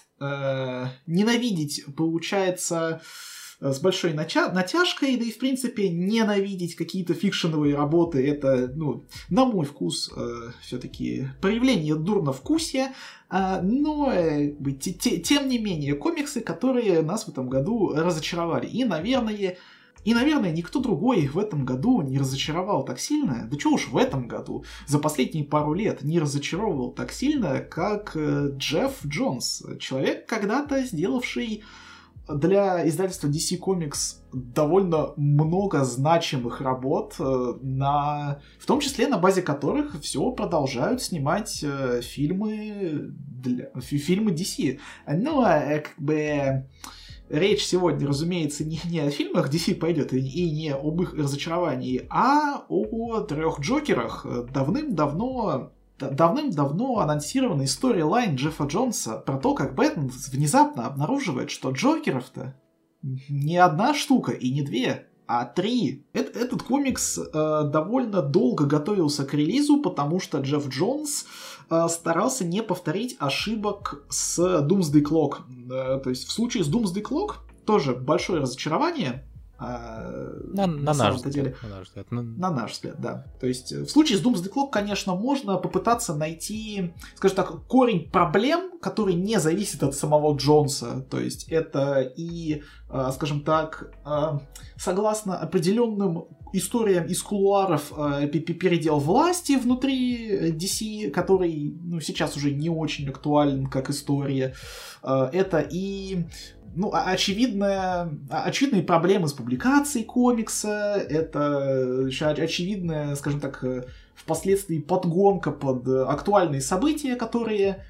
э, ненавидеть получается... с большой натя- натяжкой, да и, в принципе, ненавидеть какие-то фикшеновые работы, это, ну, на мой вкус, э, все-таки проявление дурновкусия, э, но, э, т- т- тем не менее, комиксы, которые нас в этом году разочаровали. И, наверное, и, наверное, никто другой в этом году не разочаровал так сильно, да что уж в этом году, за последние пару лет не разочаровывал так сильно, как э, Джефф Джонс, человек, когда-то сделавший для издательства ди си Comics довольно много значимых работ, на, в том числе на базе которых все продолжают снимать э, фильмы, для, фильмы ди си. Ну, э, как бы речь сегодня, разумеется, не, не о фильмах ди си пойдет и, и не об их разочаровании, а о трех Джокерах. Давным-давно давным-давно анонсированный сторилайн Джеффа Джонса про то, как Бэтмен внезапно обнаруживает, что Джокеров-то не одна штука и не две, а три. Эт- этот комикс э, довольно долго готовился к релизу, потому что Джефф Джонс э, старался не повторить ошибок с Doomsday Clock. Э, то есть в случае с Doomsday Clock тоже большое разочарование. На, на, на наш взгляд. Деле, на наш взгляд. На наш взгляд, да. То есть в случае с Doomsday Clock, конечно, можно попытаться найти, скажем так, корень проблем, который не зависит от самого Джонса. То есть это и, скажем так, согласно определенным историям из кулуаров, передел власти внутри ди си, который, ну, сейчас уже не очень актуален как история. Это и... Ну, очевидная, очевидные проблемы с публикацией комикса, это очевидная, скажем так, впоследствии подгонка под актуальные события, которые,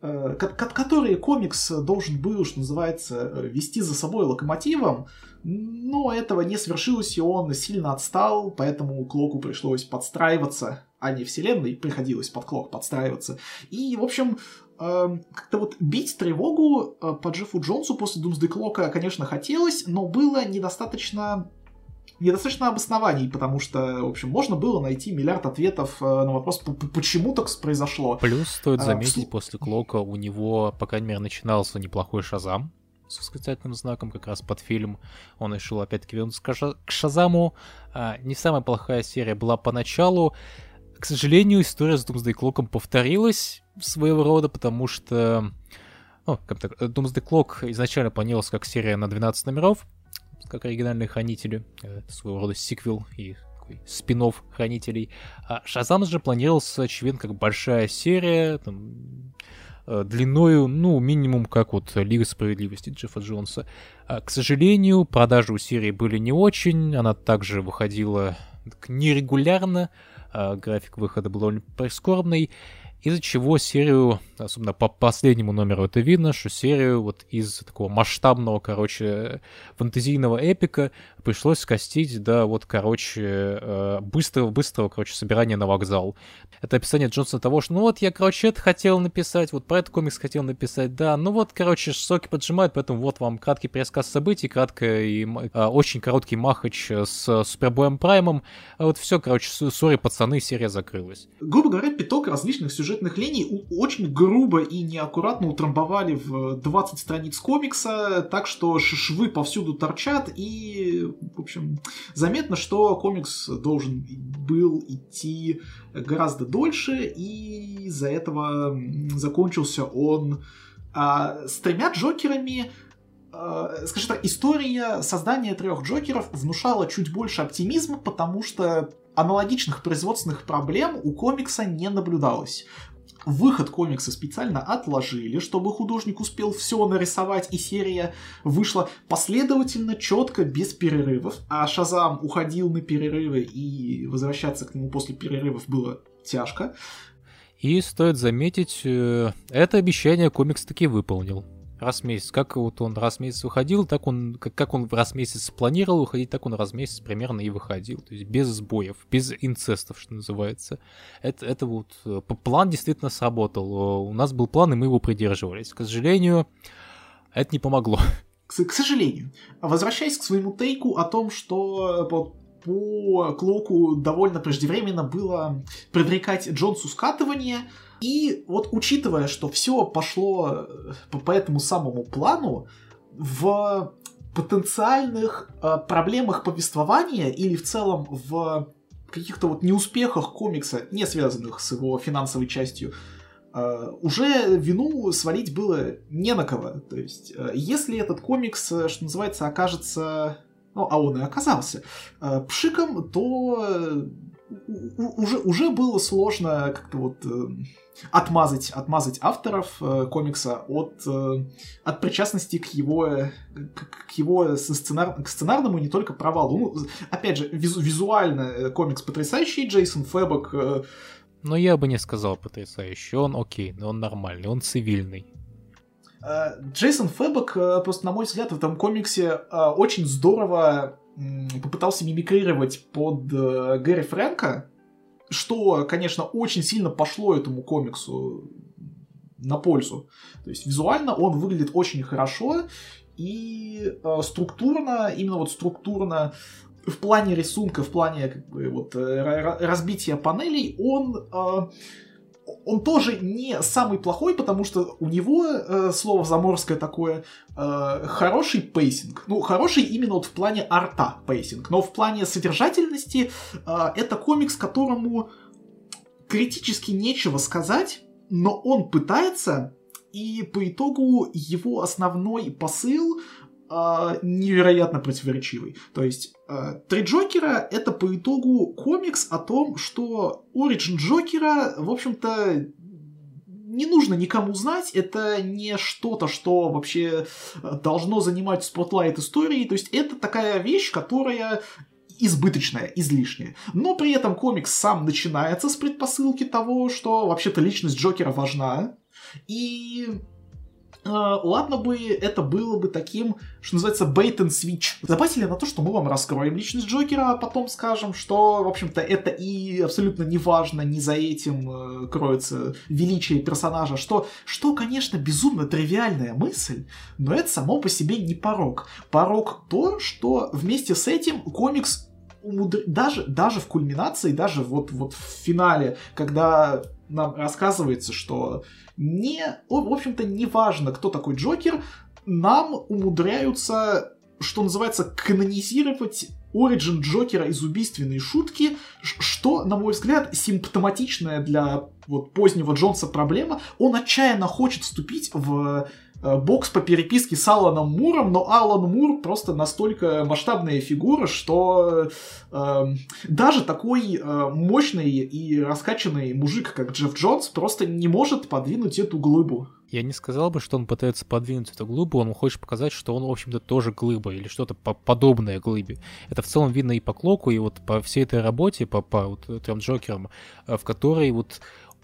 которые комикс должен был, что называется, вести за собой локомотивом, но этого не свершилось, и он сильно отстал, поэтому Клоку пришлось подстраиваться, а не вселенной, приходилось под Клок подстраиваться. И, в общем... как-то вот бить тревогу по Джеффу Джонсу после Doomsday Clock'а, конечно, хотелось, но было недостаточно, недостаточно обоснований, потому что, в общем, можно было найти миллиард ответов на вопрос, почему так произошло. Плюс, стоит заметить, а, после Клока у него, по крайней мере, начинался неплохой Шазам с восклицательным знаком, как раз под фильм. Он решил опять-таки вернуться к Шазаму. Не самая плохая серия была поначалу. К сожалению, история с Doomsday Clock'ом повторилась своего рода, потому что ну, как так, Doomsday Clock изначально планировался как серия на двенадцать номеров, как оригинальные Хранители, это своего рода сиквел и такой спин-офф Хранителей. А Шазам же планировался, очевидно, как большая серия, там, длиною, ну, минимум, как вот Лига Справедливости Джеффа Джонса. А, к сожалению, продажи у серии были не очень, она также выходила так, нерегулярно, график выхода был довольно прискорбный, из-за чего серию, особенно по последнему номеру это видно, что серию вот из такого масштабного, короче, фэнтезийного эпика пришлось скостить до вот, короче, быстрого-быстрого, короче, собирания на вокзал. Это описание Джонсона того, что ну вот я, короче, это хотел написать, вот про этот комикс хотел написать, да, ну вот, короче, соки поджимают, поэтому вот вам краткий пересказ событий, краткий и а, очень короткий махач с Супербоем Праймом, а вот все, короче, сори, пацаны, серия закрылась. Грубо говоря, пяток различных сюжетных линий очень грубо и неаккуратно утрамбовали в двадцать страниц комикса, так что швы повсюду торчат, и, в общем, заметно, что комикс должен был идти гораздо дольше, и из-за этого закончился он а, с тремя Джокерами. А, скажем так, история создания трех Джокеров внушала чуть больше оптимизма, потому что аналогичных производственных проблем у комикса не наблюдалось. Выход комикса специально отложили, чтобы художник успел все нарисовать, и серия вышла последовательно, четко, без перерывов. А Шазам уходил на перерывы, и возвращаться к нему после перерывов было тяжко. И стоит заметить, это обещание комикс таки выполнил. Раз в месяц. Как вот он раз в месяц выходил, так он, как, как он раз в месяц планировал выходить, так он раз в месяц примерно и выходил. То есть без сбоев, без инцестов, что называется. Это, это вот план действительно сработал. У нас был план, и мы его придерживались. К сожалению, это не помогло. К, к сожалению. Возвращаясь к своему тейку о том, что по, по Клоку довольно преждевременно было предрекать Джонсу скатывание. И вот учитывая, что все пошло по, по этому самому плану, в потенциальных э, проблемах повествования или в целом в каких-то вот неуспехах комикса, не связанных с его финансовой частью, э, уже вину свалить было не на кого. То есть, э, если этот комикс, что называется, окажется, ну, а он и оказался, э, пшиком, то э, уже, уже было сложно как-то вот... Э, Отмазать, отмазать авторов э, комикса от, э, от причастности к его, к, к его сценар, к сценарному и не только провалу. Ну, опять же, визу, визуально э, комикс потрясающий, Джейсон Фэббок... Э... Но я бы не сказал потрясающий, он окей, но он нормальный, он цивильный. Э, Джейсон Фэббок, э, просто, на мой взгляд, в этом комиксе э, очень здорово э, попытался мимикрировать под э, Гэри Фрэнка, что, конечно, очень сильно пошло этому комиксу на пользу. То есть визуально он выглядит очень хорошо, и э, структурно, именно вот структурно, в плане рисунка, в плане как бы, вот, э, разбития панелей, он, э, он тоже не самый плохой, потому что у него, э, слово заморское такое, э, хороший пейсинг. Ну, хороший именно вот в плане арта пейсинг, но в плане содержательности э, это комикс, которому критически нечего сказать, но он пытается, и по итогу его основной посыл э, невероятно противоречивый. То есть э, «Три Джокера» — это по итогу комикс о том, что оригин Джокера, в общем-то, не нужно никому знать, это не что-то, что вообще должно занимать спотлайт истории, то есть это такая вещь, которая избыточная, излишняя. Но при этом комикс сам начинается с предпосылки того, что вообще-то личность Джокера важна, и... Uh, ладно бы это было бы таким, что называется, bait and switch. Забатили на то, что мы вам раскроем личность Джокера, а потом скажем, что, в общем-то, это и абсолютно не важно, не за этим uh, кроется величие персонажа, что, что, конечно, безумно тривиальная мысль, но это само по себе не порок. Порок то, что вместе с этим комикс умудр... даже, даже в кульминации, даже вот, вот в финале, когда нам рассказывается, что не, в общем-то, не важно, кто такой Джокер, нам умудряются, что называется, канонизировать оригин Джокера из убийственной шутки, что, на мой взгляд, симптоматичная для вот позднего Джонса проблема. Он отчаянно хочет вступить в бокс по переписке с Аланом Муром, но Алан Мур просто настолько масштабная фигура, что э, даже такой э, мощный и раскачанный мужик, как Джефф Джонс, просто не может подвинуть эту глыбу. Я не сказал бы, что он пытается подвинуть эту глыбу, он хочет показать, что он, в общем-то, тоже глыба или что-то подобное глыбе. Это в целом видно и по Клоку, и вот по всей этой работе, по, по вот, трем Джокерам, в которой вот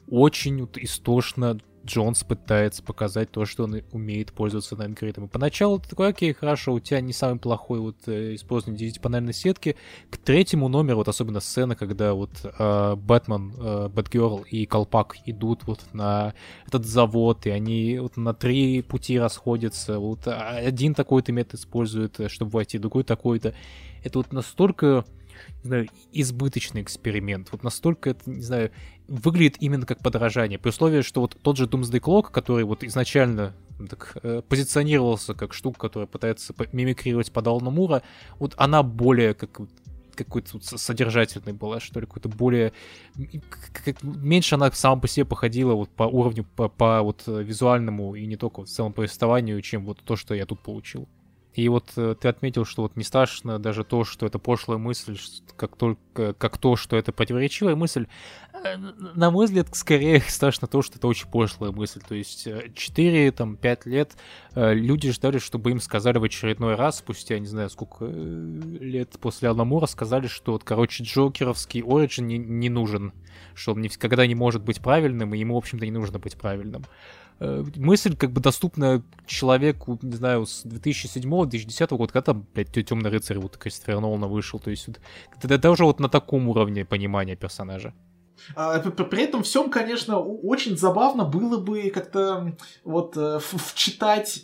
очень вот истошно Джонс пытается показать то, что он умеет пользоваться найн-критом. И поначалу ты такой, окей, хорошо, у тебя не самый плохой вот э, использование девятипанельной сетки. К третьему номеру, вот особенно сцена, когда вот э, Бэтмен, э, Бэтгерл и Колпак идут вот на этот завод, и они вот на три пути расходятся. Вот один такой-то метод использует, чтобы войти, другой такой-то. Это вот настолько, не знаю, избыточный эксперимент. Вот настолько это, не знаю, выглядит именно как подражание. При условии, что вот тот же Doomsday Clock, который вот изначально так, э, позиционировался как штука, которая пытается мимикрировать под Алана Мура, вот она более как какой-то вот содержательной была, что ли, какой-то более... Как, меньше она сама по себе походила вот по уровню, по, по вот визуальному и не только в целом повествованию, чем вот то, что я тут получил. И вот э, ты отметил, что вот не страшно даже то, что это пошлая мысль, как, только, как то, что это противоречивая мысль. На мой взгляд, скорее страшно то, что это очень пошлая мысль. То есть четыре-пять лет э, люди ждали, чтобы им сказали в очередной раз, спустя, не знаю, сколько лет после Алана Мура, сказали, что, вот, короче, джокеровский Origin не, не нужен, что он никогда не может быть правильным, и ему, в общем-то, не нужно быть правильным. Мысль как бы доступна человеку, не знаю, с две тысячи седьмого - две тысячи десятого года, когда там, блядь, «Темный рыцарь» вот Кристофера Нолана вышел, то есть вот, это, это уже вот на таком уровне понимания персонажа. При этом всем, конечно, очень забавно было бы как-то вот вчитать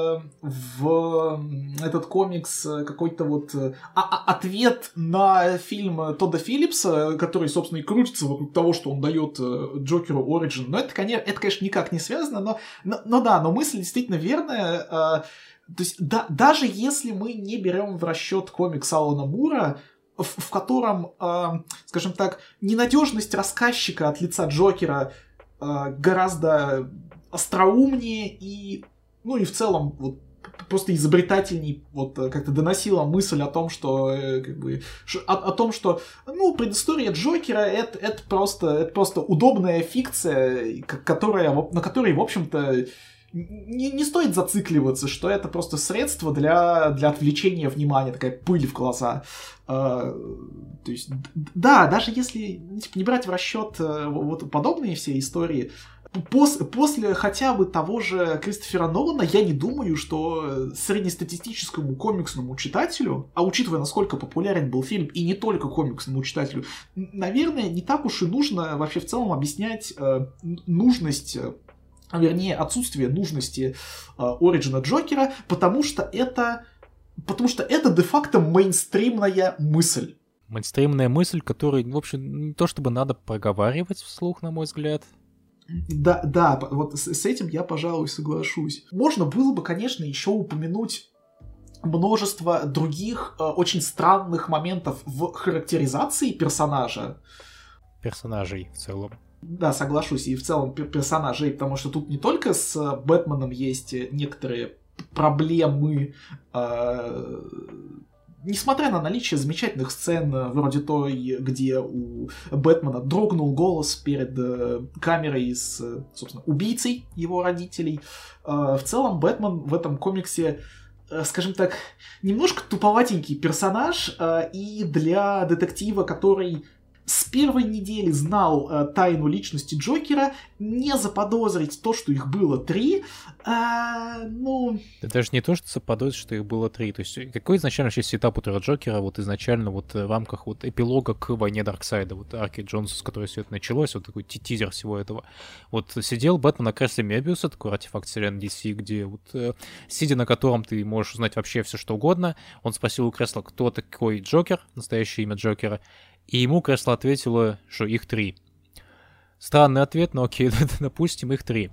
в этот комикс какой-то вот ответ на фильм Тодда Филлипса, который, собственно, и крутится вокруг того, что он дает Джокеру Origin. Но это, конечно, это, конечно, никак не связано, но, но, но да, но мысль действительно верная. То есть да, даже если мы не берем в расчет комикс Алана Мура, В, в котором, э, скажем так, ненадежность рассказчика от лица Джокера э, гораздо остроумнее и, ну и в целом вот, просто изобретательней вот, как-то доносила мысль о том, что, э, как бы, о, о том, что ну, предыстория Джокера это, это, просто, это просто удобная фикция, которая, на которой, в общем-то, Не, не стоит зацикливаться, что это просто средство для, для отвлечения внимания, такая пыль в глаза. Uh, то есть, да, даже если типа, не брать в расчет uh, вот подобные все истории, пос, после хотя бы того же Кристофера Нолана я не думаю, что среднестатистическому комиксному читателю, а учитывая, насколько популярен был фильм, и не только комиксному читателю, наверное, не так уж и нужно вообще в целом объяснять uh, нужность... а вернее отсутствие нужности Ориджина uh, Джокера, потому что это потому что это де-факто мейнстримная мысль. Мейнстримная мысль, которую, в общем, не то чтобы надо проговаривать вслух, на мой взгляд. Да, да, вот с, с этим я, пожалуй, соглашусь. Можно было бы, конечно, еще упомянуть множество других uh, очень странных моментов в характеризации персонажа. Персонажей в целом. Да, соглашусь, и в целом персонажей, потому что тут не только с Бэтменом есть некоторые проблемы, э, несмотря на наличие замечательных сцен, вроде той, где у Бэтмена дрогнул голос перед э, камерой с, собственно, убийцей его родителей, э, в целом Бэтмен в этом комиксе, э, скажем так, немножко туповатенький персонаж, э, и для детектива, который с первой недели знал э, тайну личности Джокера, не заподозрить то, что их было три, э, ну... Это даже не то, что заподозрить, что их было три. То есть какой изначально вообще сетап у Джокера вот изначально вот в рамках вот эпилога к войне Дарксайда, вот арки Джонса, с которой все это началось, вот такой тизер всего этого. Вот сидел Бэтмен на кресле Мебиуса, такой артефакт вселенной ди си, где вот э, сидя на котором ты можешь узнать вообще все что угодно, он спросил у кресла, кто такой Джокер, настоящее имя Джокера, и ему кресло ответило, что их три. Странный ответ, но окей, допустим, их три.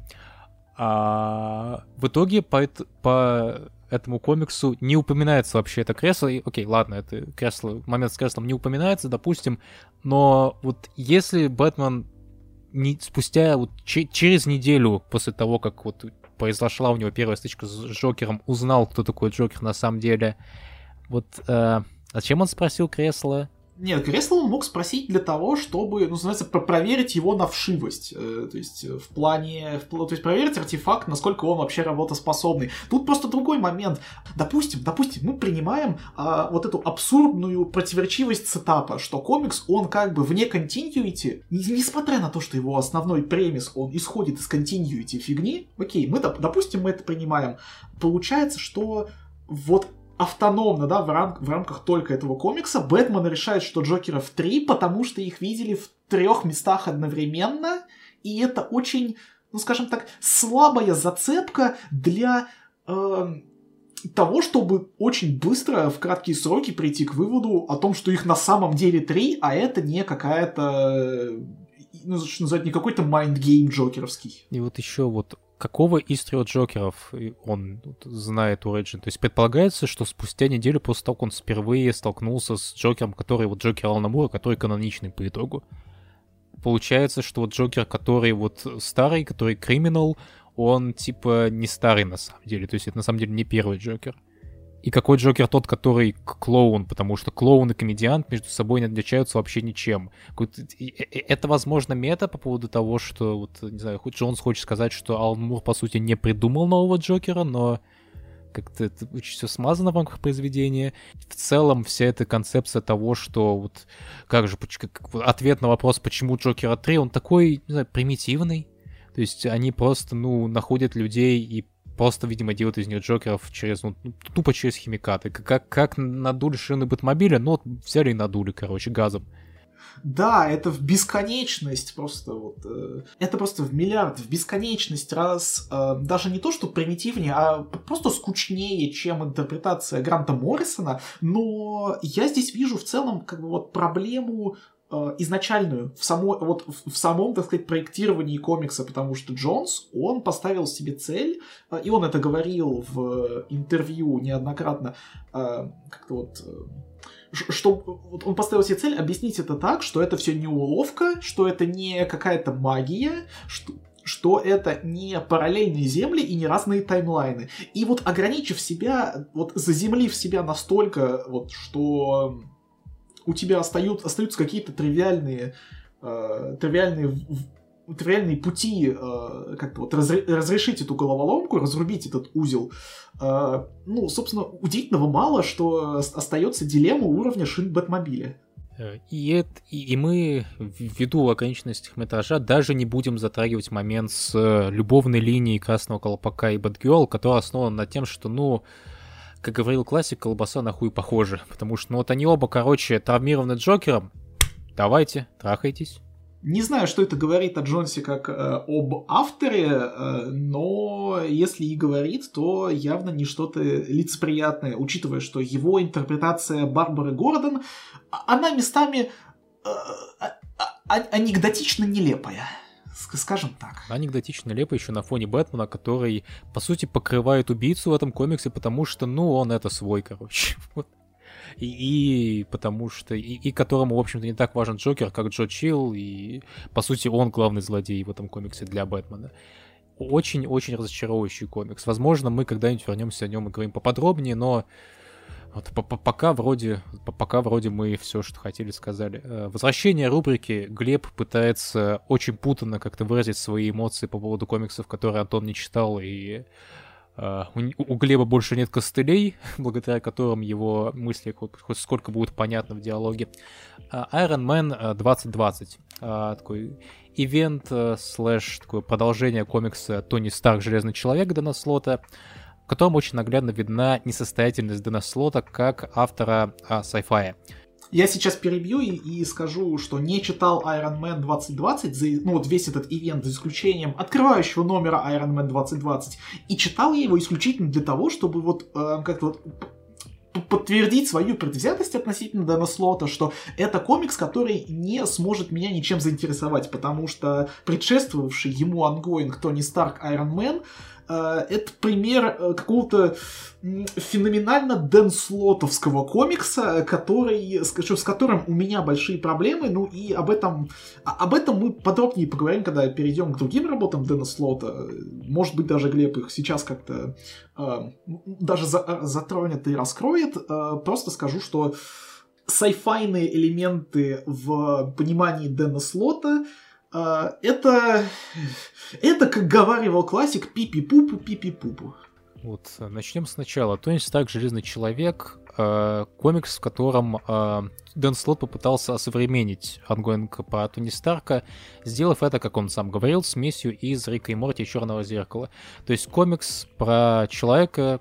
А в итоге по, по этому комиксу не упоминается вообще это кресло. И, окей, ладно, это кресло, момент с креслом не упоминается, допустим. Но вот если Бэтмен не, спустя вот, ч- через неделю после того, как вот произошла у него первая стычка с Джокером, узнал, кто такой Джокер на самом деле, вот э, зачем он спросил кресло? Нет, кресло он мог спросить для того, чтобы, ну, называется, проверить его на вшивость. Э, то есть, в плане... В, то есть, проверить артефакт, насколько он вообще работоспособный. Тут просто другой момент. Допустим, допустим, мы принимаем а, вот эту абсурдную противоречивость сетапа, что комикс, он как бы вне континьюити, несмотря на то, что его основной премис, он исходит из континьюити фигни, окей, мы, допустим, мы это принимаем. Получается, что вот автономно, да, в, рам- в рамках только этого комикса Бэтмен решает, что Джокеров три, потому что их видели в трех местах одновременно, и это очень, ну, скажем так, слабая зацепка для э, того, чтобы очень быстро, в краткие сроки прийти к выводу о том, что их на самом деле три, а это не какая-то, ну, что называть, не какой-то майндгейм джокеровский. И вот еще вот какого из трех Джокеров он знает Origin? То есть предполагается, что спустя неделю после того, как он впервые столкнулся с Джокером, который вот Джокер Алана Мура, который каноничный по итогу. Получается, что вот Джокер, который вот старый, который криминал, он типа не старый на самом деле. То есть это на самом деле не первый Джокер. И какой Джокер тот, который клоун, потому что клоун и комедиант между собой не отличаются вообще ничем. Это, возможно, мета по поводу того, что, вот, не знаю, хоть Джонс хочет сказать, что Алан Мур, по сути, не придумал нового Джокера, но как-то это очень все смазано в рамках произведения. В целом, вся эта концепция того, что вот, как же, как, ответ на вопрос, почему Джокера три, он такой, не знаю, примитивный. То есть они просто, ну, находят людей и просто, видимо, делают из них Джокеров через, ну, тупо через химикаты. Как, как надули шины Бэтмобиля, ну, вот взяли и надули, короче, газом. Да, это в бесконечность просто вот. Э, это просто в миллиард, в бесконечность раз. Э, даже не то, что примитивнее, а просто скучнее, чем интерпретация Гранта Моррисона. Но я здесь вижу в целом как бы вот проблему изначальную в, само, вот в самом, так сказать, проектировании комикса, потому что Джонс, он поставил себе цель, и он это говорил в интервью неоднократно, как-то вот, что он поставил себе цель объяснить это так, что это все не уловка, что это не какая-то магия, что что это не параллельные земли и не разные таймлайны. И вот ограничив себя, вот заземлив себя настолько, вот, что у тебя остаются, остаются какие-то тривиальные, э, тривиальные, тривиальные пути э, как-то вот разре- разрешить эту головоломку, разрубить этот узел. Э, ну, собственно, удивительного мало, что остается дилемма уровня шин Бэтмобиля. И, это, и, и мы, ввиду ограниченности метража, даже не будем затрагивать момент с любовной линией Красного Колпака и Бэтгерл, которая основана на тем, что, ну, как говорил классик, колбаса на хуй похожа. Потому что, ну, вот они оба, короче, травмированы Джокером. Давайте, трахайтесь. Не знаю, что это говорит о Джонсе как э, об авторе, э, но если и говорит, то явно не что-то лицеприятное, учитывая, что его интерпретация Барбары Гордон, она местами э, э, анекдотично нелепая. Скажем так. Анекдотично нелепо еще на фоне Бэтмена, который, по сути, покрывает убийцу в этом комиксе, потому что, ну, он это свой, короче. Вот. И, и потому что... И, и которому, в общем-то, не так важен Джокер, как Джо Чилл, и, по сути, он главный злодей в этом комиксе для Бэтмена. Очень-очень разочаровывающий комикс. Возможно, мы когда-нибудь вернемся о нем и говорим поподробнее, но... Вот, пока вроде, пока вроде мы все, что хотели, сказали. Возвращение рубрики. Глеб пытается очень путанно как-то выразить свои эмоции по поводу комиксов, которые Антон не читал, и uh, у, у Глеба больше нет костылей, благодаря которым его мысли хоть, хоть сколько будут понятны в диалоге. Uh, Iron Man двадцать двадцать. Uh, такой ивент uh, слэш такое продолжение комикса Тони Старк «Железный человек» Дэна Слота, в котором очень наглядно видна несостоятельность Дэна Слота как автора а, sci-fi. Я сейчас перебью и, и скажу, что не читал Iron Man двадцать двадцать, за, ну вот весь этот ивент, за исключением открывающего номера Iron Man двадцать двадцать, и читал я его исключительно для того, чтобы вот э, как-то вот подтвердить свою предвзятость относительно Дэна Слота, что это комикс, который не сможет меня ничем заинтересовать, потому что предшествовавший ему ангоинг Тони Старк Iron Man это пример какого-то феноменально Дэн Слотовского комикса, который, с которым у меня большие проблемы, ну и об этом, об этом мы подробнее поговорим, когда перейдем к другим работам Дэна Слота. Может быть, даже Глеб их сейчас как-то э, даже за, затронет и раскроет. Э, просто скажу, что сайфайные элементы в понимании Дэна Слота. Это, это, как говаривал классик, пипи-пупу, пипи-пупу. Вот, начнем сначала. Тони Старк, Железный Человек, э, комикс, в котором э, Дэн Слот попытался осовременить ангоинг про Тони Старка, сделав это, как он сам говорил, смесью из Рика и Морти и Черного Зеркала. То есть комикс про человека,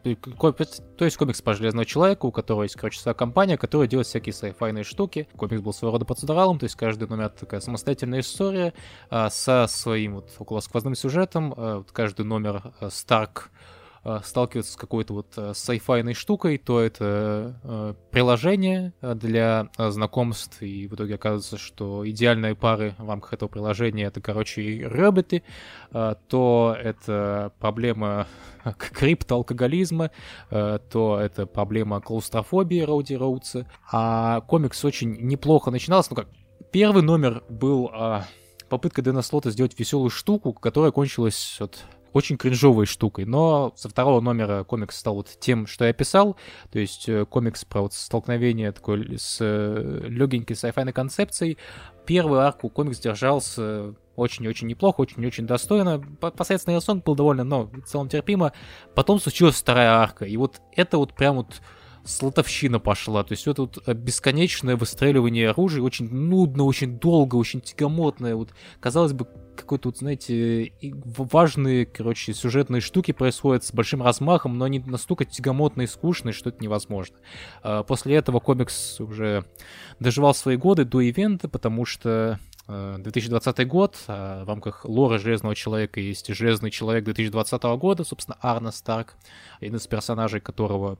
то есть комикс про Железного Человека, у которого есть, короче, своя компания, которая делает всякие сайфайные штуки. Комикс был своего рода процедуралом, то есть каждый номер такая самостоятельная история э, со своим вот околосквозным сюжетом. Э, вот каждый номер э, Старк сталкивается с какой-то вот сайфайной штукой, то это э, приложение для э, знакомств, и в итоге оказывается, что идеальные пары в рамках этого приложения — это, короче, роботы, э, то это проблема криптоалкоголизма, э, то это проблема клаустрофобии Роуди Роудса, а комикс очень неплохо начинался, ну как, первый номер был э, попытка Дэна Слота сделать веселую штуку, которая кончилась вот очень кринжовой штукой, но со второго номера комикс стал вот тем, что я писал, то есть комикс про вот столкновение такой с легенькой сайфайной концепцией. Первый арку комикс держался очень-очень неплохо, очень-очень достойно, посредственный рисунок был довольно, но в целом терпимо. Потом случилась вторая арка, и вот это вот прям вот слотовщина пошла, то есть вот тут бесконечное выстреливание оружия, очень нудно, очень долго, очень тягомотное, вот казалось бы, какой-то, вот, знаете, важные, короче, сюжетные штуки происходят с большим размахом, но они настолько тягомотные и скучные, что это невозможно. После этого комикс уже доживал свои годы до ивента, потому что две тысячи двадцатый год, в рамках лора Железного Человека есть Железный Человек две тысячи двадцатого года, собственно, Арна Старк, один из персонажей которого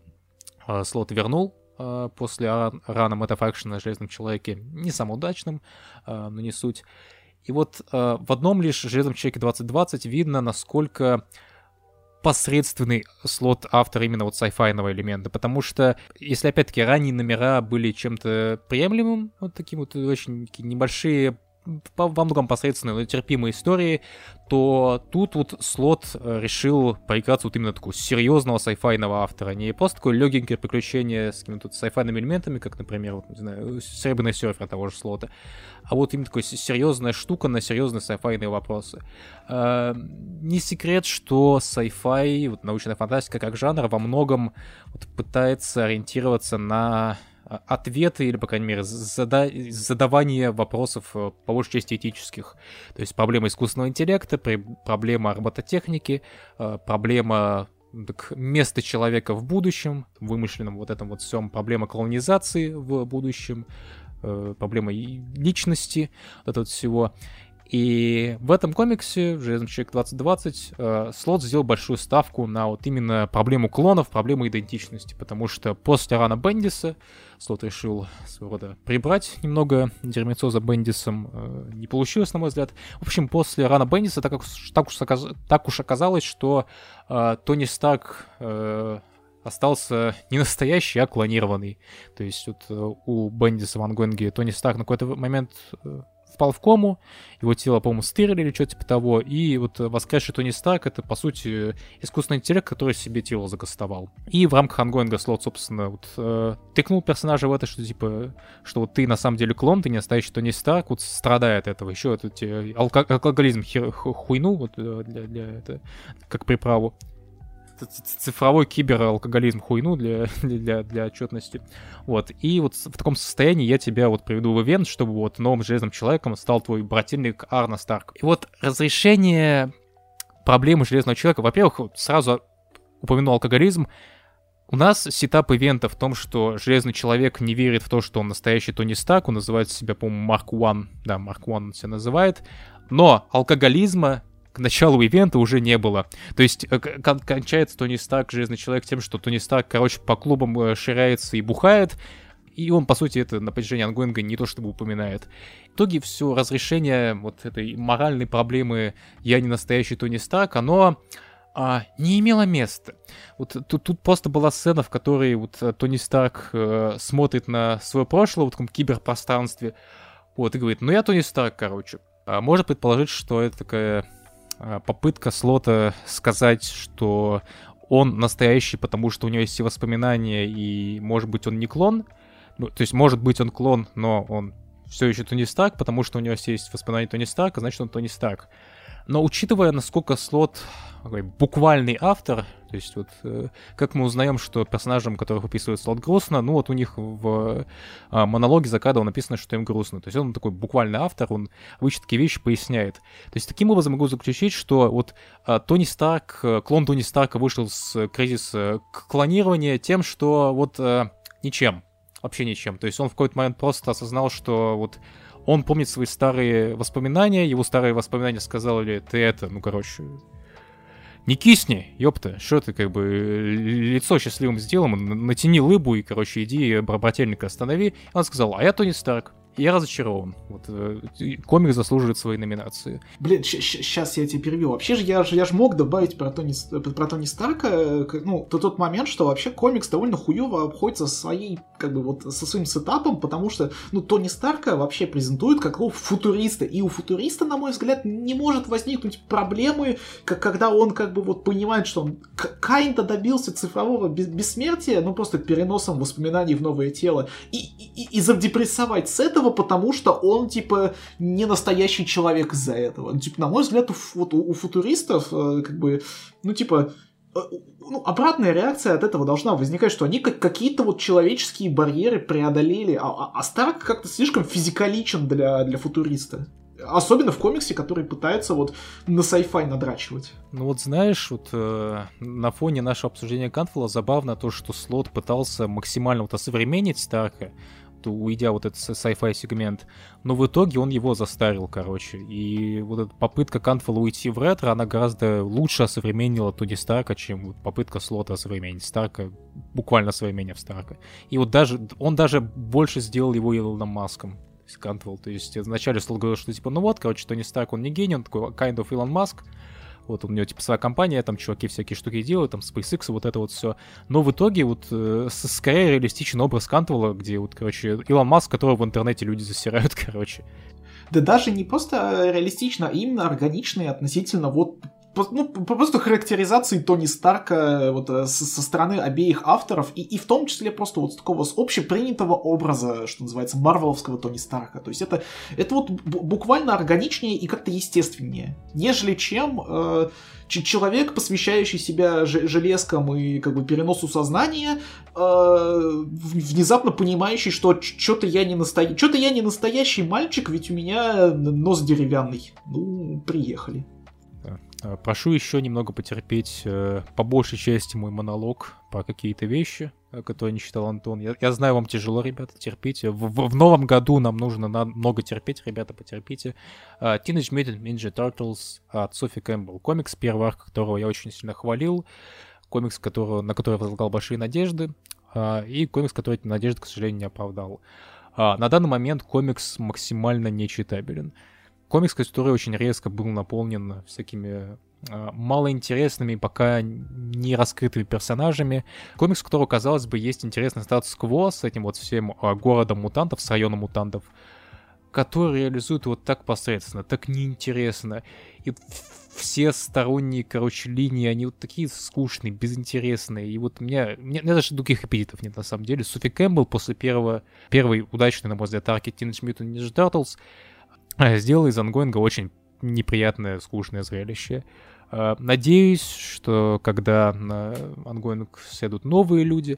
Слот вернул после рана Мэтафакшена на Железном Человеке, не самым удачным, но не суть. И вот э, в одном лишь Железном Человеке двадцать двадцать видно, насколько посредственный Слот автор именно вот сайфайного элемента, потому что, если опять-таки ранние номера были чем-то приемлемым, вот таким вот очень небольшие, во многом посредственные, но терпимые истории, то тут вот Слот решил поиграться вот именно такого серьезного сайфайного автора, не просто такое легенькое приключение с какими-то сайфайными элементами, как, например, вот, не знаю, Серебряный серфер того же Слота, а вот именно такая серьезная штука на серьезные сайфайные вопросы. Э, не секрет, что сайфай, вот научная фантастика как жанр, во многом вот пытается ориентироваться на ответы, или, по крайней мере, зада... задавание вопросов, по большей части, этических. То есть проблема искусственного интеллекта, проблема робототехники, проблема так, места человека в будущем, в вымышленном вот этом вот всем, проблема колонизации в будущем, проблема личности, вот этого всего. И в этом комиксе, в Железном Человеке двадцать двадцать, э, Слот сделал большую ставку на вот именно проблему клонов, проблему идентичности, потому что после рана Бендиса Слот решил своего рода прибрать немного дерьмецо за Бендисом, э, не получилось, на мой взгляд. В общем, после рана Бендиса так, как, так, уж, оказ, так уж оказалось, что э, Тони Старк э, остался не настоящий, а клонированный. То есть вот э, у Бендиса в ангоинге Тони Старк на какой-то момент э, впал в кому, его тело, по-моему, стырили или что-то типа того, и вот воскресший Тони Старк — это, по сути, искусственный интеллект, который себе тело закастовал. И в рамках ангоинга Слот, собственно, вот, э, тыкнул персонажа в это, что, типа, что вот ты на самом деле клон, ты не настоящий Тони Старк, вот страдая от этого. Еще этот э, алко- алкоголизм хер- хуйну, вот, для, для это, как приправу. Цифровой кибералкоголизм хуйну для, для, для отчетности. Вот. И вот в таком состоянии я тебя вот приведу в ивент, чтобы вот новым Железным Человеком стал твой брательник Арна Старк. И вот разрешение проблемы Железного Человека, во-первых, сразу упомянул алкоголизм. У нас сетап ивента в том, что Железный Человек не верит в то, что он настоящий Тони Старк, он называет себя, по-моему, Марк Один, да, Марк Один он себя называет, но алкоголизма к началу ивента уже не было. То есть кон- кончается Тони Старк, Железный Человек, тем, что Тони Старк, короче, по клубам ширяется и бухает, и он, по сути, это на протяжении ангоинга не то чтобы упоминает. В итоге все разрешение вот этой моральной проблемы «я не настоящий Тони Старк», оно а, не имело места. Вот тут, тут просто была сцена, в которой вот Тони Старк э, смотрит на свое прошлое в таком киберпространстве, вот, и говорит: ну я Тони Старк, короче. А можно предположить, что это такая попытка Слота сказать, что он настоящий, потому что у него есть все воспоминания, и, может быть, он не клон. Ну, то есть, может быть, он клон, но он все еще Тони Старк, потому что у него есть воспоминания Тони Старка, значит, он Тони Старк. Но учитывая, насколько Слот такой буквальный автор, то есть вот э, как мы узнаем, что персонажам, которых описывает Слот, грустно, ну вот у них в э, монологе за кадром написано, что им грустно. То есть он такой буквальный автор, он обычно такие вещи поясняет. То есть таким образом могу заключить, что вот э, Тони Старк, э, клон Тони Старка вышел с кризиса клонирования тем, что вот э, ничем, вообще ничем. То есть он в какой-то момент просто осознал, что вот он помнит свои старые воспоминания, его старые воспоминания сказали, ты это, ну, короче, не кисни, ёпта, что ты, как бы, лицо счастливым сделаем, натяни лыбу и, короче, иди брательника останови. И он сказал, а я Тони Старк. Я разочарован. Вот, э, комик заслуживает своей номинации. Блин, сейчас я тебя перебью. Вообще же я же я ж мог добавить про Тони, про Тони Старка, ну, то тот момент, что вообще комикс довольно хуёво обходится со своей, как бы, вот, со своим сетапом, потому что, ну, Тони Старка вообще презентуют как ну, футуриста. И у футуриста, на мой взгляд, не может возникнуть проблемы, как, когда он, как бы, вот, понимает, что он kinda добился цифрового бессмертия, ну, просто переносом воспоминаний в новое тело, и, и, и задепрессовать с этого, потому что он, типа, не настоящий человек из-за этого. Ну, типа, на мой взгляд, у, вот, у, у футуристов, э, как бы, ну, типа, э, ну, обратная реакция от этого должна возникать, что они как какие-то вот человеческие барьеры преодолели, а, а, а Старк как-то слишком физикаличен для, для футуриста. Особенно в комиксе, который пытается вот на sci-fi надрачивать. Ну вот знаешь, вот э, на фоне нашего обсуждения Кантфола забавно то, что Слот пытался максимально вот осовременить Старка, уйдя вот этот sci-fi сегмент, но в итоге он его застарил, короче. И вот эта попытка Кантфола уйти в ретро, она гораздо лучше осовременила Тони Старка, чем вот попытка Слота осовременить Старка, буквально осовременив Старка. И вот даже, он даже больше сделал его Илоном Маском, то есть Кантфол. То есть вначале Слот говорил, что типа, ну вот, короче, Тони Старк, он не гений, он такой kind of Илон Маск. Вот у него, типа, своя компания, там чуваки всякие штуки делают, там SpaceX, вот это вот все. Но в итоге вот э, скорее реалистичен образ Кантвелла, где вот, короче, Илон Маск, которого в интернете люди засирают, короче. Да даже не просто реалистично, а именно органично и относительно вот ну, просто характеризации Тони Старка вот, со, со стороны обеих авторов, и, и в том числе просто вот такого с общепринятого образа, что называется, марвеловского Тони Старка. То есть это, это вот буквально органичнее и как-то естественнее, нежели чем э, человек, посвящающий себя железкам и как бы переносу сознания, э, внезапно понимающий, что что-то я не настоящий, что-то я не настоящий мальчик, ведь у меня нос деревянный. Ну, приехали. Прошу еще немного потерпеть э, по большей части мой монолог про какие-то вещи, которые не читал Антон. Я, я знаю, вам тяжело, ребята, терпите. В, в, в новом году нам нужно на, много терпеть, ребята, потерпите. Uh, Teenage Mutant Ninja Turtles от Софи Кэмпбелл. Комикс, первый арк которого я очень сильно хвалил. Комикс, которого, на который возлагал большие надежды. Uh, и комикс, который эти надежды, к сожалению, не оправдал. Uh, на данный момент комикс максимально нечитабелен. Комикс, который очень резко был наполнен всякими э, малоинтересными, пока не раскрытыми персонажами. Комикс, у которого, казалось бы, есть интересный статус-кво с этим вот всем э, городом мутантов, с районом мутантов, который реализует вот так посредственно, так неинтересно. И все сторонние, короче, линии, они вот такие скучные, безинтересные. И вот у меня, у меня даже других эпитетов нет, на самом деле. Софи Кэмпбелл после первого, первой удачной, на мой взгляд, арки Teenage Mutant Ninja Turtles сделал из ангоинга очень неприятное, скучное зрелище. Надеюсь, что когда на ангоинг сядут новые люди,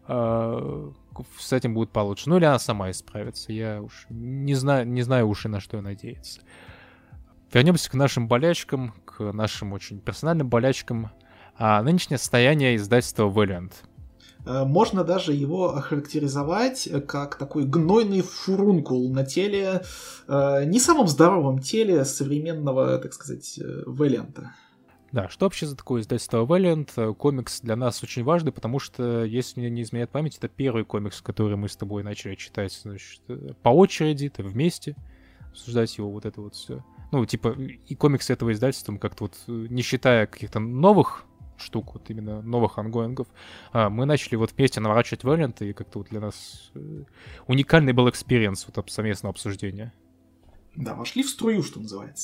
с этим будет получше. Ну или она сама исправится. Я уж не знаю, не знаю уж и на что надеяться. Вернемся к нашим болячкам, к нашим очень персональным болячкам. Нынешнее состояние издательства Valiant. Можно даже его охарактеризовать как такой гнойный фурункул на теле, не самом здоровом теле современного, так сказать, Valiant. Да, что вообще за такое издательство Valiant? Комикс для нас очень важный, потому что, если мне не изменяет память, это первый комикс, который мы с тобой начали читать, значит, по очереди, то вместе, обсуждать его, вот это вот все. Ну, типа, и комиксы этого издательства, как-то вот, не считая каких-то новых штук, вот именно новых ангоингов, а, мы начали вот вместе наворачивать Valiant, и как-то вот для нас э, уникальный был экспириенс вот совместного обсуждения. Да, вошли в струю, что называется.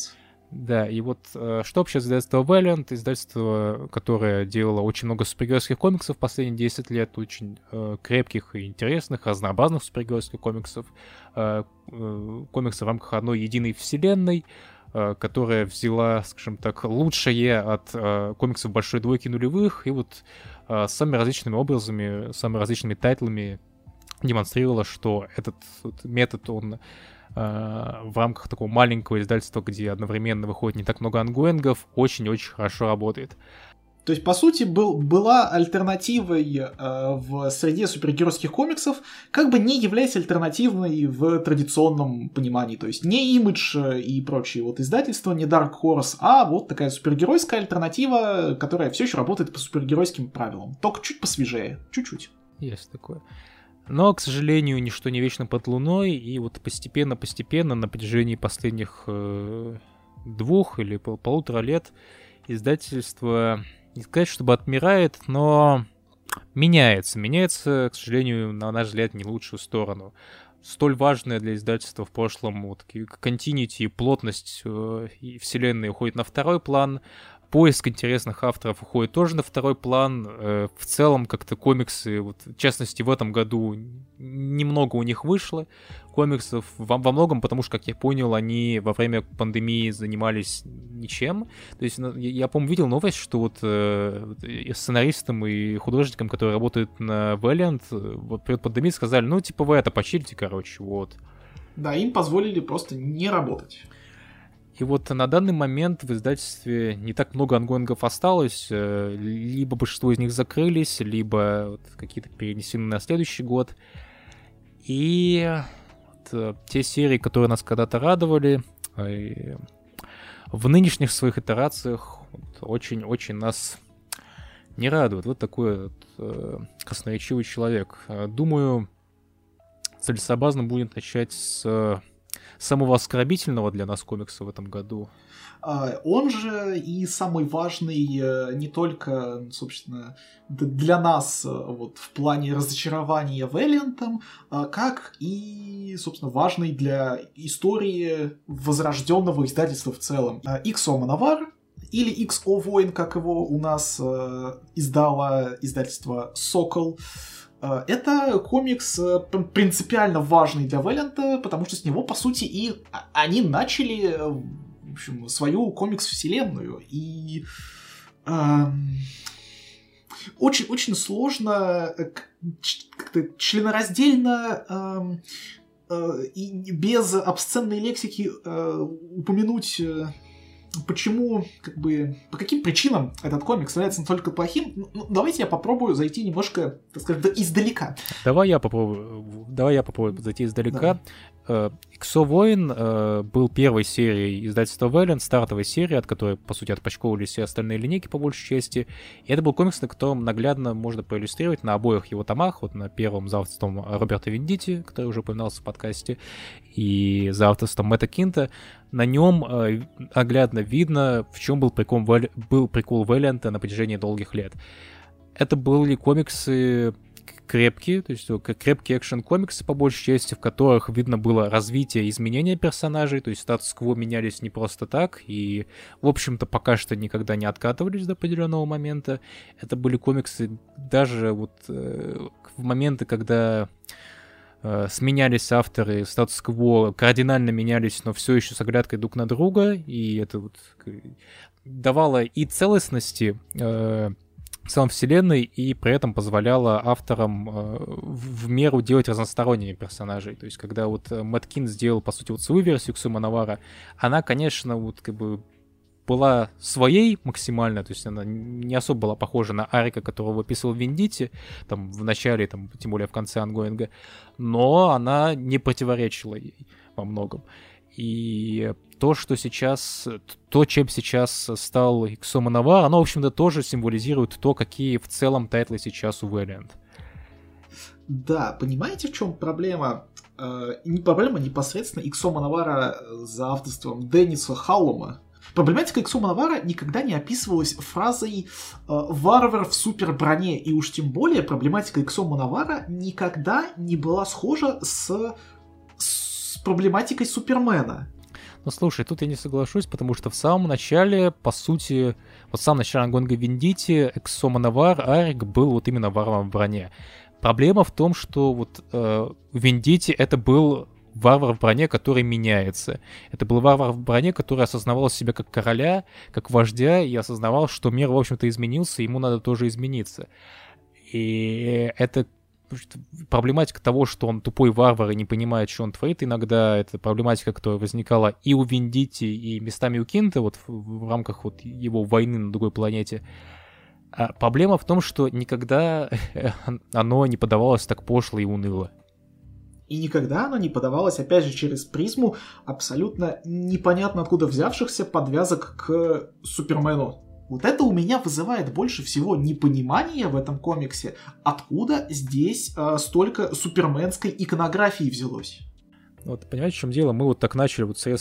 Да, и вот э, что вообще издательство Valiant, издательство, которое делало очень много супергеройских комиксов последние десять лет, очень э, крепких и интересных, разнообразных супергеройских комиксов, э, э, комиксов в рамках одной единой вселенной, э, которая взяла, скажем так, лучшее от э, комиксов большой двойки нулевых, и вот э, самыми различными образами, самыми различными тайтлами демонстрировала, что этот вот метод, он в рамках такого маленького издательства, где одновременно выходит не так много ангоингов, очень-очень хорошо работает. То есть, по сути, был, была альтернативой э, в среде супергеройских комиксов, как бы не являясь альтернативной в традиционном понимании. То есть, не Image и прочие вот издательства, не Dark Horse, а вот такая супергеройская альтернатива, которая все еще работает по супергеройским правилам. Только чуть посвежее, чуть-чуть. Есть такое. Но, к сожалению, ничто не вечно под луной, и вот постепенно-постепенно на протяжении последних э, двух или пол- полутора лет издательство, не сказать, чтобы отмирает, но меняется. Меняется, к сожалению, на наш взгляд, не в лучшую сторону. Столь важная для издательства в прошлом вот, континьюти и плотность э, и вселенной уходит на второй план. Поиск интересных авторов уходит тоже на второй план. В целом, как-то комиксы, вот, в частности, в этом году немного у них вышло комиксов, во, во многом, потому что, как я понял, они во время пандемии занимались ничем. То есть, я, я по-моему, видел новость, что вот э, сценаристам и художникам, которые работают на Valiant, вот перед пандемией сказали, ну, типа, вы это почилите, короче, вот. Да, им позволили просто не работать. И вот на данный момент в издательстве не так много ангоингов осталось, либо большинство из них закрылись, либо вот какие-то перенесены на следующий год. И вот те серии, которые нас когда-то радовали, в нынешних своих итерациях очень-очень нас не радуют. Вот такой вот красноречивый человек. Думаю, целесообразно будет начать с самого оскорбительного для нас комикса в этом году. Он же и самый важный не только, собственно, для нас вот, в плане разочарования Вэлиантом, как и, собственно, важный для истории возрожденного издательства в целом. икс о Manowar, или икс о Воин, как его у нас издало издательство Сокол. Это комикс принципиально важный для Вэлианта, потому что с него, по сути, и они начали, в общем, свою комикс-вселенную. И очень-очень э, сложно как-то членораздельно э, э, и без обсценной лексики э, упомянуть... Почему, как бы, по каким причинам этот комикс является настолько плохим? Ну, давайте я попробую зайти немножко, так скажем, издалека. Давай я попробую, давай я попробую зайти издалека. икс о Воин э, был первой серией издательства Valiant, стартовой серии, от которой, по сути, отпочковывались все остальные линейки, по большей части. И это был комикс, на котором наглядно можно проиллюстрировать на обоих его томах. Вот на первом за авторством Роберта Вендити, который уже упоминался в подкасте, и за авторством Мэтта Кинта. На нем э, наглядно видно, в чем был прикол, был прикол Valiant на протяжении долгих лет. Это были комиксы крепкие, то есть крепкие экшен-комиксы, по большей части, в которых видно было развитие, изменения персонажей, то есть статус-кво менялись не просто так, и, в общем-то, пока что никогда не откатывались до определенного момента. Это были комиксы даже вот э, в моменты, когда э, сменялись авторы, статус-кво кардинально менялись, но все еще с оглядкой друг на друга, и это вот давало и целостности э, целом вселенной, и при этом позволяло авторам э, в, в меру делать разносторонними персонажей. То есть, когда вот Мэтт Кинт сделал, по сути, вот свою версию икс о Manowar, она, конечно, вот как бы была своей максимально, то есть она не особо была похожа на Арика, которого выписывал Вендити, там, в начале, там, тем более в конце ангоинга, но она не противоречила ей во многом. И то, что сейчас, то, чем сейчас стал икс о Manowar, оно, в общем-то, тоже символизирует то, какие в целом тайтлы сейчас у Valiant. Да, понимаете, в чем проблема? Э, не проблема непосредственно икс о Manowar за авторством Денниса Халлома. Проблематика икс о Manowar никогда не описывалась фразой э, «варвар в суперброне», и уж тем более проблематика икс о Manowar никогда не была схожа с, с проблематикой Супермена. Ну, слушай, тут я не соглашусь, потому что в самом начале, по сути, вот в самом начале Ангонга Виндити, Эксомановар, Арик был вот именно варваром в броне. Проблема в том, что вот э, в Виндити это был варвар в броне, который меняется. Это был варвар в броне, который осознавал себя как короля, как вождя, и осознавал, что мир, в общем-то, изменился, и ему надо тоже измениться. И это проблематика того, что он тупой варвар и не понимает, что он творит, иногда это проблематика, которая возникала и у Виндити, и местами у Кинта, вот в, в рамках вот его войны на другой планете. А проблема в том, что никогда оно не подавалось так пошло и уныло. И никогда оно не подавалось, опять же, через призму абсолютно непонятно откуда взявшихся подвязок к Супермену. Вот это у меня вызывает больше всего непонимания в этом комиксе, откуда здесь э, столько суперменской иконографии взялось. Вот, понимаете, в чем дело? Мы вот так начали вот с,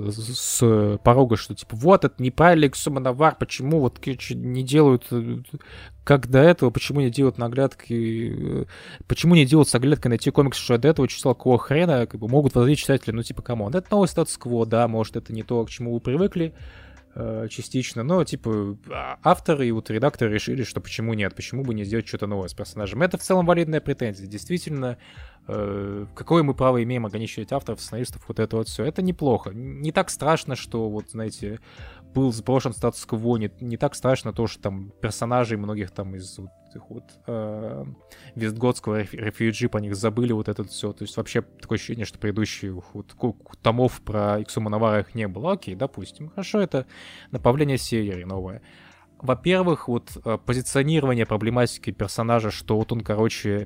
с порога, что типа вот, это неправильный Эксомановар, почему вот не делают как до этого, почему не делают наглядки, почему не делают с оглядкой на те комиксы, что я до этого читал, какого хрена, как бы могут возразить читатели, ну типа, камон, это новый статус-кво, да, может, это не то, к чему вы привыкли, частично, но, типа, авторы и вот редакторы решили, что почему нет, почему бы не сделать что-то новое с персонажем. Это в целом валидная претензия. Действительно, э, какое мы право имеем ограничивать авторов, сценаристов, вот это вот все. Это неплохо. Не так страшно, что, вот, знаете, был сброшен статус-кво, не, не так страшно то, что там персонажей многих там из вот, вот, э, Вестготского рефьюджи по них забыли вот это все. То есть вообще такое ощущение, что предыдущих вот, томов про Эксомановара их не было. Окей, допустим. Хорошо, это направление серии новое. Во-первых, вот позиционирование проблематики персонажа, что вот он, короче,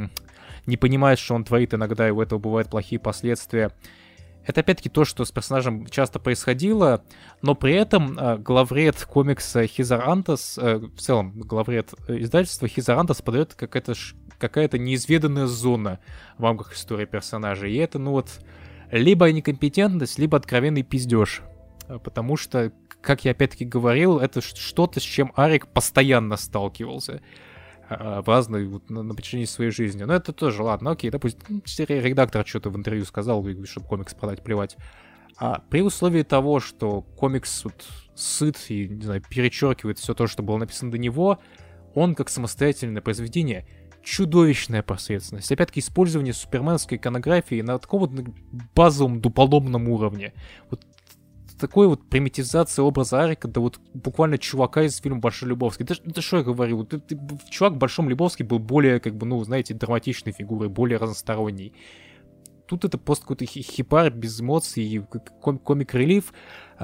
не понимает, что он творит иногда, и у этого бывают плохие последствия. Это опять-таки то, что с персонажем часто происходило, но при этом э, главред комикса Хизар Антас, э, в целом главред издательства Хизар Антас подает какая-то, какая-то неизведанная зона в рамках истории персонажа. И это, ну вот, либо некомпетентность, либо откровенный пиздеж. Потому что, как я опять-таки говорил, это что-то, с чем Арик постоянно сталкивался в разные, вот, на, на протяжении своей жизни. Но это тоже, ладно, окей, допустим, редактор что-то в интервью сказал, чтобы комикс продать, плевать. А при условии того, что комикс вот, сыт и, не знаю, перечеркивает все то, что было написано до него, он, как самостоятельное произведение, чудовищная посредственность. Опять-таки, использование суперменской иконографии на таком вот базовом дуполомном уровне. Вот такой вот примитивизация образа Арика, да вот буквально чувака из фильма «Большой Любовский». Да, да что я говорю, вот, ты, чувак в «Большом Любовске» был более, как бы, ну, знаете, драматичной фигурой, более разносторонней. Тут это просто какой-то хипар без эмоций, ком- комик-релив.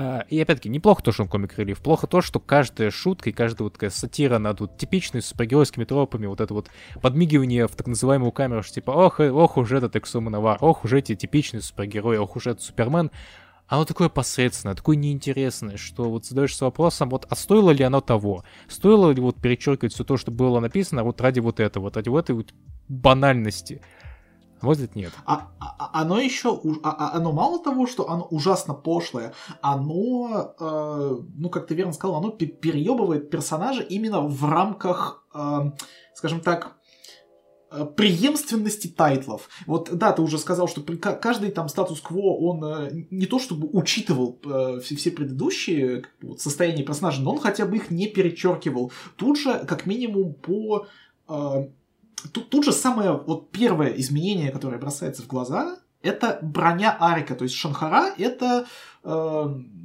И опять-таки, неплохо то, что он комик-релив. Плохо то, что каждая шутка и каждая вот такая сатира над вот типичными супергеройскими тропами, вот это вот подмигивание в так называемую камеру, что типа, ох, ох уж этот Эксомановар, ох уж эти типичные супергерои, ох уж этот Супермен. Оно такое посредственное, такое неинтересное, что вот задаешься вопросом, вот, а стоило ли оно того? Стоило ли вот перечеркивать все то, что было написано, вот ради вот этого, вот ради вот этой вот банальности? Вот это нет. А, а, оно еще, а, оно мало того, что оно ужасно пошлое, оно, э, ну, как ты верно сказал, оно переебывает персонажа именно в рамках, э, скажем так, преемственности тайтлов. Вот, да, ты уже сказал, что каждый там статус-кво, он не то чтобы учитывал э, все, все предыдущие вот, состояния персонажа, но он хотя бы их не перечеркивал. Тут же, как минимум, по... Э, тут, тут же самое вот первое изменение, которое бросается в глаза, это броня Арика. То есть Шанхара — это... Э,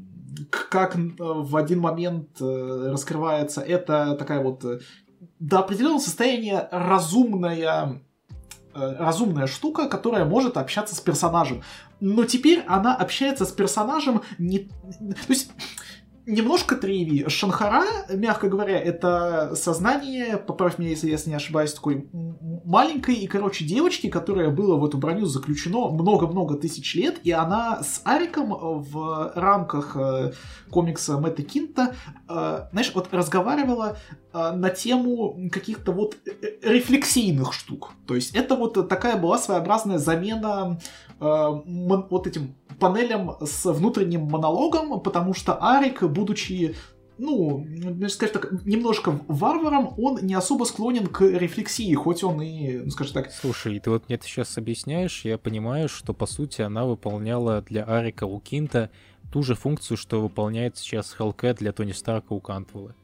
как в один момент э, раскрывается, это такая вот... до определенного состояния разумная, э, разумная штука, которая может общаться с персонажем. Но теперь она общается с персонажем не... То есть, немножко триви. Шанхара, мягко говоря, это сознание, поправь меня, если я не ошибаюсь, такой маленькой и, короче, девочки, которая была в эту броню заключено много-много тысяч лет, и она с Ариком в рамках э, комикса Мэтта Кинта, э, знаешь, вот разговаривала э, на тему каких-то вот рефлексийных штук. То есть это вот такая была своеобразная замена э, мон- вот этим панелям с внутренним монологом, потому что Арик, будучи ну, скажем так, немножко варваром, он не особо склонен к рефлексии, хоть он и, ну, скажем так... Слушай, ты вот мне это сейчас объясняешь, я понимаю, что, по сути, она выполняла для Арика у Кинта ту же функцию, что выполняет сейчас Hellcat для Тони Старка у Кантвелла.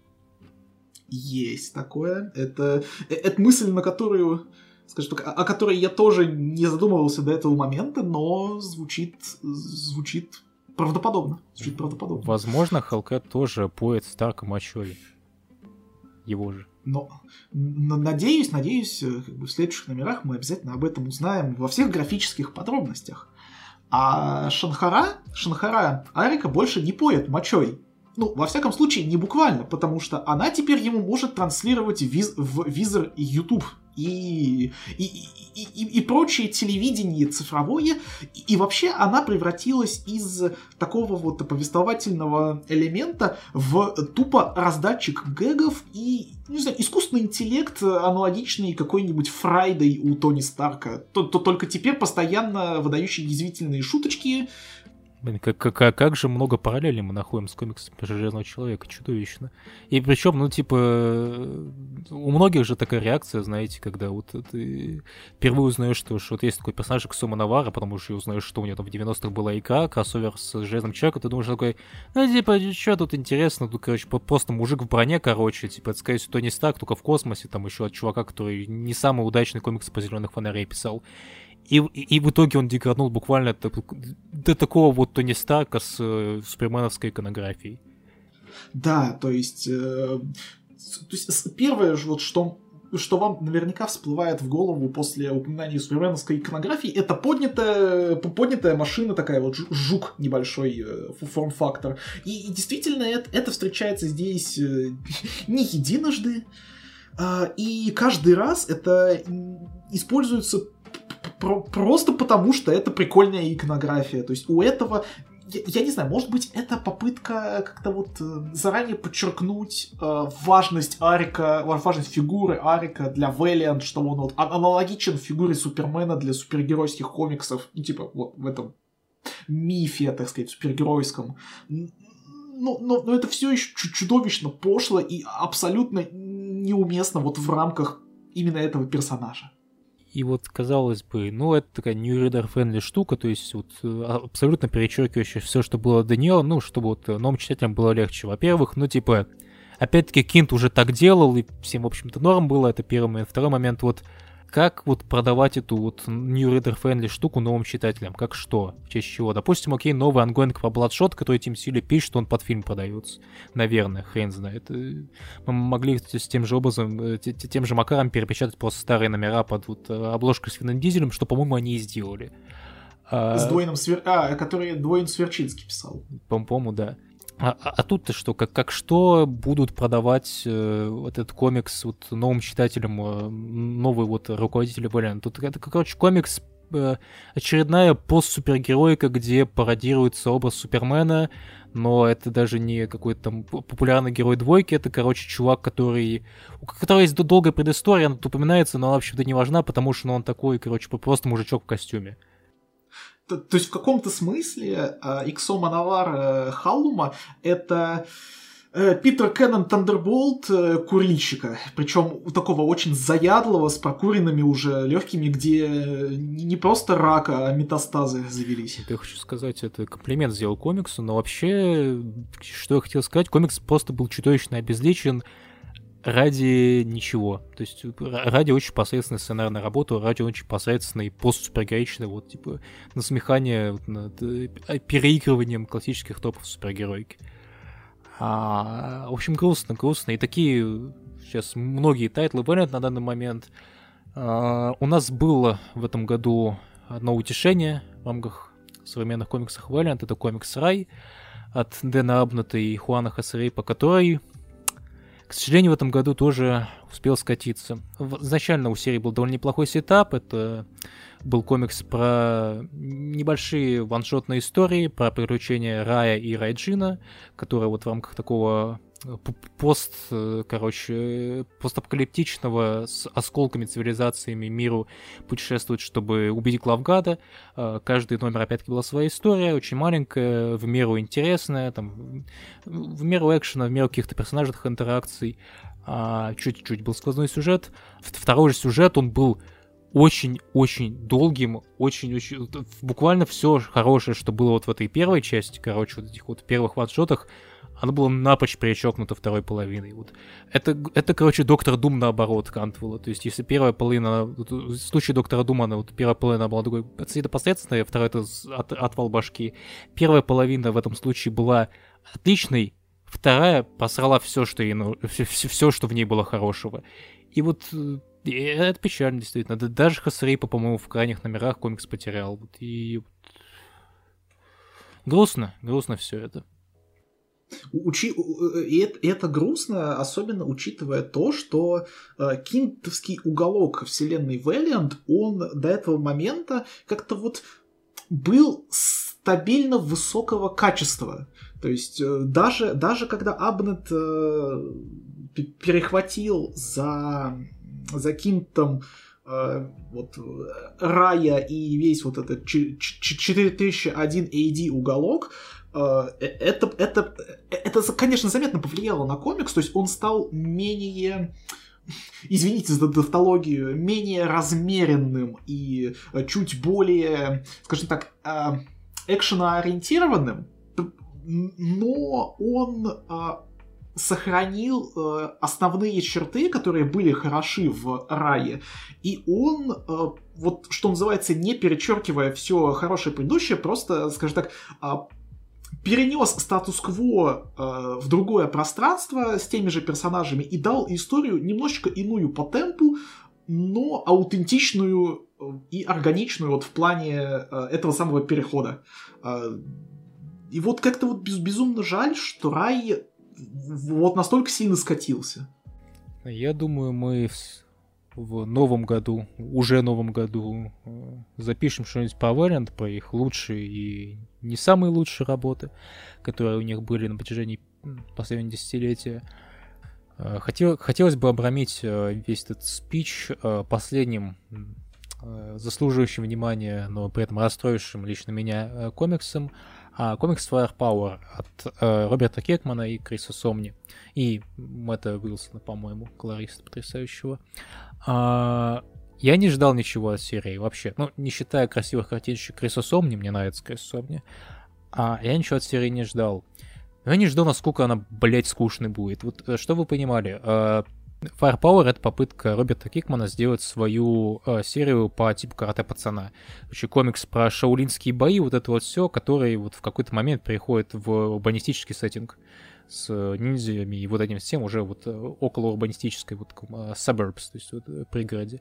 Есть такое. Это, это мысль, на которую, скажем так, о которой я тоже не задумывался до этого момента, но звучит, звучит правдоподобно. Звучит правдоподобно. Возможно, Hellcat тоже поет Старка мочой. Его же. Но, но надеюсь, надеюсь, как бы в следующих номерах мы обязательно об этом узнаем во всех графических подробностях. А Шанхара, Шанхара Арика больше не поет мочой. Ну, во всяком случае, не буквально, потому что она теперь ему может транслировать виз, в визор YouTube и, и, и, и, и прочее телевидение цифровое. И, и вообще она превратилась из такого вот повествовательного элемента в тупо раздатчик гэгов и, не знаю, искусственный интеллект, аналогичный какой-нибудь Фрайдой у Тони Старка. То, то только теперь постоянно выдающий язвительные шуточки. Блин, как, как, как же много параллелей мы находим с комиксом про Железного Человека, чудовищно. И причем, ну, типа, у многих же такая реакция, знаете, когда вот ты впервые узнаешь, что, что вот есть такой персонаж Иксома Навара, потому что узнаешь, что у него там в девяностых была ИК, кроссовер с Железным Человеком, ты думаешь такой, ну, типа, что тут интересно, тут, короче, просто мужик в броне, короче, типа, это, скорее всего, Тони Старк, только в космосе, там еще от чувака, который не самый удачный комикс по Зеленых фонарей писал. И, и, и в итоге он деграднул буквально до, до такого вот Тони Старка с э, суперменовской иконографией. Да, то есть, э, то есть первое, вот, что, что вам наверняка всплывает в голову после упоминания суперменовской иконографии, это поднятая, поднятая машина, такая вот жук небольшой, э, форм-фактор. И, и действительно это, это встречается здесь э, не единожды. Э, и каждый раз это используется просто потому, что это прикольная иконография. То есть у этого, я, я не знаю, может быть, это попытка как-то вот заранее подчеркнуть э, важность Арика, важность фигуры Арика для Valiant, что он вот аналогичен фигуре Супермена для супергеройских комиксов, ну, типа, вот в этом мифе, так сказать, супергеройском. Но, но, но это все еще чудовищно пошло и абсолютно неуместно вот в рамках именно этого персонажа. И вот, казалось бы, ну, это такая new reader-friendly штука, то есть вот абсолютно перечеркивающая все, что было до нее, ну, чтобы вот новым читателям было легче. Во-первых, ну, типа, опять-таки, Кинт уже так делал, и всем, в общем-то, норм было, это первый момент. Второй момент, вот, как вот продавать эту вот new reader-friendly штуку новым читателям? Как что? В честь чего? Допустим, окей, новый ангоинг про Bloodshot, который Тим Силли пишет, что он под фильм продается. Наверное, хрен знает. Мы могли с тем же образом, тем же макаром перепечатать просто старые номера под вот обложку с Вином Дизелем, что, по-моему, они и сделали. С Дуэйном Свер... А, который Дуэйн Сверчинский писал. По-моему, да. А, а тут-то что? Как, как что будут продавать э, вот этот комикс вот новым читателям, э, новые вот руководители Valiant? Тут это, короче, комикс э, очередная постсупергероика, где пародируется образ Супермена, но это даже не какой-то там популярный герой двойки, это, короче, чувак, который... у которого есть долгая предыстория, она тут упоминается, но она вообще-то не важна, потому что ну, он такой, короче, просто мужичок в костюме. То, то есть в каком-то смысле Иксома Навар Халлума это э, Питер Кеннон Тандерболт э, курильщика, причем такого очень заядлого, с прокуренными уже легкими, где не просто рак, а метастазы завелись. Я хочу сказать, это комплимент сделал комиксу, но вообще, что я хотел сказать, комикс просто был чудовищно обезличен ради ничего. То есть ради очень посредственной сценарной работы, ради очень посредственной постсупергероичной, вот, типа, насмехания вот, над переигрыванием классических топов супергеройки. А, в общем, грустно, грустно. И такие сейчас многие тайтлы Valiant на данный момент. А, у нас было в этом году одно утешение в рамках современных комиксов Valiant. Это комикс «Рай» от Дэна Абнета и Хуана Хасерейпа, который... к сожалению, в этом году тоже успел скатиться. Изначально у серии был довольно неплохой сетап. Это был комикс про небольшие ваншотные истории, про приключения Рая и Райджина, которые вот в рамках такого пост, короче, постапокалиптичного с осколками цивилизациями миру путешествует, чтобы убить главгада. Каждый номер, опять-таки, была своя история, очень маленькая, в меру интересная, там, в меру экшена, в меру каких-то персонажных интеракций. Чуть-чуть был сквозной сюжет. Второй же сюжет, он был очень-очень долгим, очень-очень... Буквально все хорошее, что было вот в этой первой части, короче, вот этих вот первых ваншотах, оно было напрочь перечеркнуто второй половиной. Вот. Это, это, короче, Доктор Дум наоборот Кантвелла. То есть, если первая половина... В случае Доктора Дума, она, вот, первая половина была такой посредственная, вторая — это от, отвал башки. Первая половина в этом случае была отличной, вторая просрала все, что, ей, ну, все, все, все, что в ней было хорошего. И вот... И это печально, действительно. Даже Хасрейпа, по-моему, в крайних номерах комикс потерял. Вот. И... Грустно, грустно все это. Учи... И это, это грустно, особенно учитывая то, что э, кинтовский уголок вселенной Valiant, он до этого момента как-то вот был стабильно высокого качества. То есть э, даже, даже когда Абнет э, перехватил за, за Кинтом э, вот, Рая и весь вот этот четыре тысячи один эй ди уголок, Это, это, это, конечно, заметно повлияло на комикс, то есть он стал менее, извините за тавтологию, менее размеренным и чуть более, скажем так, экшеноориентированным, но он сохранил основные черты, которые были хороши в Рае, и он, вот что называется, не перечеркивая все хорошее предыдущее, просто, скажем так, перенес статус-кво э, в другое пространство с теми же персонажами и дал историю немножечко иную по темпу, но аутентичную и органичную вот в плане э, этого самого перехода. Э, и вот как-то вот без, безумно жаль, что Рай вот настолько сильно скатился. Я думаю, мы в новом году, уже новом году, запишем что-нибудь по Valiant, про их лучшие и не самые лучшие работы, которые у них были на протяжении последнего десятилетия. Хотел, хотелось бы обрамить весь этот спич последним заслуживающим внимания, но при этом расстроившим лично меня комиксом, а комикс Firepower от э, Роберта Киркмана и Криса Сомни и Мэтта Уилсона, по-моему, колориста потрясающего. А, я не ждал ничего от серии вообще. Ну, не считая красивых картиночек Криса Сомни, мне нравится Крис Сомни, а я ничего от серии не ждал. Я не ждал, насколько она, блять, скучной будет. Вот что вы понимали? Firepower — это попытка Роберта Киркмана сделать свою э, серию по типу карате-пацана. Вообще комикс про шаолинские бои, вот это вот все, который вот в какой-то момент переходит в урбанистический сеттинг с ниндзями и вот этим всем уже вот около урбанистической вот uh, suburbs, то есть вот, пригороде.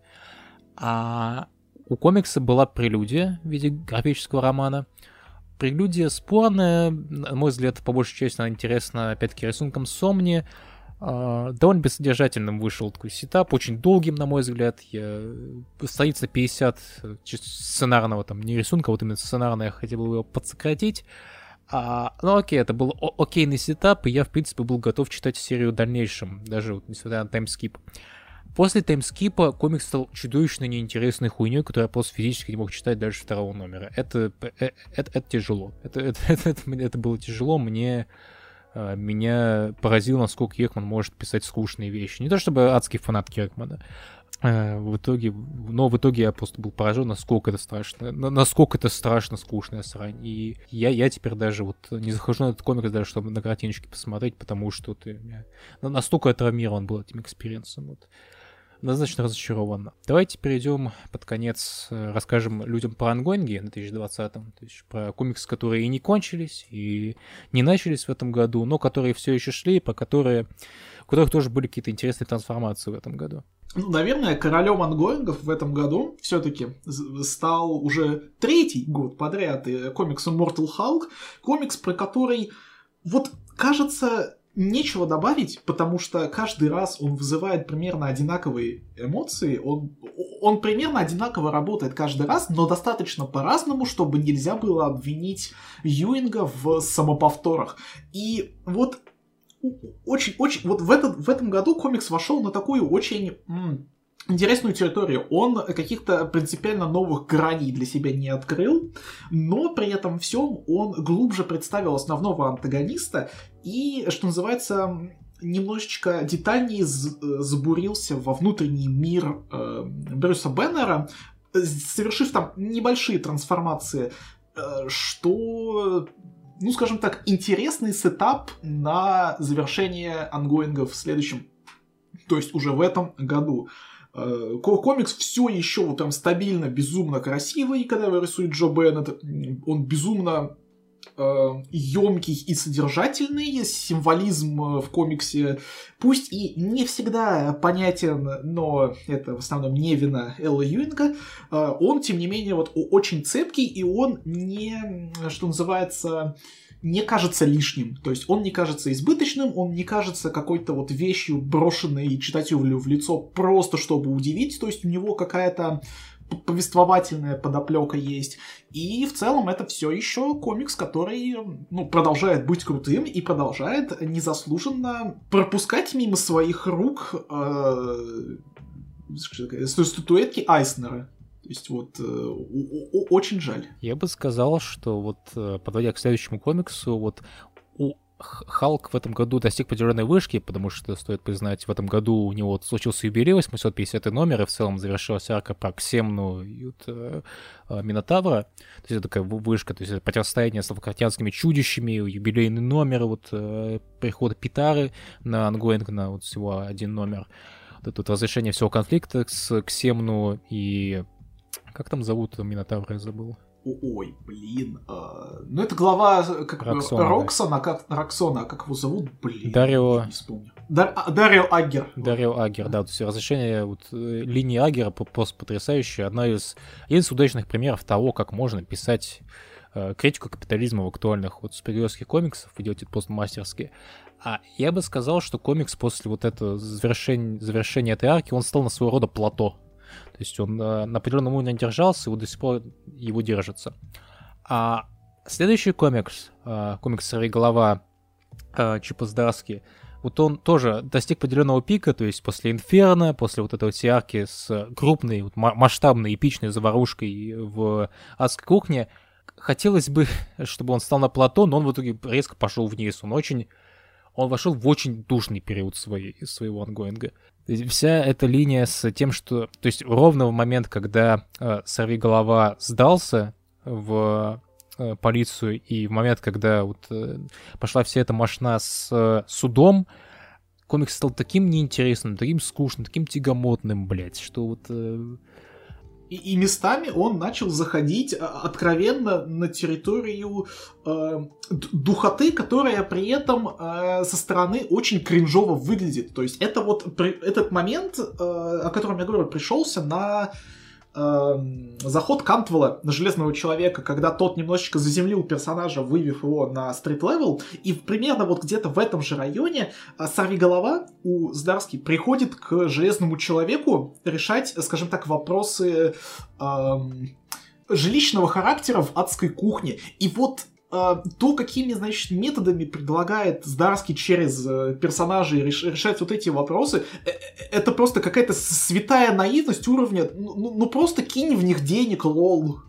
А у комикса была прелюдия в виде графического романа. Прелюдия спорная, на мой взгляд, по большей части она интересна, опять-таки, рисунком Сомни. Uh, довольно бессодержательным вышел такой сетап, очень долгим, на мой взгляд. Я... Страниц на пятьдесят сценарного, там, не рисунка, вот именно сценарного, я хотел бы его подсократить. Uh, ну окей, это был о- окейный сетап, и я, в принципе, был готов читать серию в дальнейшем, даже вот, несмотря на таймскип. После таймскипа комикс стал чудовищно неинтересной хуйней, которую я просто физически не мог читать дальше второго номера. Это, это, это, это тяжело. Это, это, это, это, это было тяжело, мне... Меня поразило, насколько Киркман может писать скучные вещи. Не то чтобы адский фанат Киркмана. В итоге, но в итоге я просто был поражен, насколько это страшно. Насколько это страшно скучная срань. И я, я теперь даже вот не захожу на этот комикс, даже чтобы на картиночки посмотреть, потому что ты, я, настолько я травмирован был этим экспириенсом. Вот. Однозначно разочарован. Давайте перейдем под конец, расскажем людям про ангоинги на две тысячи двадцатом, то есть про комиксы, которые и не кончились, и не начались в этом году, но которые все еще шли, по которые, у которых тоже были какие-то интересные трансформации в этом году. Ну, наверное, королем ангоингов в этом году все-таки стал уже третий год подряд комикс Immortal Hulk, комикс, про который, вот, кажется... Нечего добавить, потому что каждый раз он вызывает примерно одинаковые эмоции, он, он примерно одинаково работает каждый раз, но достаточно по-разному, чтобы нельзя было обвинить Юинга в самоповторах. И вот очень-очень... Вот в, этот, в этом году комикс вошел на такую очень... М- интересную территорию. Он каких-то принципиально новых граней для себя не открыл, но при этом всем он глубже представил основного антагониста и, что называется, немножечко детальнее забурился во внутренний мир э, Брюса Бэннера, совершив там небольшие трансформации, э, что, ну, скажем так, интересный сетап на завершение ангоинга в следующем, то есть уже в этом году. Комикс все еще вот там стабильно, безумно красивый, когда его рисует Джо Беннет. Он безумно э, емкий и содержательный. Символизм в комиксе пусть и не всегда понятен, но это в основном не вина Элла Юинга. Э, он, тем не менее, вот очень цепкий, и он не, что называется... не кажется лишним. То есть он не кажется избыточным, он не кажется какой-то вот вещью, брошенной читателю в лицо просто чтобы удивить. То есть у него какая-то повествовательная подоплека есть. И в целом это все еще комикс, который, ну, продолжает быть крутым и продолжает незаслуженно пропускать мимо своих рук э, статуэтки Айснера. То есть вот э, очень жаль. Я бы сказал, что вот подводя к следующему комиксу, вот у Халк в этом году достиг определенной вышки, потому что, стоит признать, в этом году у него вот случился юбилей, восемьсот пятидесятый номер, и в целом завершилась арка про Ксемну и вот, э, Минотавра. То есть это такая вышка, то есть это противостояние с лавкрафтианскими чудищами, юбилейный номер, вот э, приход Питары на ангоинг, на вот всего один номер. Вот это вот разрешение всего конфликта с Ксемну и... Как там зовут Минотавра, я забыл. Ой, блин. А... Ну, это глава как Роксона, Роксона, да. как Роксона, как его зовут? Блин, Дарио... я не вспомню. Дар... А, Дарио Аггер. Дарио Аггер, да. То есть разрешение вот, линии Аггера просто потрясающая. Одна из... Один из удачных примеров того, как можно писать э, критику капитализма в актуальных вот супергеройских комиксах и делать это постмастерски. А я бы сказал, что комикс после вот этого завершения, завершения этой арки, он стал на своего рода плато. То есть он э, на определенном уровне держался, и вот до сих пор его держится. А следующий комикс, э, комикс «Сорвиголова» э, Чипа Здаrsky, вот он тоже достиг определенного пика, то есть после «Инферно», после вот этой вот арки с крупной, вот, масштабной, эпичной заварушкой в адской кухне, хотелось бы, чтобы он стал на плато, но он в итоге резко пошел вниз. Он очень... Он вошел в очень душный период своей, своего ангоинга. Вся эта линия с тем, что... То есть ровно в момент, когда э, Сорвиголова сдался в э, полицию, и в момент, когда вот, э, пошла вся эта мошна с э, судом, комикс стал таким неинтересным, таким скучным, таким тягомотным, блядь, что вот... Э... И, и местами он начал заходить откровенно на территорию э, духоты, которая при этом э, со стороны очень кринжово выглядит. То есть это вот при, этот момент, э, о котором я говорю, пришелся на э, заход Кантвелла на Железного Человека, когда тот немножечко заземлил персонажа, вывев его на стрит-левел, и примерно вот где-то в этом же районе Сорвиголова у Здарски приходит к Железному Человеку решать, скажем так, вопросы э, жилищного характера в адской кухне. И вот Uh, то, какими, значит, методами предлагает Здарский через uh, персонажей реш- решать вот эти вопросы, э- это просто какая-то святая наивность уровня, ну, ну просто кинь в них денег, лол.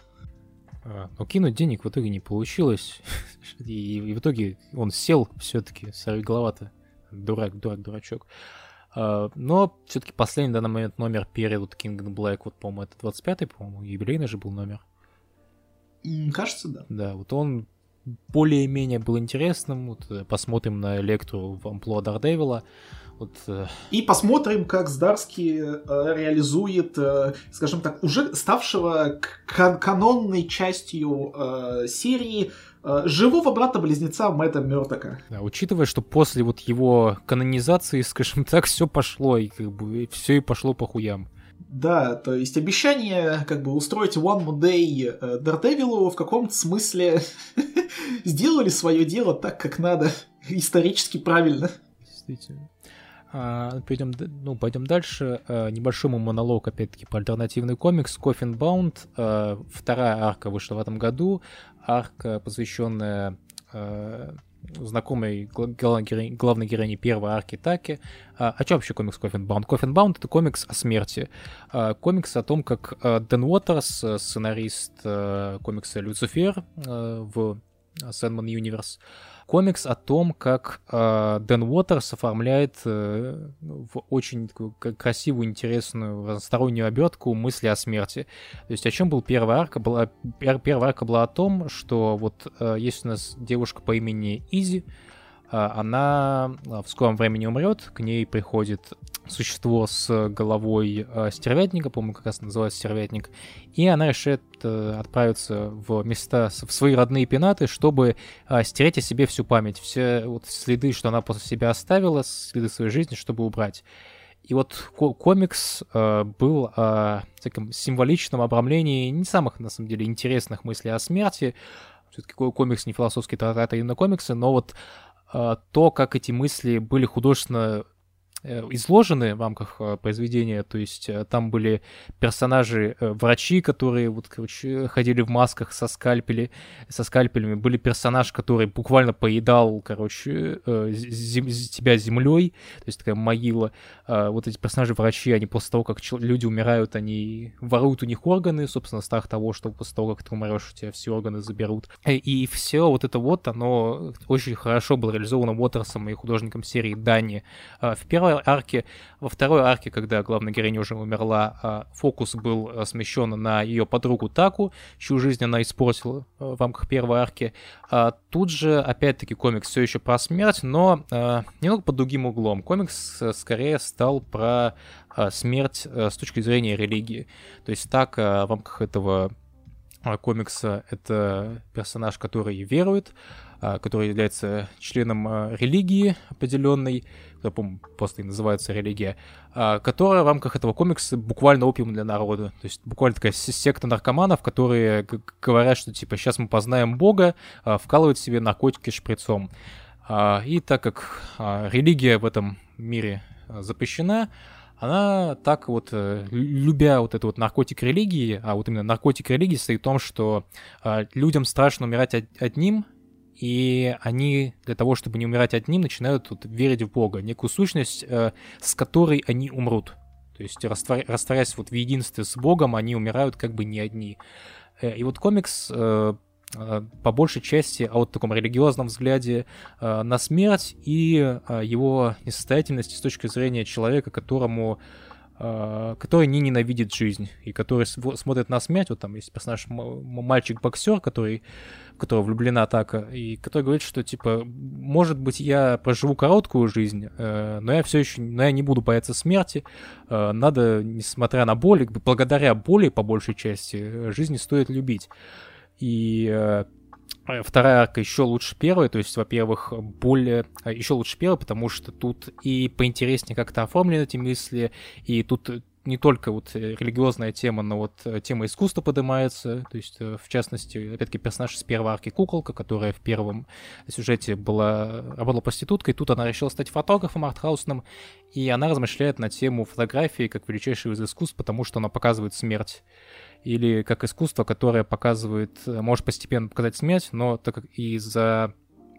А, но кинуть денег в итоге не получилось, и, и в итоге он сел все-таки, Сорвиголова-то, дурак, дурак, дурачок. Uh, но все-таки последний в данный момент номер перед вот King in Black, вот, по-моему, это двадцать пятый, по-моему, юбилейный же был номер. Кажется, да. Да, вот он более-менее был интересным. Вот, посмотрим на Электру в амплуа Дардевила. Вот, э... И посмотрим, как Здарский э, реализует, э, скажем так, уже ставшего кан- канонной частью э, серии э, живого брата-близнеца Мэтта Мёрдока. Да, учитывая, что после вот его канонизации, скажем так, все пошло, и как бы все и пошло по хуям. Да, то есть обещание как бы устроить One More Day Daredevil'у в каком-то смысле сделали свое дело так, как надо, исторически правильно. Действительно. А, пойдем, ну, пойдем дальше. А, небольшой монолог, опять-таки, по альтернативный комикс Coffin Bound. А, вторая арка вышла в этом году. Арка, посвященная а, знакомой главной героине, главной героине первой арки Таки. А, о чем вообще комикс Coffin Bound? Coffin Bound — это комикс о смерти. А, комикс о том, как а, Дэн Уотерс, сценарист а, комикса «Люцифер» а, в Sandman Universe, комикс о том, как э, Дэн Уотерс оформляет э, в очень такую красивую, интересную, разностороннюю обертку мысли о смерти. То есть о чем был первая арка? Была, первая арка была о том, что вот э, есть у нас девушка по имени Изи, э, она в скором времени умрет, к ней приходит существо с головой э, стервятника, по-моему, как раз называется стервятник, и она решает э, отправиться в места, в свои родные пенаты, чтобы э, стереть о себе всю память, все вот следы, что она после себя оставила, следы своей жизни, чтобы убрать. И вот комикс э, был о таком символичном обрамлении не самых, на самом деле, интересных мыслей о смерти. Все-таки комикс не философский трактат, а именно комиксы, но вот э, то, как эти мысли были художественно изложены в рамках произведения, то есть там были персонажи, врачи, которые вот, короче, ходили в масках со скальпели, со скальпелями, были персонаж, который буквально поедал, короче, зем, тебя землей, то есть такая могила. Вот эти персонажи-врачи, они после того, как люди умирают, они воруют у них органы, собственно, в страх того, что после того, как ты умрешь, у тебя все органы заберут. И все вот это вот, оно очень хорошо было реализовано Уотерсом и художником серии Дани в первой арке. Во второй арке, когда главная героиня уже умерла, фокус был смещен на ее подругу Таку, чью жизнь она испортила в рамках первой арки. Тут же, опять-таки, комикс все еще про смерть, но немного под другим углом. Комикс скорее стал про смерть с точки зрения религии. То есть так в рамках этого комикса это персонаж, который верует, который является членом религии определенной, которая, по-моему, просто и называется религия, которая в рамках этого комикса буквально опиум для народа. То есть буквально такая секта наркоманов, которые говорят, что типа сейчас мы познаем Бога, вкалывают себе наркотики шприцом. И так как религия в этом мире запрещена, она так вот, любя вот эту вот наркотик религии, а вот именно наркотик религии состоит в том, что людям страшно умирать одним, и они для того, чтобы не умирать одним, начинают вот верить в Бога, некую сущность, с которой они умрут. То есть растворяясь вот в единстве с Богом, они умирают как бы не одни. И вот комикс по большей части о вот таком религиозном взгляде э, на смерть и э, его несостоятельности с точки зрения человека, которому, э, который не ненавидит жизнь и который св- смотрит на смерть. Вот там есть персонаж м- мальчик-боксер, который, в которого влюблена Така, и который говорит, что типа, может быть, я проживу короткую жизнь, э, но я все еще, но я не буду бояться смерти. Э, надо, несмотря на боль, благодаря боли по большей части, жизни стоит любить. И э, вторая арка еще лучше первой, то есть, во-первых, более еще лучше первой, потому что тут и поинтереснее как-то оформлены эти мысли, и тут не только вот религиозная тема, но вот тема искусства поднимается, то есть, в частности, опять-таки, персонаж из первой арки Куколка, которая в первом сюжете была, работала проституткой, тут она решила стать фотографом артхаусным, и она размышляет на тему фотографии как величайшего из искусств, потому что она показывает смерть. Или как искусство, которое показывает, может постепенно показать смерть, но так как из-за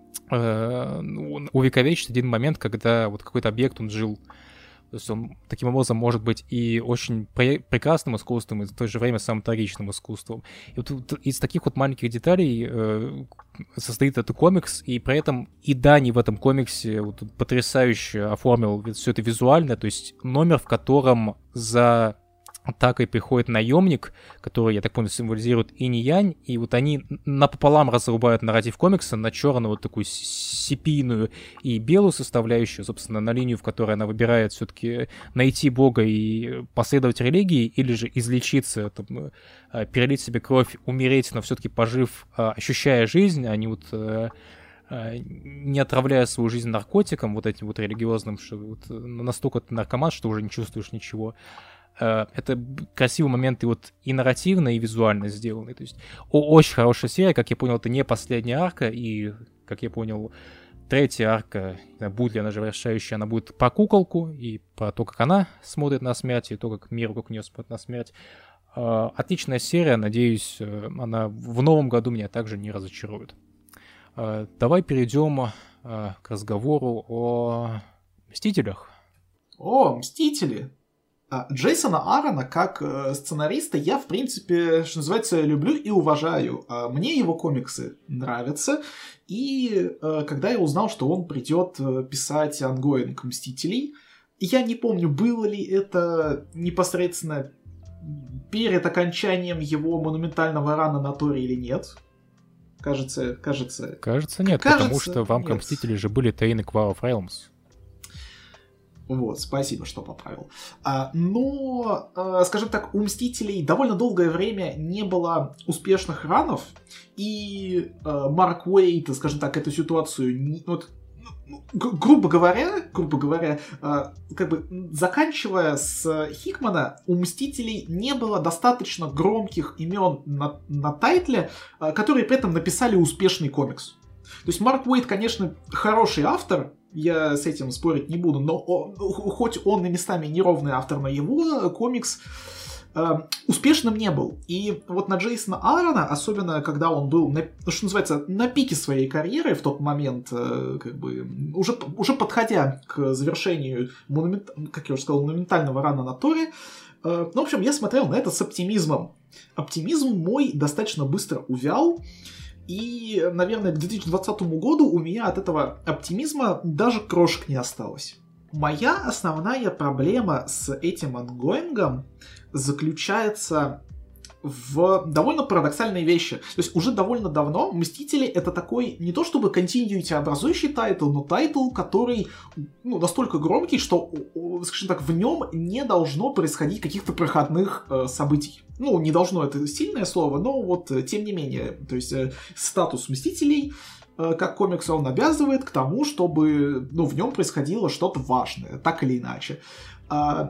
э, увековечить один момент, когда вот какой-то объект, он жил. То есть он таким образом может быть и очень pre- прекрасным искусством, и в то же время самым трагичным искусством. И вот, вот из таких вот маленьких деталей э, состоит этот комикс, и при этом и Дани в этом комиксе вот, потрясающе оформил все это визуально, то есть номер, в котором за атакой приходит наемник, который, я так понял, символизирует инь и янь, и вот они напополам разрубают нарратив комикса на черную вот такую сепийную и белую составляющую, собственно, на линию, в которой она выбирает все-таки найти Бога и последовать религии, или же излечиться, там, перелить себе кровь, умереть, но все-таки пожив, ощущая жизнь, а не вот не отравляя свою жизнь наркотиком, вот этим вот религиозным, что вот настолько ты наркоман, что уже не чувствуешь ничего. Это красивый момент и вот и нарративно, и визуально сделанный. То есть очень хорошая серия, как я понял, это не последняя арка, и, как я понял, третья арка, будет ли она же решающая, она будет про куколку, и про то, как она смотрит на смерть, и то, как мир вокруг нее смотрит на смерть. Отличная серия, надеюсь, она в новом году меня также не разочарует. э, давай перейдем э, к разговору о Мстителях. О, Мстители! Джейсона Аарона как э, сценариста я, в принципе, что называется, люблю и уважаю. Э, мне его комиксы нравятся. И э, когда я узнал, что он придет э, писать ангоинг Мстителей, я не помню, было ли это непосредственно перед окончанием его монументального рана на Торе или нет. Кажется, кажется... Кажется, нет, кажется, потому что в рамках Мстителей же были Тейн и War of Realms. Вот, спасибо, что поправил. А, но, а, скажем так, у Мстителей довольно долгое время не было успешных ранов, и а, Марк Уэйд, скажем так, эту ситуацию, не, вот, гру- грубо говоря, грубо говоря, а, как бы заканчивая с Хикмана, у Мстителей не было достаточно громких имен на, на тайтле, а, которые при этом написали успешный комикс. То есть Марк Уэйд, конечно, хороший автор, я с этим спорить не буду, но он, хоть он и местами неровный автор, но его комикс э, успешным не был. И вот на Джейсона Аарона, особенно когда он был, на, что называется, на пике своей карьеры в тот момент, э, как бы, уже, уже подходя к завершению монумент, как я уже сказал, монументального рана на Торе, э, ну, в общем, я смотрел на это с оптимизмом. Оптимизм мой достаточно быстро увял. И, наверное, к две тысячи двадцатому году у меня от этого оптимизма даже крошек не осталось. Моя основная проблема с этим ангоингом заключается в довольно парадоксальной вещи. То есть уже довольно давно Мстители — это такой не то чтобы continuity-образующий тайтл, но тайтл, который, ну, настолько громкий, что, скажем так, в нем не должно происходить каких-то проходных э, событий. Ну, не должно, это сильное слово, но вот тем не менее. То есть э, статус Мстителей э, как комикса он обязывает к тому, чтобы, ну, в нем происходило что-то важное, так или иначе. Э,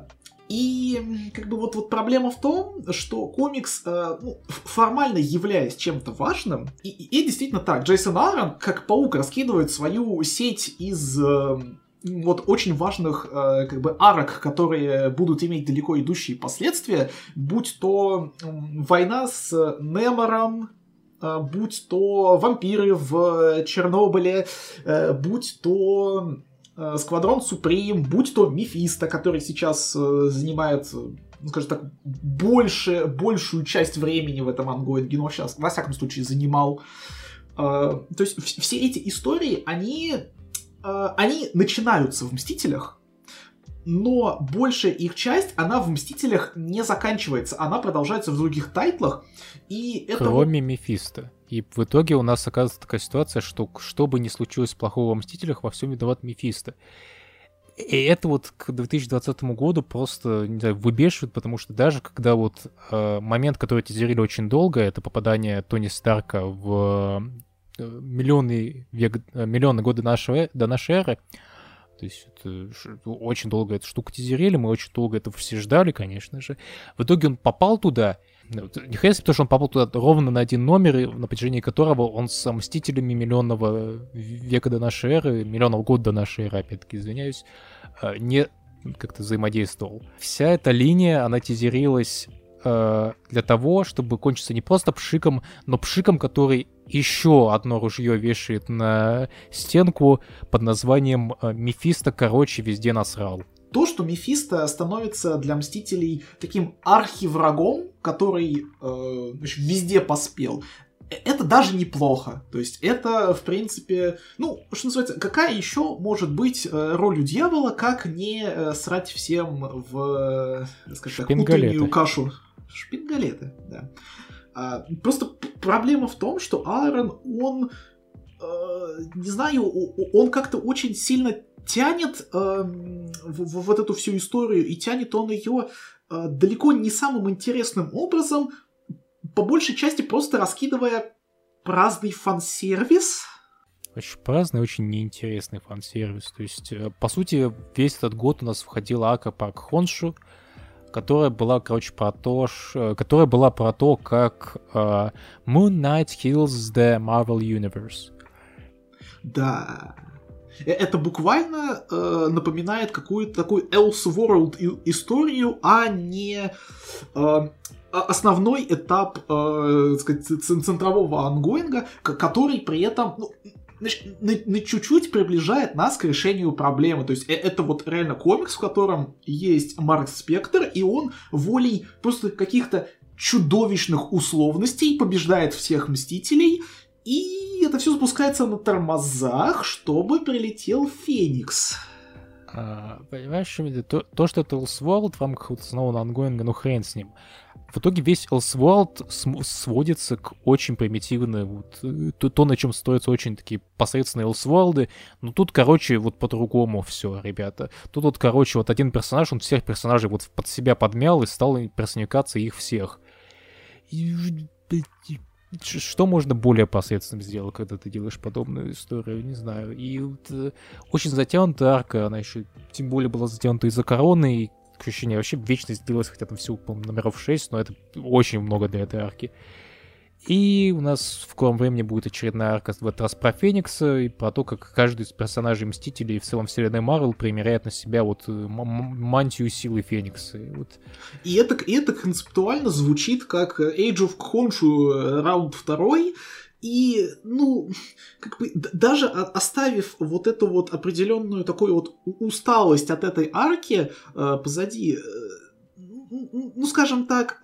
И как бы вот, вот проблема в том, что комикс, э, ну, формально являясь чем-то важным, и, и, и действительно так, Джейсон Аарон, как паук, раскидывает свою сеть из э, вот очень важных э, как бы арок, которые будут иметь далеко идущие последствия, будь то э, война с Немором, э, будь то вампиры в Чернобыле, э, будь то... Сквадрон Суприм, будь то Мефисто, который сейчас э, занимает, ну, скажем так, больше, большую часть времени в этом ангоинге, но сейчас, во всяком случае, занимал. Э, то есть в- все эти истории, они, э, они начинаются в Мстителях, но большая их часть, она в Мстителях не заканчивается, она продолжается в других тайтлах. И это Кроме Мефисто. И в итоге у нас оказывается такая ситуация, что что бы ни случилось плохого в Мстителях, во всем виноват Мефисто. И это вот к две тысячи двадцатому году просто, не знаю, выбешивает, потому что даже когда вот э, момент, который тизерили очень долго, это попадание Тони Старка в э, миллионы, век, миллионы года нашего, до нашей эры, то есть это, очень долго эту штуку тизерили, мы очень долго этого все ждали, конечно же. В итоге он попал туда, не хрен себе, потому что он попал туда ровно на один номер, на протяжении которого он с Мстителями миллионного века до нашей эры, миллионного года до нашей эры, опять-таки, извиняюсь, не как-то взаимодействовал. Вся эта линия, она тизерилась э, для того, чтобы кончиться не просто пшиком, но пшиком, который еще одно ружье вешает на стенку под названием «Мефисто, короче, везде насрал». То, что Мефисто становится для Мстителей таким архиврагом, который э, везде поспел, это даже неплохо. То есть это, в принципе, ну, что называется, какая еще может быть роль у дьявола, как не э, срать всем в, скажем так, утреннюю кашу. Шпингалеты, да. А, просто проблема в том, что Аарон, он, э, не знаю, он как-то очень сильно тянет э, в, в вот эту всю историю, и тянет он ее э, далеко не самым интересным образом, по большей части просто раскидывая праздный фан-сервис. Очень праздный, очень неинтересный фан-сервис. То есть, э, по сути, весь этот год у нас входила арка Парк Хоншу, которая была, короче, про то, ш... которая была про то, как э, Moon Knight kills the Marvel Universe. Да. Это буквально э, напоминает какую-то такую Elseworld историю, а не э, основной этап, э, так сказать, центрового ангоинга, который при этом... Ну, значит, на, на чуть-чуть приближает нас к решению проблемы. То есть это вот реально комикс, в котором есть Марк Спектр, и он волей просто каких-то чудовищных условностей побеждает всех Мстителей, и это все спускается на тормозах, чтобы прилетел Феникс. А, понимаешь, то, то, что это Elseworld в рамках вот основного ангоинга, ну хрен с ним. В итоге весь Elseworld см- сводится к очень примитивной, вот, то, то, на чем строятся очень такие посредственные Elseworld'ы. Но тут, короче, вот по-другому все, ребята. Тут вот, короче, вот один персонаж, он всех персонажей вот под себя подмял и стал персонификацией их всех. И... Что можно более посредственным сделать, когда ты делаешь подобную историю, не знаю. И вот, э, очень затянутая арка, она еще тем более была затянута из-за короны, и, к ощущению, вообще вечность длилась, хотя там всего, по-моему, номеров шесть, но это очень много для этой арки. И у нас в скором времени будет очередная арка в этот раз про Феникса, и про то, как каждый из персонажей Мстителей в целом вселенной Марвел примеряет на себя вот м- мантию силы Феникса. И, вот. и, это, и это концептуально звучит как Age of Khonshu раунд второй, и, ну, как бы, даже оставив вот эту вот определенную такую вот усталость от этой арки э, позади, ну, скажем так,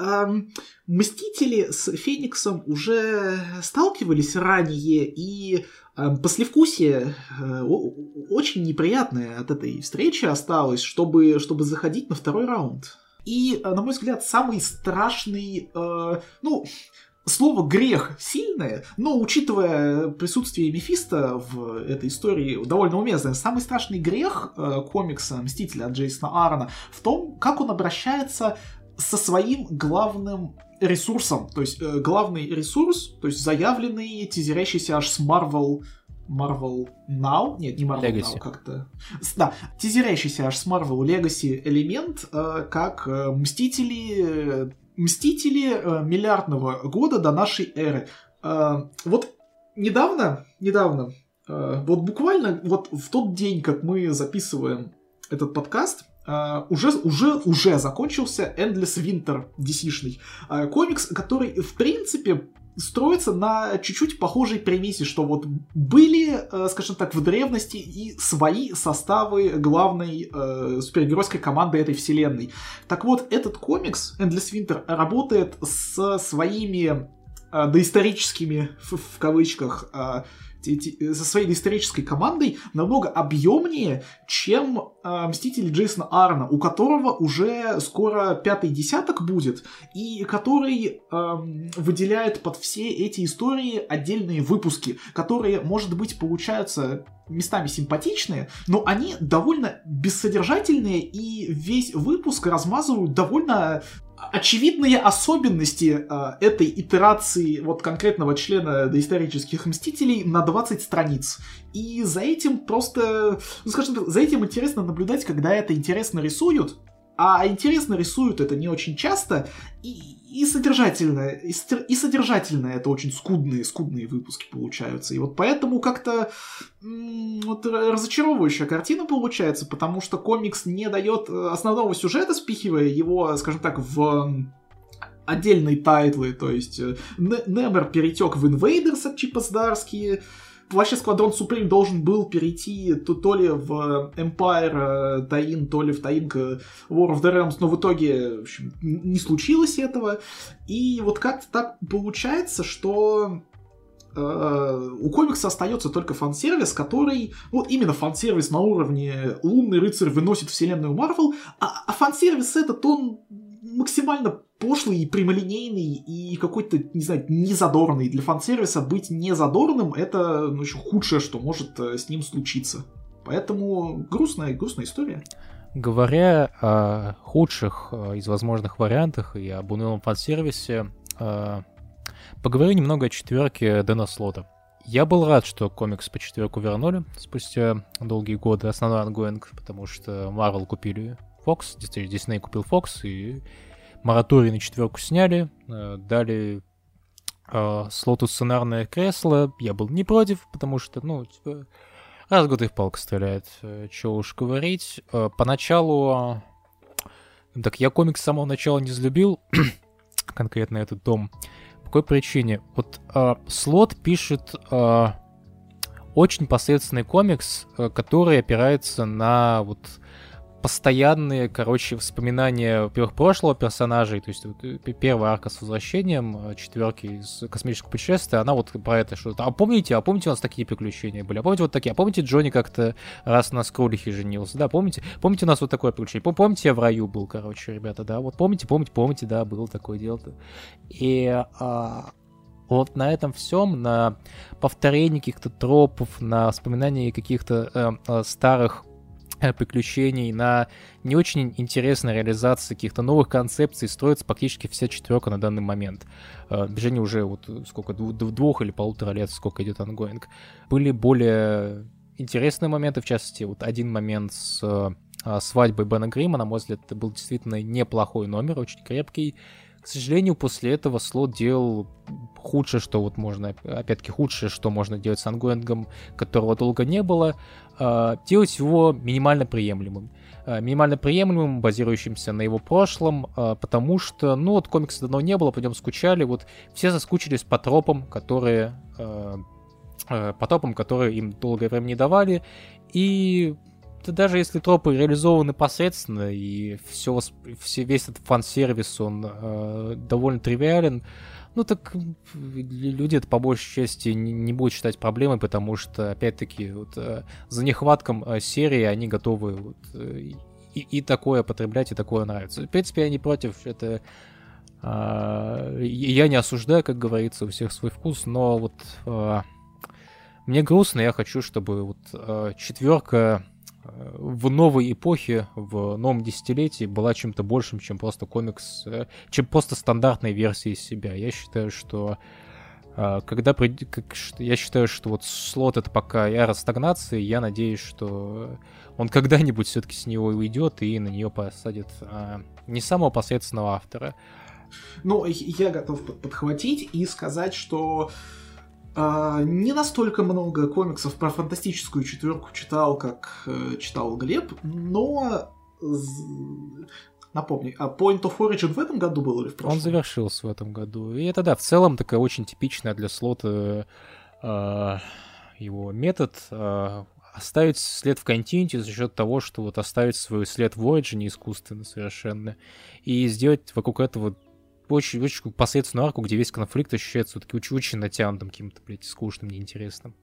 Мстители с Фениксом уже сталкивались ранее, и послевкусие очень неприятное от этой встречи осталось, чтобы, чтобы заходить на второй раунд. И, на мой взгляд, самый страшный, ну... Слово «грех» сильное, но, учитывая присутствие Мефисто в этой истории, довольно уместное. Самый страшный грех э, комикса «Мстителя» от Джейсона Аарона в том, как он обращается со своим главным ресурсом. То есть э, главный ресурс, то есть заявленный, тизерящийся аж с Marvel... Marvel Now? Нет, не Marvel Legacy. Now, как-то... Да, тизерящийся аж с Marvel Legacy элемент, э, как э, Мстители... Э, Мстители э, миллиардного года до нашей эры. Э, вот недавно, недавно, э, вот буквально вот в тот день, как мы записываем этот подкаст, э, уже, уже, уже закончился Endless Winter ди си-шный э, комикс, который, в принципе, строится на чуть-чуть похожей премисе, что вот были, э, скажем так, в древности и свои составы главной э, супергеройской команды этой вселенной. Так вот, этот комикс, Endless Winter, работает со своими э, доисторическими, в, в кавычках, э, со своей доисторической командой намного объемнее, чем э, Мстители Джейсона Аарона, у которого уже скоро пятый десяток будет, и который э, выделяет под все эти истории отдельные выпуски, которые, может быть, получаются местами симпатичные, но они довольно бессодержательные, и весь выпуск размазывают довольно очевидные особенности э, этой итерации вот конкретного члена доисторических Мстителей на двадцать страниц. И за этим просто, ну скажем так, за этим интересно наблюдать, когда это интересно рисуют, а интересно рисуют это не очень часто, и, и содержательно, и, и содержательно это очень скудные, скудные выпуски получаются. И вот поэтому как-то м- вот разочаровывающая картина получается, потому что комикс не дает основного сюжета, спихивая его, скажем так, в отдельные тайтлы, то есть Немер перетек в Invaders от Чипа Здарски. Вообще Сквадрон Суприм должен был перейти то, то ли в Empire Tie-in, то ли в Tie-in к War of the Realms, но в итоге, в общем, не случилось этого. И вот как-то так получается, что э, у комикса остается только фан-сервис, который, вот именно фан-сервис на уровне Лунный рыцарь выносит вселенную Марвел, а, а фан-сервис этот, он максимально пошлый и прямолинейный, и какой-то, не знаю, незадорный. Для фан-сервиса быть незадорным — это, ну, еще худшее, что может с ним случиться. Поэтому грустная, грустная история. Говоря о худших из возможных вариантах и об унылом фан-сервисе, поговорю немного о четверке Дэна Слота. Я был рад, что комикс по четверку вернули спустя долгие годы, основной ангоинг, потому что Marvel купили Fox, Disney купил Fox, и мораторий на четверку сняли, дали э, Слоту сценарное кресло. Я был не против, потому что, ну, типа, раз в год их палка стреляет, чего уж говорить. Э, поначалу, так, я комикс с самого начала не взлюбил. конкретно этот том. По какой причине? Вот э, Слот пишет э, очень посредственный комикс, э, который опирается на вот постоянные, короче, воспоминания, во-первых, прошлого персонажей, то есть вот, первая арка с возвращением четверки из космического путешествия, она вот про это что-то. А помните, а помните, у нас такие приключения были? А помните вот такие? А помните, Джонни как-то раз на Скрулихе женился? Да, помните? Помните, у нас вот такое приключение? Помните, я в раю был, короче, ребята, да? Вот помните, помните, помните, да, было такое дело-то. И а, вот на этом всем, на повторении каких-то тропов, на вспоминании каких-то э, э, старых приключений, на не очень интересной реализации каких-то новых концепций строится практически вся четверка на данный момент. Движение уже вот сколько, двух или полутора лет, сколько идет ангоинг. Были более интересные моменты, в частности, вот один момент с свадьбой Бена Грима, на мой взгляд, это был действительно неплохой номер, очень крепкий. К сожалению, после этого Слот делал худшее, что вот можно, опять-таки, худшее, что можно делать с ангоингом, которого долго не было, э, делать его минимально приемлемым. Э, минимально приемлемым, базирующимся на его прошлом, э, потому что, ну, вот комикса давно не было, по нем скучали, вот все соскучились по тропам, которые, э, э, по тропам, которые им долгое время не давали, и... даже если тропы реализованы посредственно, и все, все, весь этот фан-сервис, он э, довольно тривиален, ну так люди это по большей части не, не будут считать проблемой, потому что, опять-таки, вот, э, за нехватком э, серии они готовы вот, э, и, и такое потреблять, и такое нравится. В принципе, я не против, это... Э, я не осуждаю, как говорится, у всех свой вкус, но вот э, мне грустно, я хочу, чтобы вот э, четверка в новой эпохе, в новом десятилетии была чем-то большим, чем просто комикс, чем просто стандартной версией себя. Я считаю, что когда я считаю, что вот Слот — это пока эра стагнации, я надеюсь, что он когда-нибудь все-таки с него уйдет и на нее посадит не самого посредственного автора. Ну, я готов подхватить и сказать, что Uh, не настолько много комиксов про фантастическую четверку читал, как uh, читал Глеб, но напомни, а Point of Origin в этом году был или в прошлом? Он завершился в этом году. И это, да, в целом такая очень типичная для Слота uh, его метод uh, оставить след в континенте за счет того, что вот оставить свой след в Origin искусственно совершенно и сделать вокруг этого очень, очень посредственную арку, где весь конфликт ощущается вот очень, очень натянутым, каким-то, блядь, скучным, неинтересным.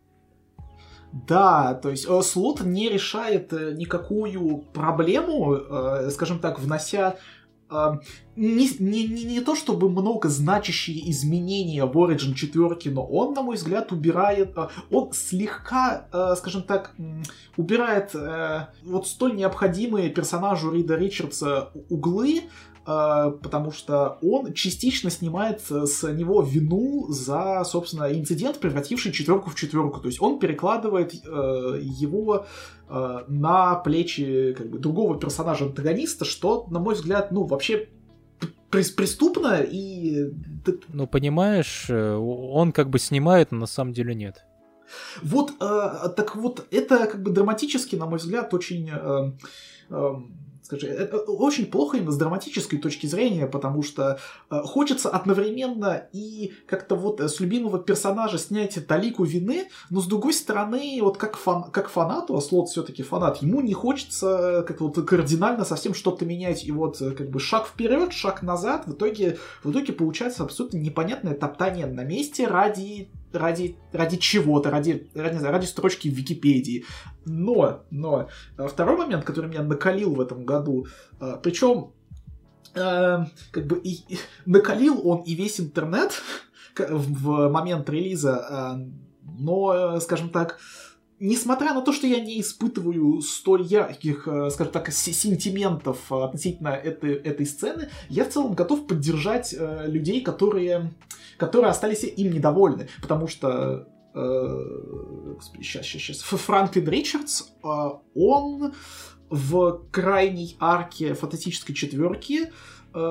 Да, то есть э, Слот не решает э, никакую проблему, э, скажем так, внося э, не, не, не, не то чтобы много значащие изменения в Origin четверки, но он, на мой взгляд, убирает, э, он слегка, э, скажем так, убирает э, вот столь необходимые персонажу Рида Ричардса углы, потому что он частично снимает с него вину за, собственно, инцидент, превративший четверку в четверку. То есть он перекладывает э, его э, на плечи как бы, другого персонажа-антагониста, что, на мой взгляд, ну, вообще преступно и... Ну, понимаешь, он как бы снимает, но на самом деле нет. Вот, э, так вот, это как бы драматически, на мой взгляд, очень... Э, э, Скажи, это очень плохо именно с драматической точки зрения, потому что э, хочется одновременно и как-то вот с любимого персонажа снять талику вины, но с другой стороны, вот как, фан, как фанату, а Слот все-таки фанат, ему не хочется как вот кардинально совсем что-то менять, и вот как бы шаг вперед, шаг назад, в итоге, в итоге получается абсолютно непонятное топтание на месте ради... Ради, ради чего-то, ради, ради, ради строчки в Википедии. Но, но, второй момент, который меня накалил в этом году, причем, э, как бы, и, и, накалил он и весь интернет в момент релиза, но, скажем так, несмотря на то, что я не испытываю столь ярких, скажем так, сентиментов относительно этой, этой сцены, я в целом готов поддержать э, людей, которые, которые остались им недовольны. Потому что э, господи, сейчас, сейчас, сейчас, Франклин Ричардс, э, он в крайней арке фантастической четверки э,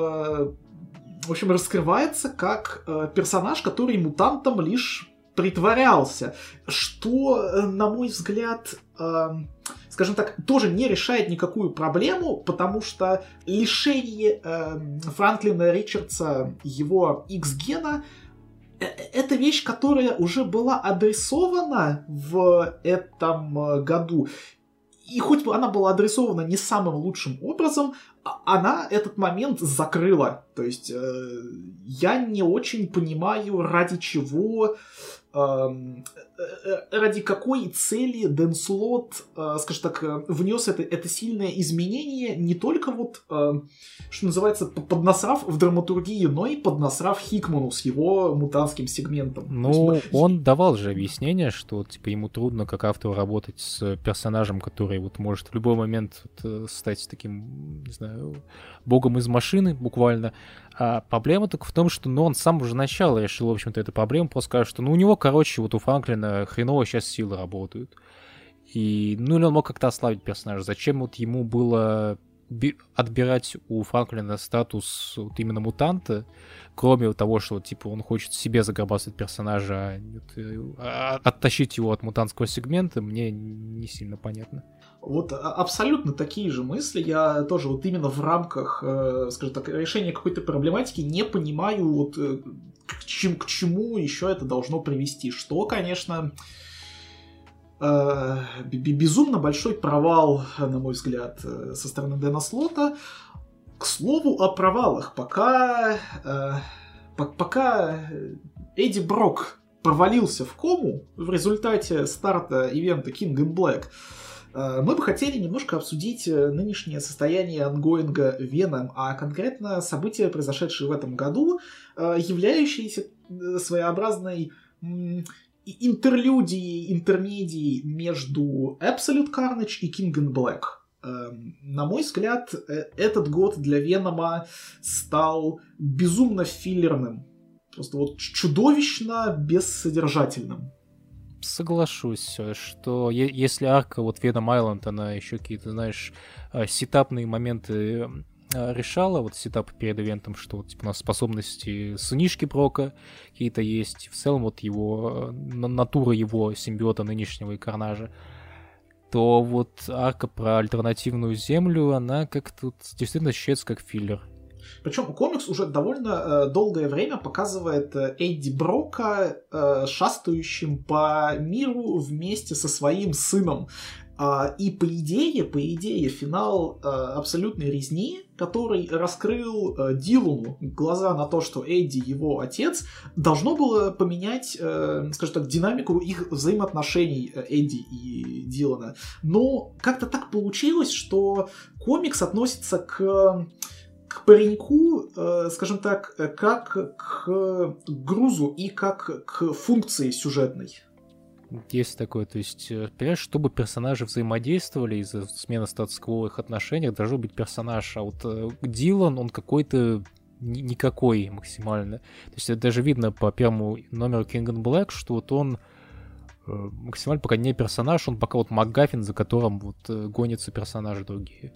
в общем, раскрывается как э, персонаж, который мутантом лишь притворялся, что, на мой взгляд, э, скажем так, тоже не решает никакую проблему, потому что лишение э, Франклина Ричардса его X-гена — это вещь, которая уже была адресована в этом году. И хоть бы она была адресована не самым лучшим образом, она этот момент закрыла. То есть э, я не очень понимаю, ради чего, э, ради какой цели Дэн Слот, э, скажем так, внес это, это сильное изменение, не только вот, э, что называется, поднасрав в драматургии, но и поднасрав Хикману с его мутантским сегментом. Ну, есть, он давал же объяснение, что типа ему трудно как автору работать с персонажем, который вот может в любой момент вот, стать таким, не знаю, богом из машины, буквально. А проблема только в том, что ну, он с самого же начала решил, в общем-то, эту проблему, просто сказать, что ну, у него, короче, вот у Франклина хреново сейчас силы работают. И, ну, или он мог как-то ослабить персонажа. Зачем вот ему было би- отбирать у Франклина статус вот именно мутанта, кроме того, что, типа, он хочет себе заграбастать персонажа, а оттащить его от мутантского сегмента, мне не сильно понятно. Вот абсолютно такие же мысли. Я тоже вот именно в рамках, э, скажем так, решения какой-то проблематики не понимаю, вот, э, к, чем, к чему еще это должно привести. Что, конечно, э, безумно большой провал, на мой взгляд, со стороны Дэна Слота. К слову о провалах. Пока, э, пока Эдди Брок провалился в кому в результате старта ивента King in Black, мы бы хотели немножко обсудить нынешнее состояние ангоинга Веном, а конкретно события, произошедшие в этом году, являющиеся своеобразной интерлюдией, интермедией между Absolute Carnage и King in Black. На мой взгляд, этот год для Венома стал безумно филлерным, просто вот чудовищно бессодержательным. Соглашусь, что е- если арка вот Venom Island, она еще какие-то, знаешь, сетапные моменты решала, вот сетап перед ивентом, что вот, типа, у нас способности сынишки Брока какие-то есть, в целом вот его, натура его симбиота нынешнего и Карнажа, то вот арка про альтернативную землю, она как-то действительно ощущается как филлер. Причем комикс уже довольно э, долгое время показывает э, Эдди Брока э, шастающим по миру вместе со своим сыном. Э, и по идее, по идее, финал э, абсолютной резни, который раскрыл э, Дилану глаза на то, что Эдди его отец, должно было поменять, э, скажем так, динамику их взаимоотношений э, Эдди и Дилана. Но как-то так получилось, что комикс относится к... к пареньку, э, скажем так, как к грузу и как к функции сюжетной. Есть такое, то есть, понимаешь, чтобы персонажи взаимодействовали из-за смены статус-кво в их отношениях, должен быть персонаж, а вот э, Дилан, он какой-то ни- никакой максимально. То есть это даже видно по первому номеру King in Black, что вот он э, максимально пока не персонаж, он пока вот МакГаффин, за которым вот э, гонятся персонажи другие.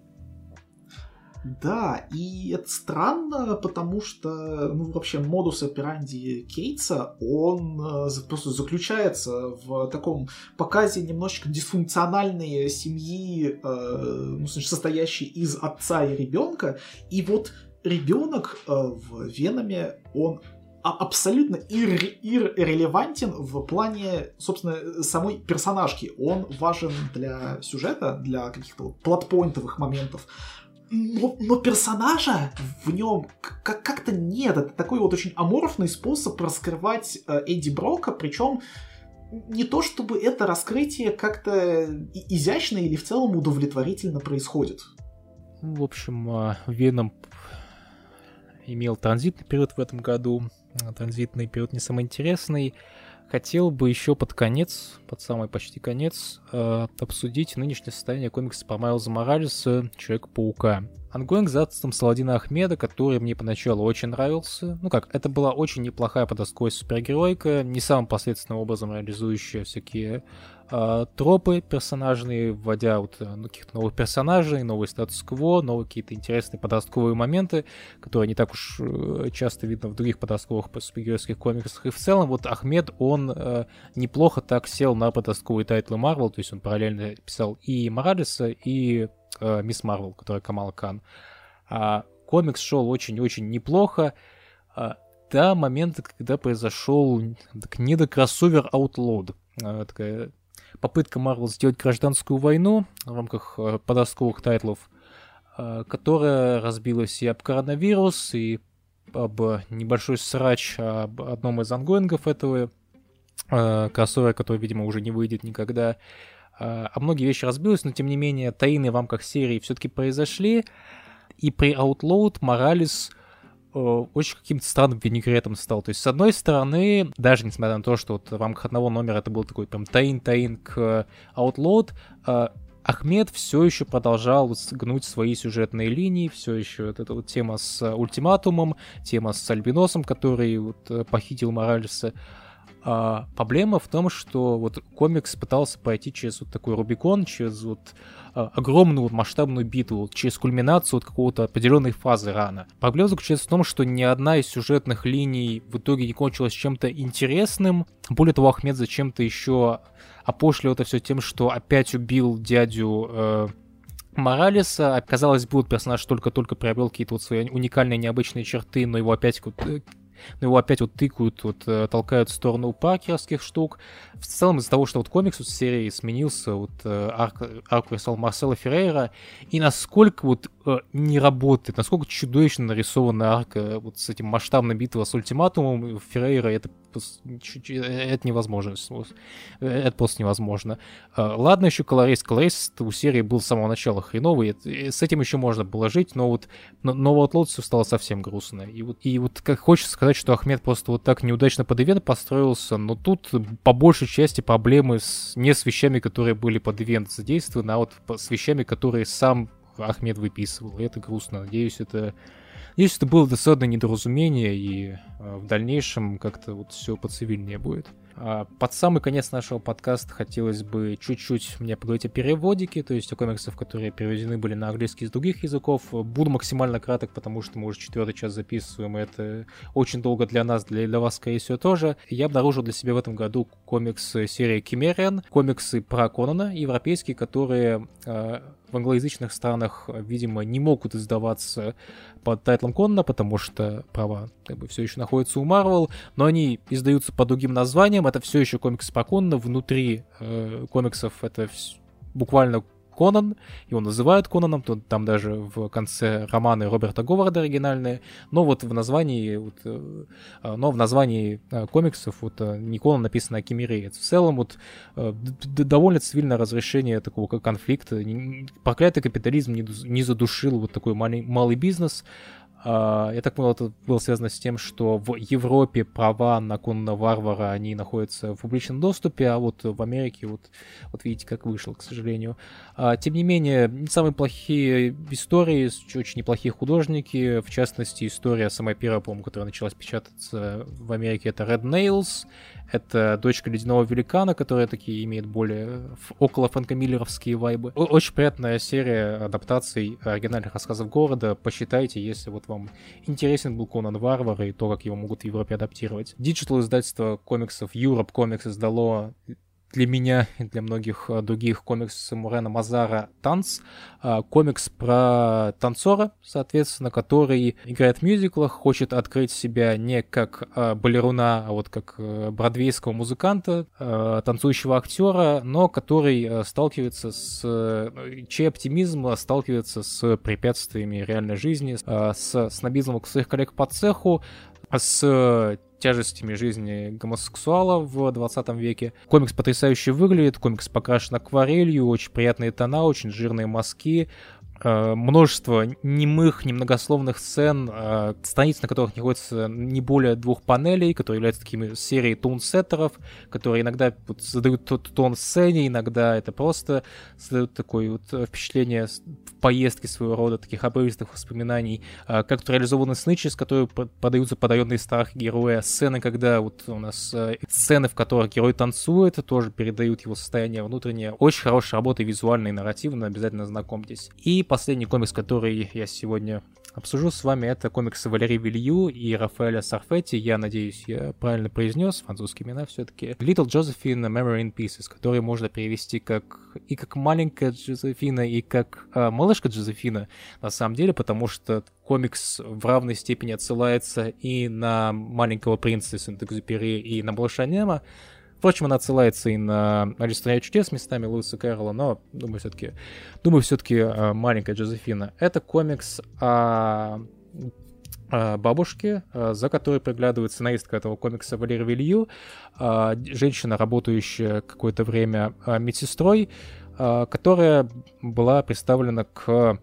Да, и это странно, потому что, ну, вообще, модус операнди Кейтса, он э, просто заключается в таком показе немножечко дисфункциональной семьи, э, ну, значит, состоящей из отца и ребенка, и вот ребенок э, в Веноме, он абсолютно ир- иррелевантен в плане, собственно, самой персонажки. Он важен для сюжета, для каких-то плотпоинтовых моментов. Но, но персонажа в нем как- как-то нет. Это такой вот очень аморфный способ раскрывать э, Эдди Брока, причем не то чтобы это раскрытие как-то изящно или в целом удовлетворительно происходит. В общем, Веном имел транзитный период в этом году. Транзитный период не самый интересный. Хотел бы еще под конец, под самый почти конец, э, обсудить нынешнее состояние комикса по Майлзу Моралесу «Человек-паука». Ангоинг за авторством Саладина Ахмеда, который мне поначалу очень нравился. Ну как, это была очень неплохая подростковая супергеройка, не самым посредственным образом реализующая всякие э, тропы персонажные, вводя вот, ну, каких-то новых персонажей, новый статус-кво, новые какие-то интересные подростковые моменты, которые не так уж э, часто видно в других подростковых супергеройских комиксах. И в целом вот Ахмед, он э, неплохо так сел на подростковые тайтлы Marvel, то есть он параллельно писал и Моралеса, и э, Мисс Марвел, которая Камала Кан. А комикс шел очень-очень неплохо а, до момента, когда произошел так, недокроссовер Outlawed. А, такая попытка Marvel сделать гражданскую войну в рамках а, подростковых тайтлов, а, которая разбилась и об коронавирус, и об небольшой срач об одном из ангоингов этого а, кроссовера, который, видимо, уже не выйдет никогда. А, а многие вещи разбились, но, тем не менее, таины в рамках серии все-таки произошли. И при Outlawed Моралес э, очень каким-то странным винегретом стал. То есть, с одной стороны, даже несмотря на то, что вот в рамках одного номера это был такой прям таин-таин к Outlawed, э, Ахмед все еще продолжал гнуть свои сюжетные линии, все еще вот эта вот тема с ультиматумом, тема с Альбиносом, который вот похитил Моралеса. А проблема в том, что вот комикс пытался пройти через вот такой Рубикон, через вот а, огромную вот масштабную битву, через кульминацию вот какого-то определенной фазы рана. Проблема заключается в том, что ни одна из сюжетных линий в итоге не кончилась чем-то интересным. Более того, Ахмед зачем-то еще опошлил это все тем, что опять убил дядю э, Моралеса. Казалось бы, вот персонаж только-только приобрел какие-то вот свои уникальные, необычные черты, но его опять вот... но его опять вот тыкают, вот толкают в сторону паркерских штук. В целом из-за того, что вот комикс вот с серии сменился, вот арк, арк рисовал Марсело Феррейра, и насколько вот не работает, насколько чудовищно нарисована арка вот с этим масштабной битвой с ультиматумом Феррейра, это, это невозможно. Это просто невозможно. Ладно, еще колорист. Колорист у серии был с самого начала хреновый, с этим еще можно было жить, но вот но вот Outlawed все стало совсем грустно. И вот, и вот как хочется сказать, что Ахмед просто вот так неудачно под ивент построился, но тут по большей части проблемы с, не с вещами, которые были под ивент задействованы, а вот с вещами, которые сам Ахмед выписывал. И это грустно. Надеюсь, это, надеюсь, это было досадное недоразумение, и э, в дальнейшем как-то вот все поцивильнее будет. А под самый конец нашего подкаста хотелось бы чуть-чуть мне поговорить о переводике, то есть о комиксах, которые переведены были на английский из других языков. Буду максимально краток, потому что мы уже четвертый час записываем, и это очень долго для нас, для, для вас, скорее всего, тоже. Я обнаружил для себя в этом году комикс серии Кимериан, комиксы про Конана, европейские, которые э, в англоязычных странах, видимо, не могут издаваться под тайтлом Конана, потому что права как бы все еще находятся у Marvel, но они издаются под другим названием. Это все еще комикс про Конана. Внутри э, комиксов это вс- буквально Конан, его называют Конаном, тут, там даже в конце романы Роберта Говарда оригинальные, но вот в названии, вот, э, но в названии э, комиксов вот э, не Конан написано, а Киммериец. В целом вот э, д- довольно цивильное разрешение такого как конфликта. Проклятый капитализм не, не задушил вот такой малый, малый бизнес. Uh, я так понял, это было связано с тем, что в Европе права на Конана Варвара, они находятся в публичном доступе, а вот в Америке, вот, вот видите, как вышло, к сожалению. Uh, тем не менее, не самые плохие истории, очень неплохие художники, в частности, история самая первая, по-моему, которая началась печататься в Америке, это Red Nails, это дочка ледяного великана, которая такие имеет более около франкомиллеровские вайбы. Очень приятная серия адаптаций оригинальных рассказов города. Посчитайте, если вот вам интересен был Конан Варвар и то, как его могут в Европе адаптировать. Диджитал издательство комиксов Europe Comics издало для меня и для многих других комикс Мурена Мазара «Танц». Комикс про танцора, соответственно, который играет в мюзиклах, хочет открыть себя не как балеруна, а вот как бродвейского музыканта, танцующего актера, но который сталкивается с... чей оптимизм сталкивается с препятствиями реальной жизни, с снобизмом своих коллег по цеху, с тяжестями жизни гомосексуала в двадцатом веке. Комикс потрясающе выглядит, комикс покрашен акварелью, очень приятные тона, очень жирные мазки. э, множество немых, немногословных сцен, э, страниц, на которых находится не более двух панелей, которые являются такими серией тон-сеттеров, которые иногда вот, задают тот тон сцене, иногда это просто создают такое вот впечатление в поездке своего рода, таких обрывистых воспоминаний, э, как тут реализованы сны, через которые подаются подоенные страхи героя, сцены, когда вот у нас э, сцены, в которых герой танцует, тоже передают его состояние внутреннее. Очень хорошая работа и визуально, и нарративно, обязательно знакомьтесь. И последний комикс, который я сегодня обсужу с вами, это комиксы Валерии Вилью и Рафаэля Сарфетти. Я надеюсь, я правильно произнес французские имена все-таки. Little Josephine Memory in Pieces, который можно перевести как и как маленькая Джозефина, и как а, малышка Джозефина, на самом деле, потому что комикс в равной степени отсылается и на маленького принца Сент-Экзюпери, и на малыша Немо. Впрочем, она отсылается и на «Алису в стране чудес» местами Льюиса Кэрролла, но думаю, все-таки думаю, все-таки маленькая Джозефина. Это комикс о, о бабушке, за которой приглядывает сценаристка этого комикса Валерия Вилью, женщина, работающая какое-то время медсестрой, которая была представлена к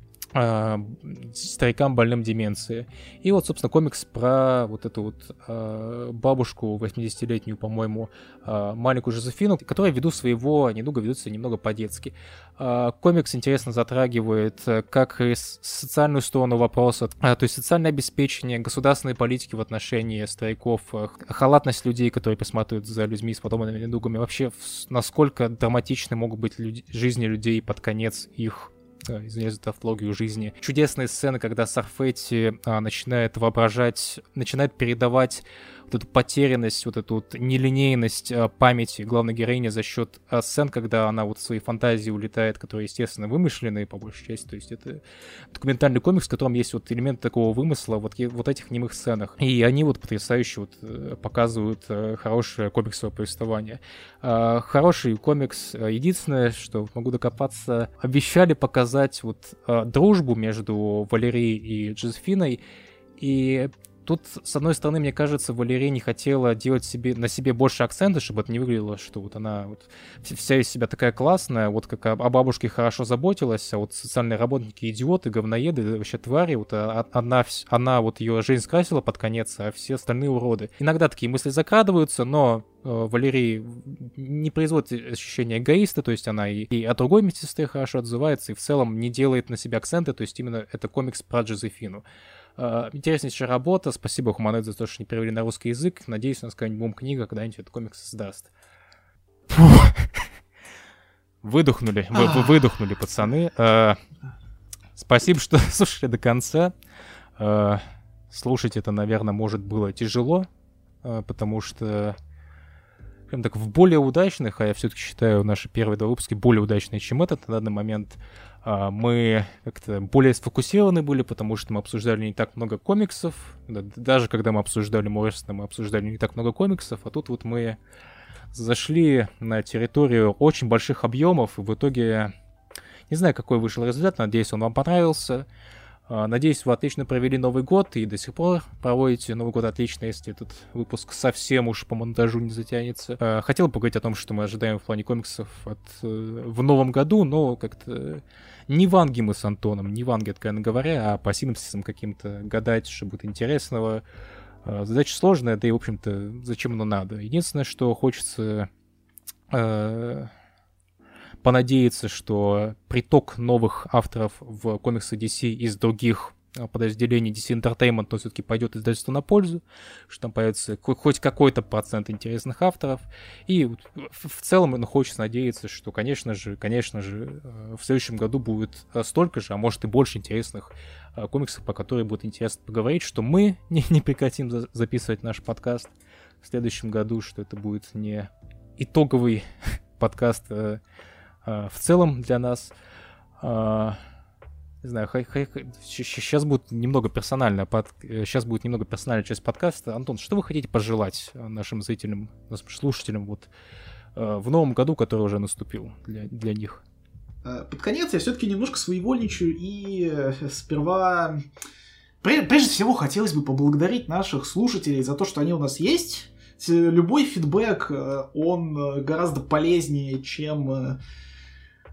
старикам больным деменцией. И вот, собственно, комикс про вот эту вот э, бабушку восьмидесятилетнюю, по-моему, э, маленькую Жозефину, которая ввиду своего недуга ведет себя немного по-детски. Э, комикс интересно затрагивает э, как и социальную сторону вопроса, э, то есть социальное обеспечение, государственной политики в отношении стариков, э, халатность людей, которые присматривают за людьми с подобными недугами, вообще в, насколько драматичны могут быть люди, жизни людей под конец их, извиняюсь за тавтологию, жизни. Чудесные сцены, когда Сарфетти а, начинает воображать, начинает передавать вот эту потерянность, вот эту вот нелинейность а, памяти главной героини за счет а, сцен, когда она вот в свои фантазии улетает, которые, естественно, вымышленные по большей части. То есть это документальный комикс, в котором есть вот элемент такого вымысла вот, вот этих немых сценах. И они вот потрясающе вот показывают а, хорошее комиксовое повествование. А, хороший комикс. Единственное, что могу докопаться, обещали показать вот а, дружбу между Валерией и Джозефиной, и тут, с одной стороны, мне кажется, Валерия не хотела делать себе, на себе больше акцента, чтобы это не выглядело, что вот она вот вся из себя такая классная, вот как о, о бабушке хорошо заботилась, а вот социальные работники идиоты, говноеды, вообще твари, вот а, она, она вот ее жизнь скрасила под конец, а все остальные уроды. Иногда такие мысли закрадываются, но Валерий не производит ощущение эгоиста, то есть она и, и о другой медсестре хорошо отзывается, и в целом не делает на себя акценты, то есть именно это комикс про Джозефину. Uh, интереснейшая работа, спасибо Хуманоид за то, что не перевели на русский язык, надеюсь, у нас какая-нибудь бум-книга когда-нибудь этот комикс создаст. Выдохнули, вы, вы выдохнули, пацаны. Uh, спасибо, что слушали до конца. Uh, слушать это, наверное, может было тяжело, uh, потому что так, в более удачных, а я все-таки считаю наши первые два выпуска более удачные, чем этот, на данный момент мы как-то более сфокусированы были, потому что мы обсуждали не так много комиксов. Даже когда мы обсуждали Моррисона, мы обсуждали не так много комиксов, а тут вот мы зашли на территорию очень больших объемов, и в итоге не знаю, какой вышел результат, надеюсь, он вам понравился. Надеюсь, вы отлично провели Новый год и до сих пор проводите Новый год отлично, если этот выпуск совсем уж по монтажу не затянется. Хотел поговорить о том, что мы ожидаем в плане комиксов от, в новом году, но как-то не ванги мы с Антоном, не ванги, откровенно говоря, а по синапсисам каким-то гадать, что будет интересного. Задача сложная, да и, в общем-то, зачем оно надо. Единственное, что хочется... понадеяться, что приток новых авторов в комиксы ди си из других подразделений ди си Entertainment, но все-таки пойдет издательству на пользу, что там появится хоть какой-то процент интересных авторов. И в целом ну, хочется надеяться, что, конечно же, конечно же, в следующем году будет столько же, а может и больше интересных комиксов, по которым будет интересно поговорить, что мы не, не прекратим за- записывать наш подкаст в следующем году, что это будет не итоговый подкаст в целом для нас. Не знаю, сейчас будет немного персонально, сейчас будет немного персональная часть подкаста. Антон, что вы хотите пожелать нашим зрителям, нашим слушателям вот в новом году, который уже наступил для, для них? Под конец я все-таки немножко своевольничаю и сперва... Прежде всего хотелось бы поблагодарить наших слушателей за то, что они у нас есть. Любой фидбэк, он гораздо полезнее, чем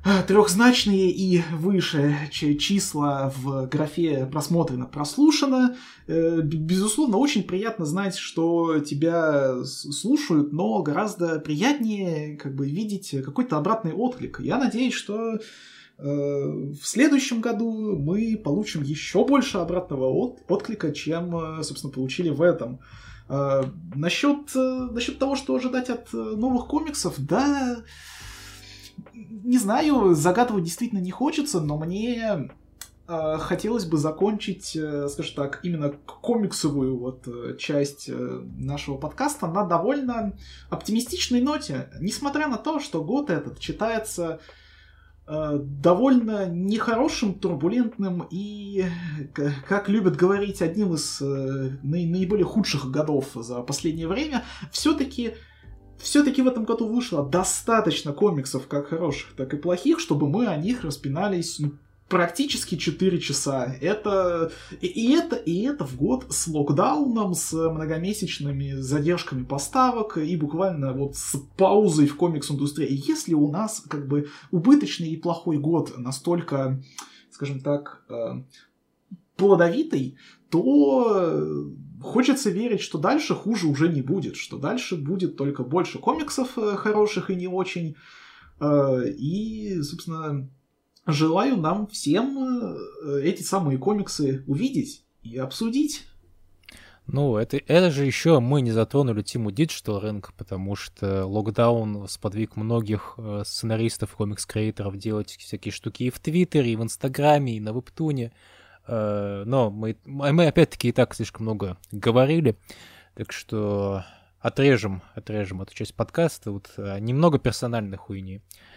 трехзначные и выше числа в графе «прослушано», «прослушано». Безусловно, очень приятно знать, что тебя слушают, но гораздо приятнее как бы видеть какой-то обратный отклик. Я надеюсь, что в следующем году мы получим еще больше обратного от, отклика, чем, собственно, получили в этом. Насчет, насчет того, что ожидать от новых комиксов, да... Не знаю, загадывать действительно не хочется, но мне э, хотелось бы закончить, э, скажем так, именно комиксовую вот э, часть э, нашего подкаста на довольно оптимистичной ноте. Несмотря на то, что год этот читается э, довольно нехорошим, турбулентным и, как любят говорить, одним из э, наиболее худших годов за последнее время, все-таки... Все-таки в этом году вышло достаточно комиксов, как хороших, так и плохих, чтобы мы о них распинались ну, практически четыре часа. Это и, и это и это в год с локдауном, с многомесячными задержками поставок и буквально вот с паузой в комикс-индустрии. И если у нас как бы убыточный и плохой год настолько, скажем так, плодовитый, то хочется верить, что дальше хуже уже не будет, что дальше будет только больше комиксов хороших и не очень. И, собственно, желаю нам всем эти самые комиксы увидеть и обсудить. Ну, это, это же еще мы не затронули тему диджитал-рынка, потому что локдаун сподвиг многих сценаристов, комикс-креаторов делать всякие штуки и в Твиттере, и в Инстаграме, и на Вебтуне. Но мы, мы опять-таки и так слишком много говорили, так что отрежем, отрежем эту часть подкаста. Вот немного персональной хуйни.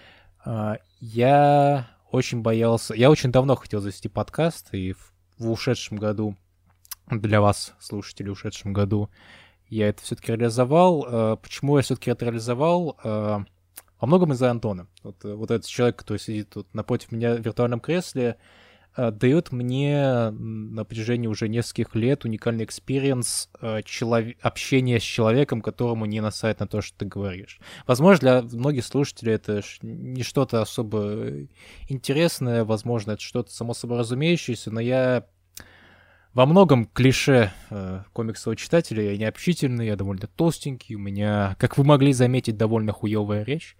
Я очень боялся, я очень давно хотел завести подкаст, и в, в ушедшем году, для вас, слушателей, в ушедшем году, я это все-таки реализовал. Почему я все-таки это реализовал? Во многом из-за Антона. Вот, вот этот человек, который сидит тут напротив меня в виртуальном кресле, дает мне на протяжении уже нескольких лет уникальный экспириенс челов... общения с человеком, которому не насрать на то, что ты говоришь. Возможно, для многих слушателей это не что-то особо интересное, возможно, это что-то само собой разумеющееся, но я во многом клише э, комиксового читателя, я необщительный, я довольно толстенький, у меня, как вы могли заметить, довольно хуёвая речь.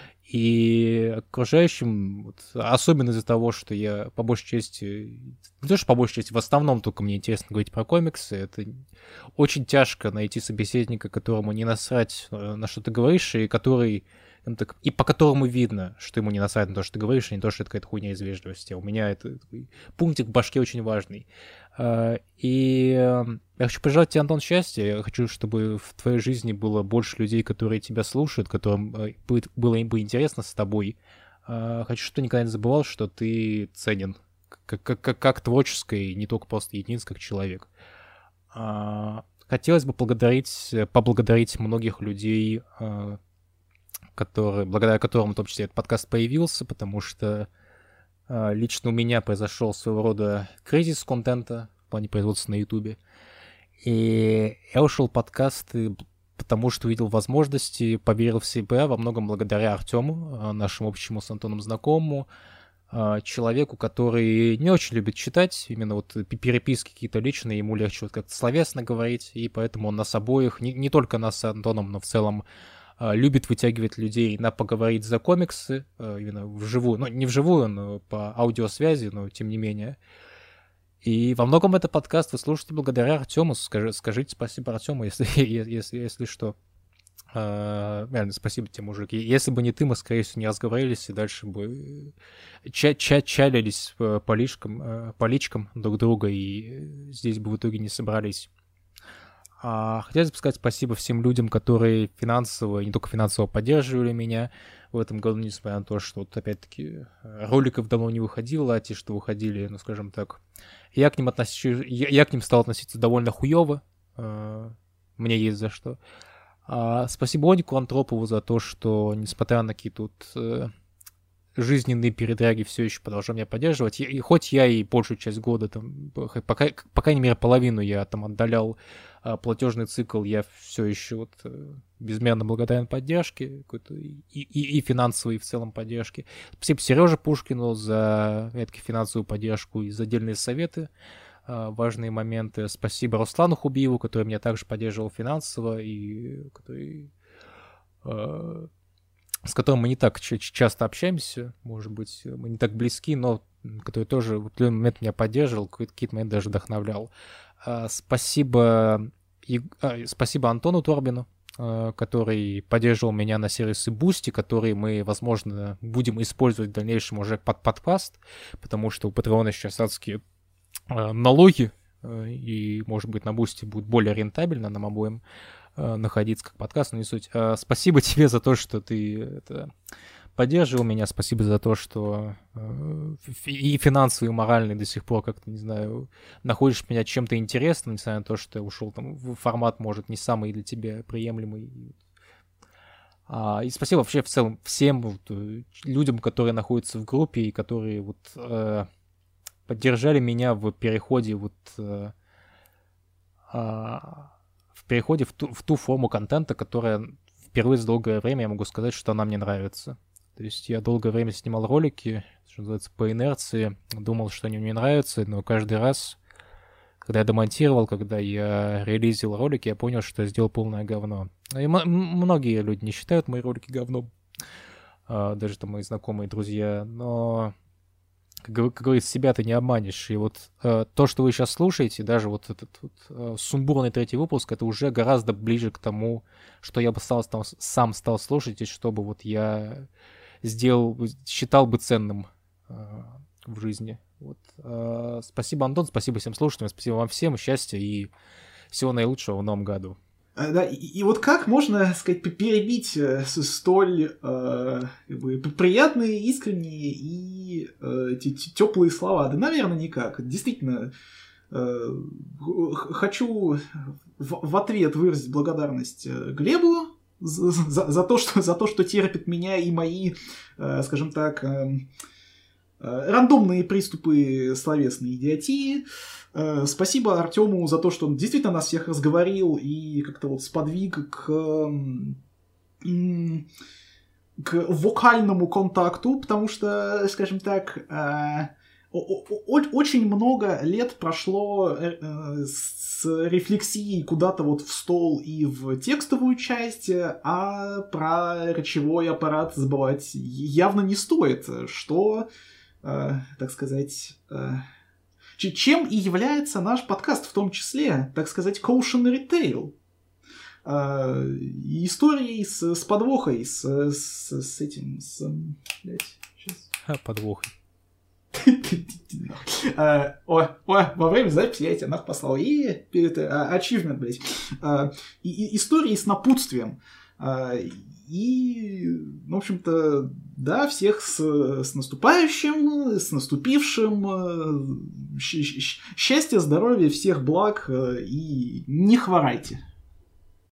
И окружающим, вот, особенно из-за того, что я по большей части, не то что по большей части, в основном только мне интересно говорить про комиксы, это очень тяжко найти собеседника, которому не насрать на что ты говоришь, и который, и по которому видно, что ему не насрать на то, что ты говоришь, а не то, что это какая-то хуйня из вежливости. У меня это пунктик в башке очень важный. И я хочу пожелать тебе, Антон, счастья. Я хочу, чтобы в твоей жизни было больше людей, которые тебя слушают, которым было им бы интересно с тобой. Хочу, чтобы ты никогда не забывал, что ты ценен как, как, как, как творческий, не только просто единица, как человек. Хотелось бы поблагодарить, поблагодарить многих людей, которые, благодаря которым в том числе этот подкаст появился, потому что лично у меня произошел своего рода кризис контента в плане производства на Ютубе. И я ушел в подкасты, потому что увидел возможности, поверил в себя, во многом благодаря Артему, нашему общему с Антоном знакомому, человеку, который не очень любит читать, именно вот переписки какие-то личные, ему легче вот как-то словесно говорить, и поэтому он нас обоих, не, не только нас с Антоном, но в целом любит вытягивать людей на поговорить за комиксы, именно вживую, ну, не вживую, но по аудиосвязи, но тем не менее. И во многом это подкаст вы слушаете благодаря Артему. Скажи, скажите спасибо Артему, если, если, если что. Реально, спасибо тебе, мужик. Если бы не ты, мы, скорее всего, не разговаривались и дальше бы ча ча чалились по личкам, по личкам друг друга, и здесь бы в итоге не собрались. А хотелось бы сказать спасибо всем людям, которые финансово, не только финансово поддерживали меня в этом году, несмотря на то, что вот опять-таки роликов давно не выходило, а те, что выходили, ну, скажем так, я к ним относился, я, я к ним стал относиться довольно хуёво, мне есть за что. А спасибо Онику Антропову за то, что, несмотря на какие-то тут жизненные передряги все еще продолжают меня поддерживать. И, и хоть я и большую часть года, там, пока, по крайней мере, половину я там отдалял а, платежный цикл, я все еще вот безмерно благодарен поддержке и, и, и финансовой, и в целом поддержке. Спасибо Сереже Пушкину за эту финансовую поддержку и за отдельные советы, а, важные моменты. Спасибо Руслану Хубиеву, который меня также поддерживал финансово и который... А, с которым мы не так часто общаемся, может быть, мы не так близки, но который тоже в определенный момент меня поддерживал, какие-то моменты даже вдохновлял. Спасибо, спасибо Антону Торбину, который поддерживал меня на сервисе Boosty, который мы, возможно, будем использовать в дальнейшем уже под подкаст, потому что у Патреона сейчас адские налоги, и, может быть, на Boosty будет более рентабельно нам обоим находиться как подкаст, но не суть. Спасибо тебе за то, что ты это поддерживал меня, спасибо за то, что и финансово, и морально и до сих пор как-то, не знаю, находишь меня чем-то интересным, несмотря на то, что я ушел там в формат, может, не самый для тебя приемлемый. И спасибо вообще в целом всем вот, людям, которые находятся в группе и которые вот поддержали меня в переходе вот в переходе в ту, в ту форму контента, которая впервые за долгое время, я могу сказать, что она мне нравится. То есть я долгое время снимал ролики, что называется, по инерции, думал, что они мне нравятся, но каждый раз, когда я демонтировал, когда я релизил ролики, я понял, что я сделал полное говно. И м- многие люди не считают мои ролики говном, даже там мои знакомые, друзья, но... Как, как говорится, себя ты не обманешь. И вот э, то, что вы сейчас слушаете, даже вот этот вот, э, сумбурный третий выпуск, это уже гораздо ближе к тому, что я бы стал, стал, сам стал слушать, и чтобы вот я сделал, считал бы ценным э, в жизни. Вот. Э, спасибо, Антон, спасибо всем слушателям, спасибо вам всем, счастья и всего наилучшего в новом году. Да, и, и вот как можно, так сказать, перебить э, столь э, как бы, приятные, искренние и э, теплые слова? Да, наверное, никак. Действительно, э, хочу в, в ответ выразить благодарность Глебу за, за, за, то, что, за то, что терпит меня и мои, э, скажем так, э, э, рандомные приступы словесной идиотии. Спасибо Артему за то, что он действительно нас всех разговорил и как-то вот сподвиг к, к вокальному контакту, потому что, скажем так, очень много лет прошло с рефлексией куда-то вот в стол и в текстовую часть, а про речевой аппарат забывать явно не стоит, что, так сказать... чем и является наш подкаст, в том числе, так сказать, cautionary tale. Э, историей с, с подвохой, с, с, с этим, с... Блядь, сейчас... А, подвохой. Ой, ой, во время записи я тебя нахуй послал. И это achievement, блядь. Истории с напутствием. И, в общем-то, да, всех с, с наступающим, с наступившим. Счастья, здоровья, всех благ и не хворайте.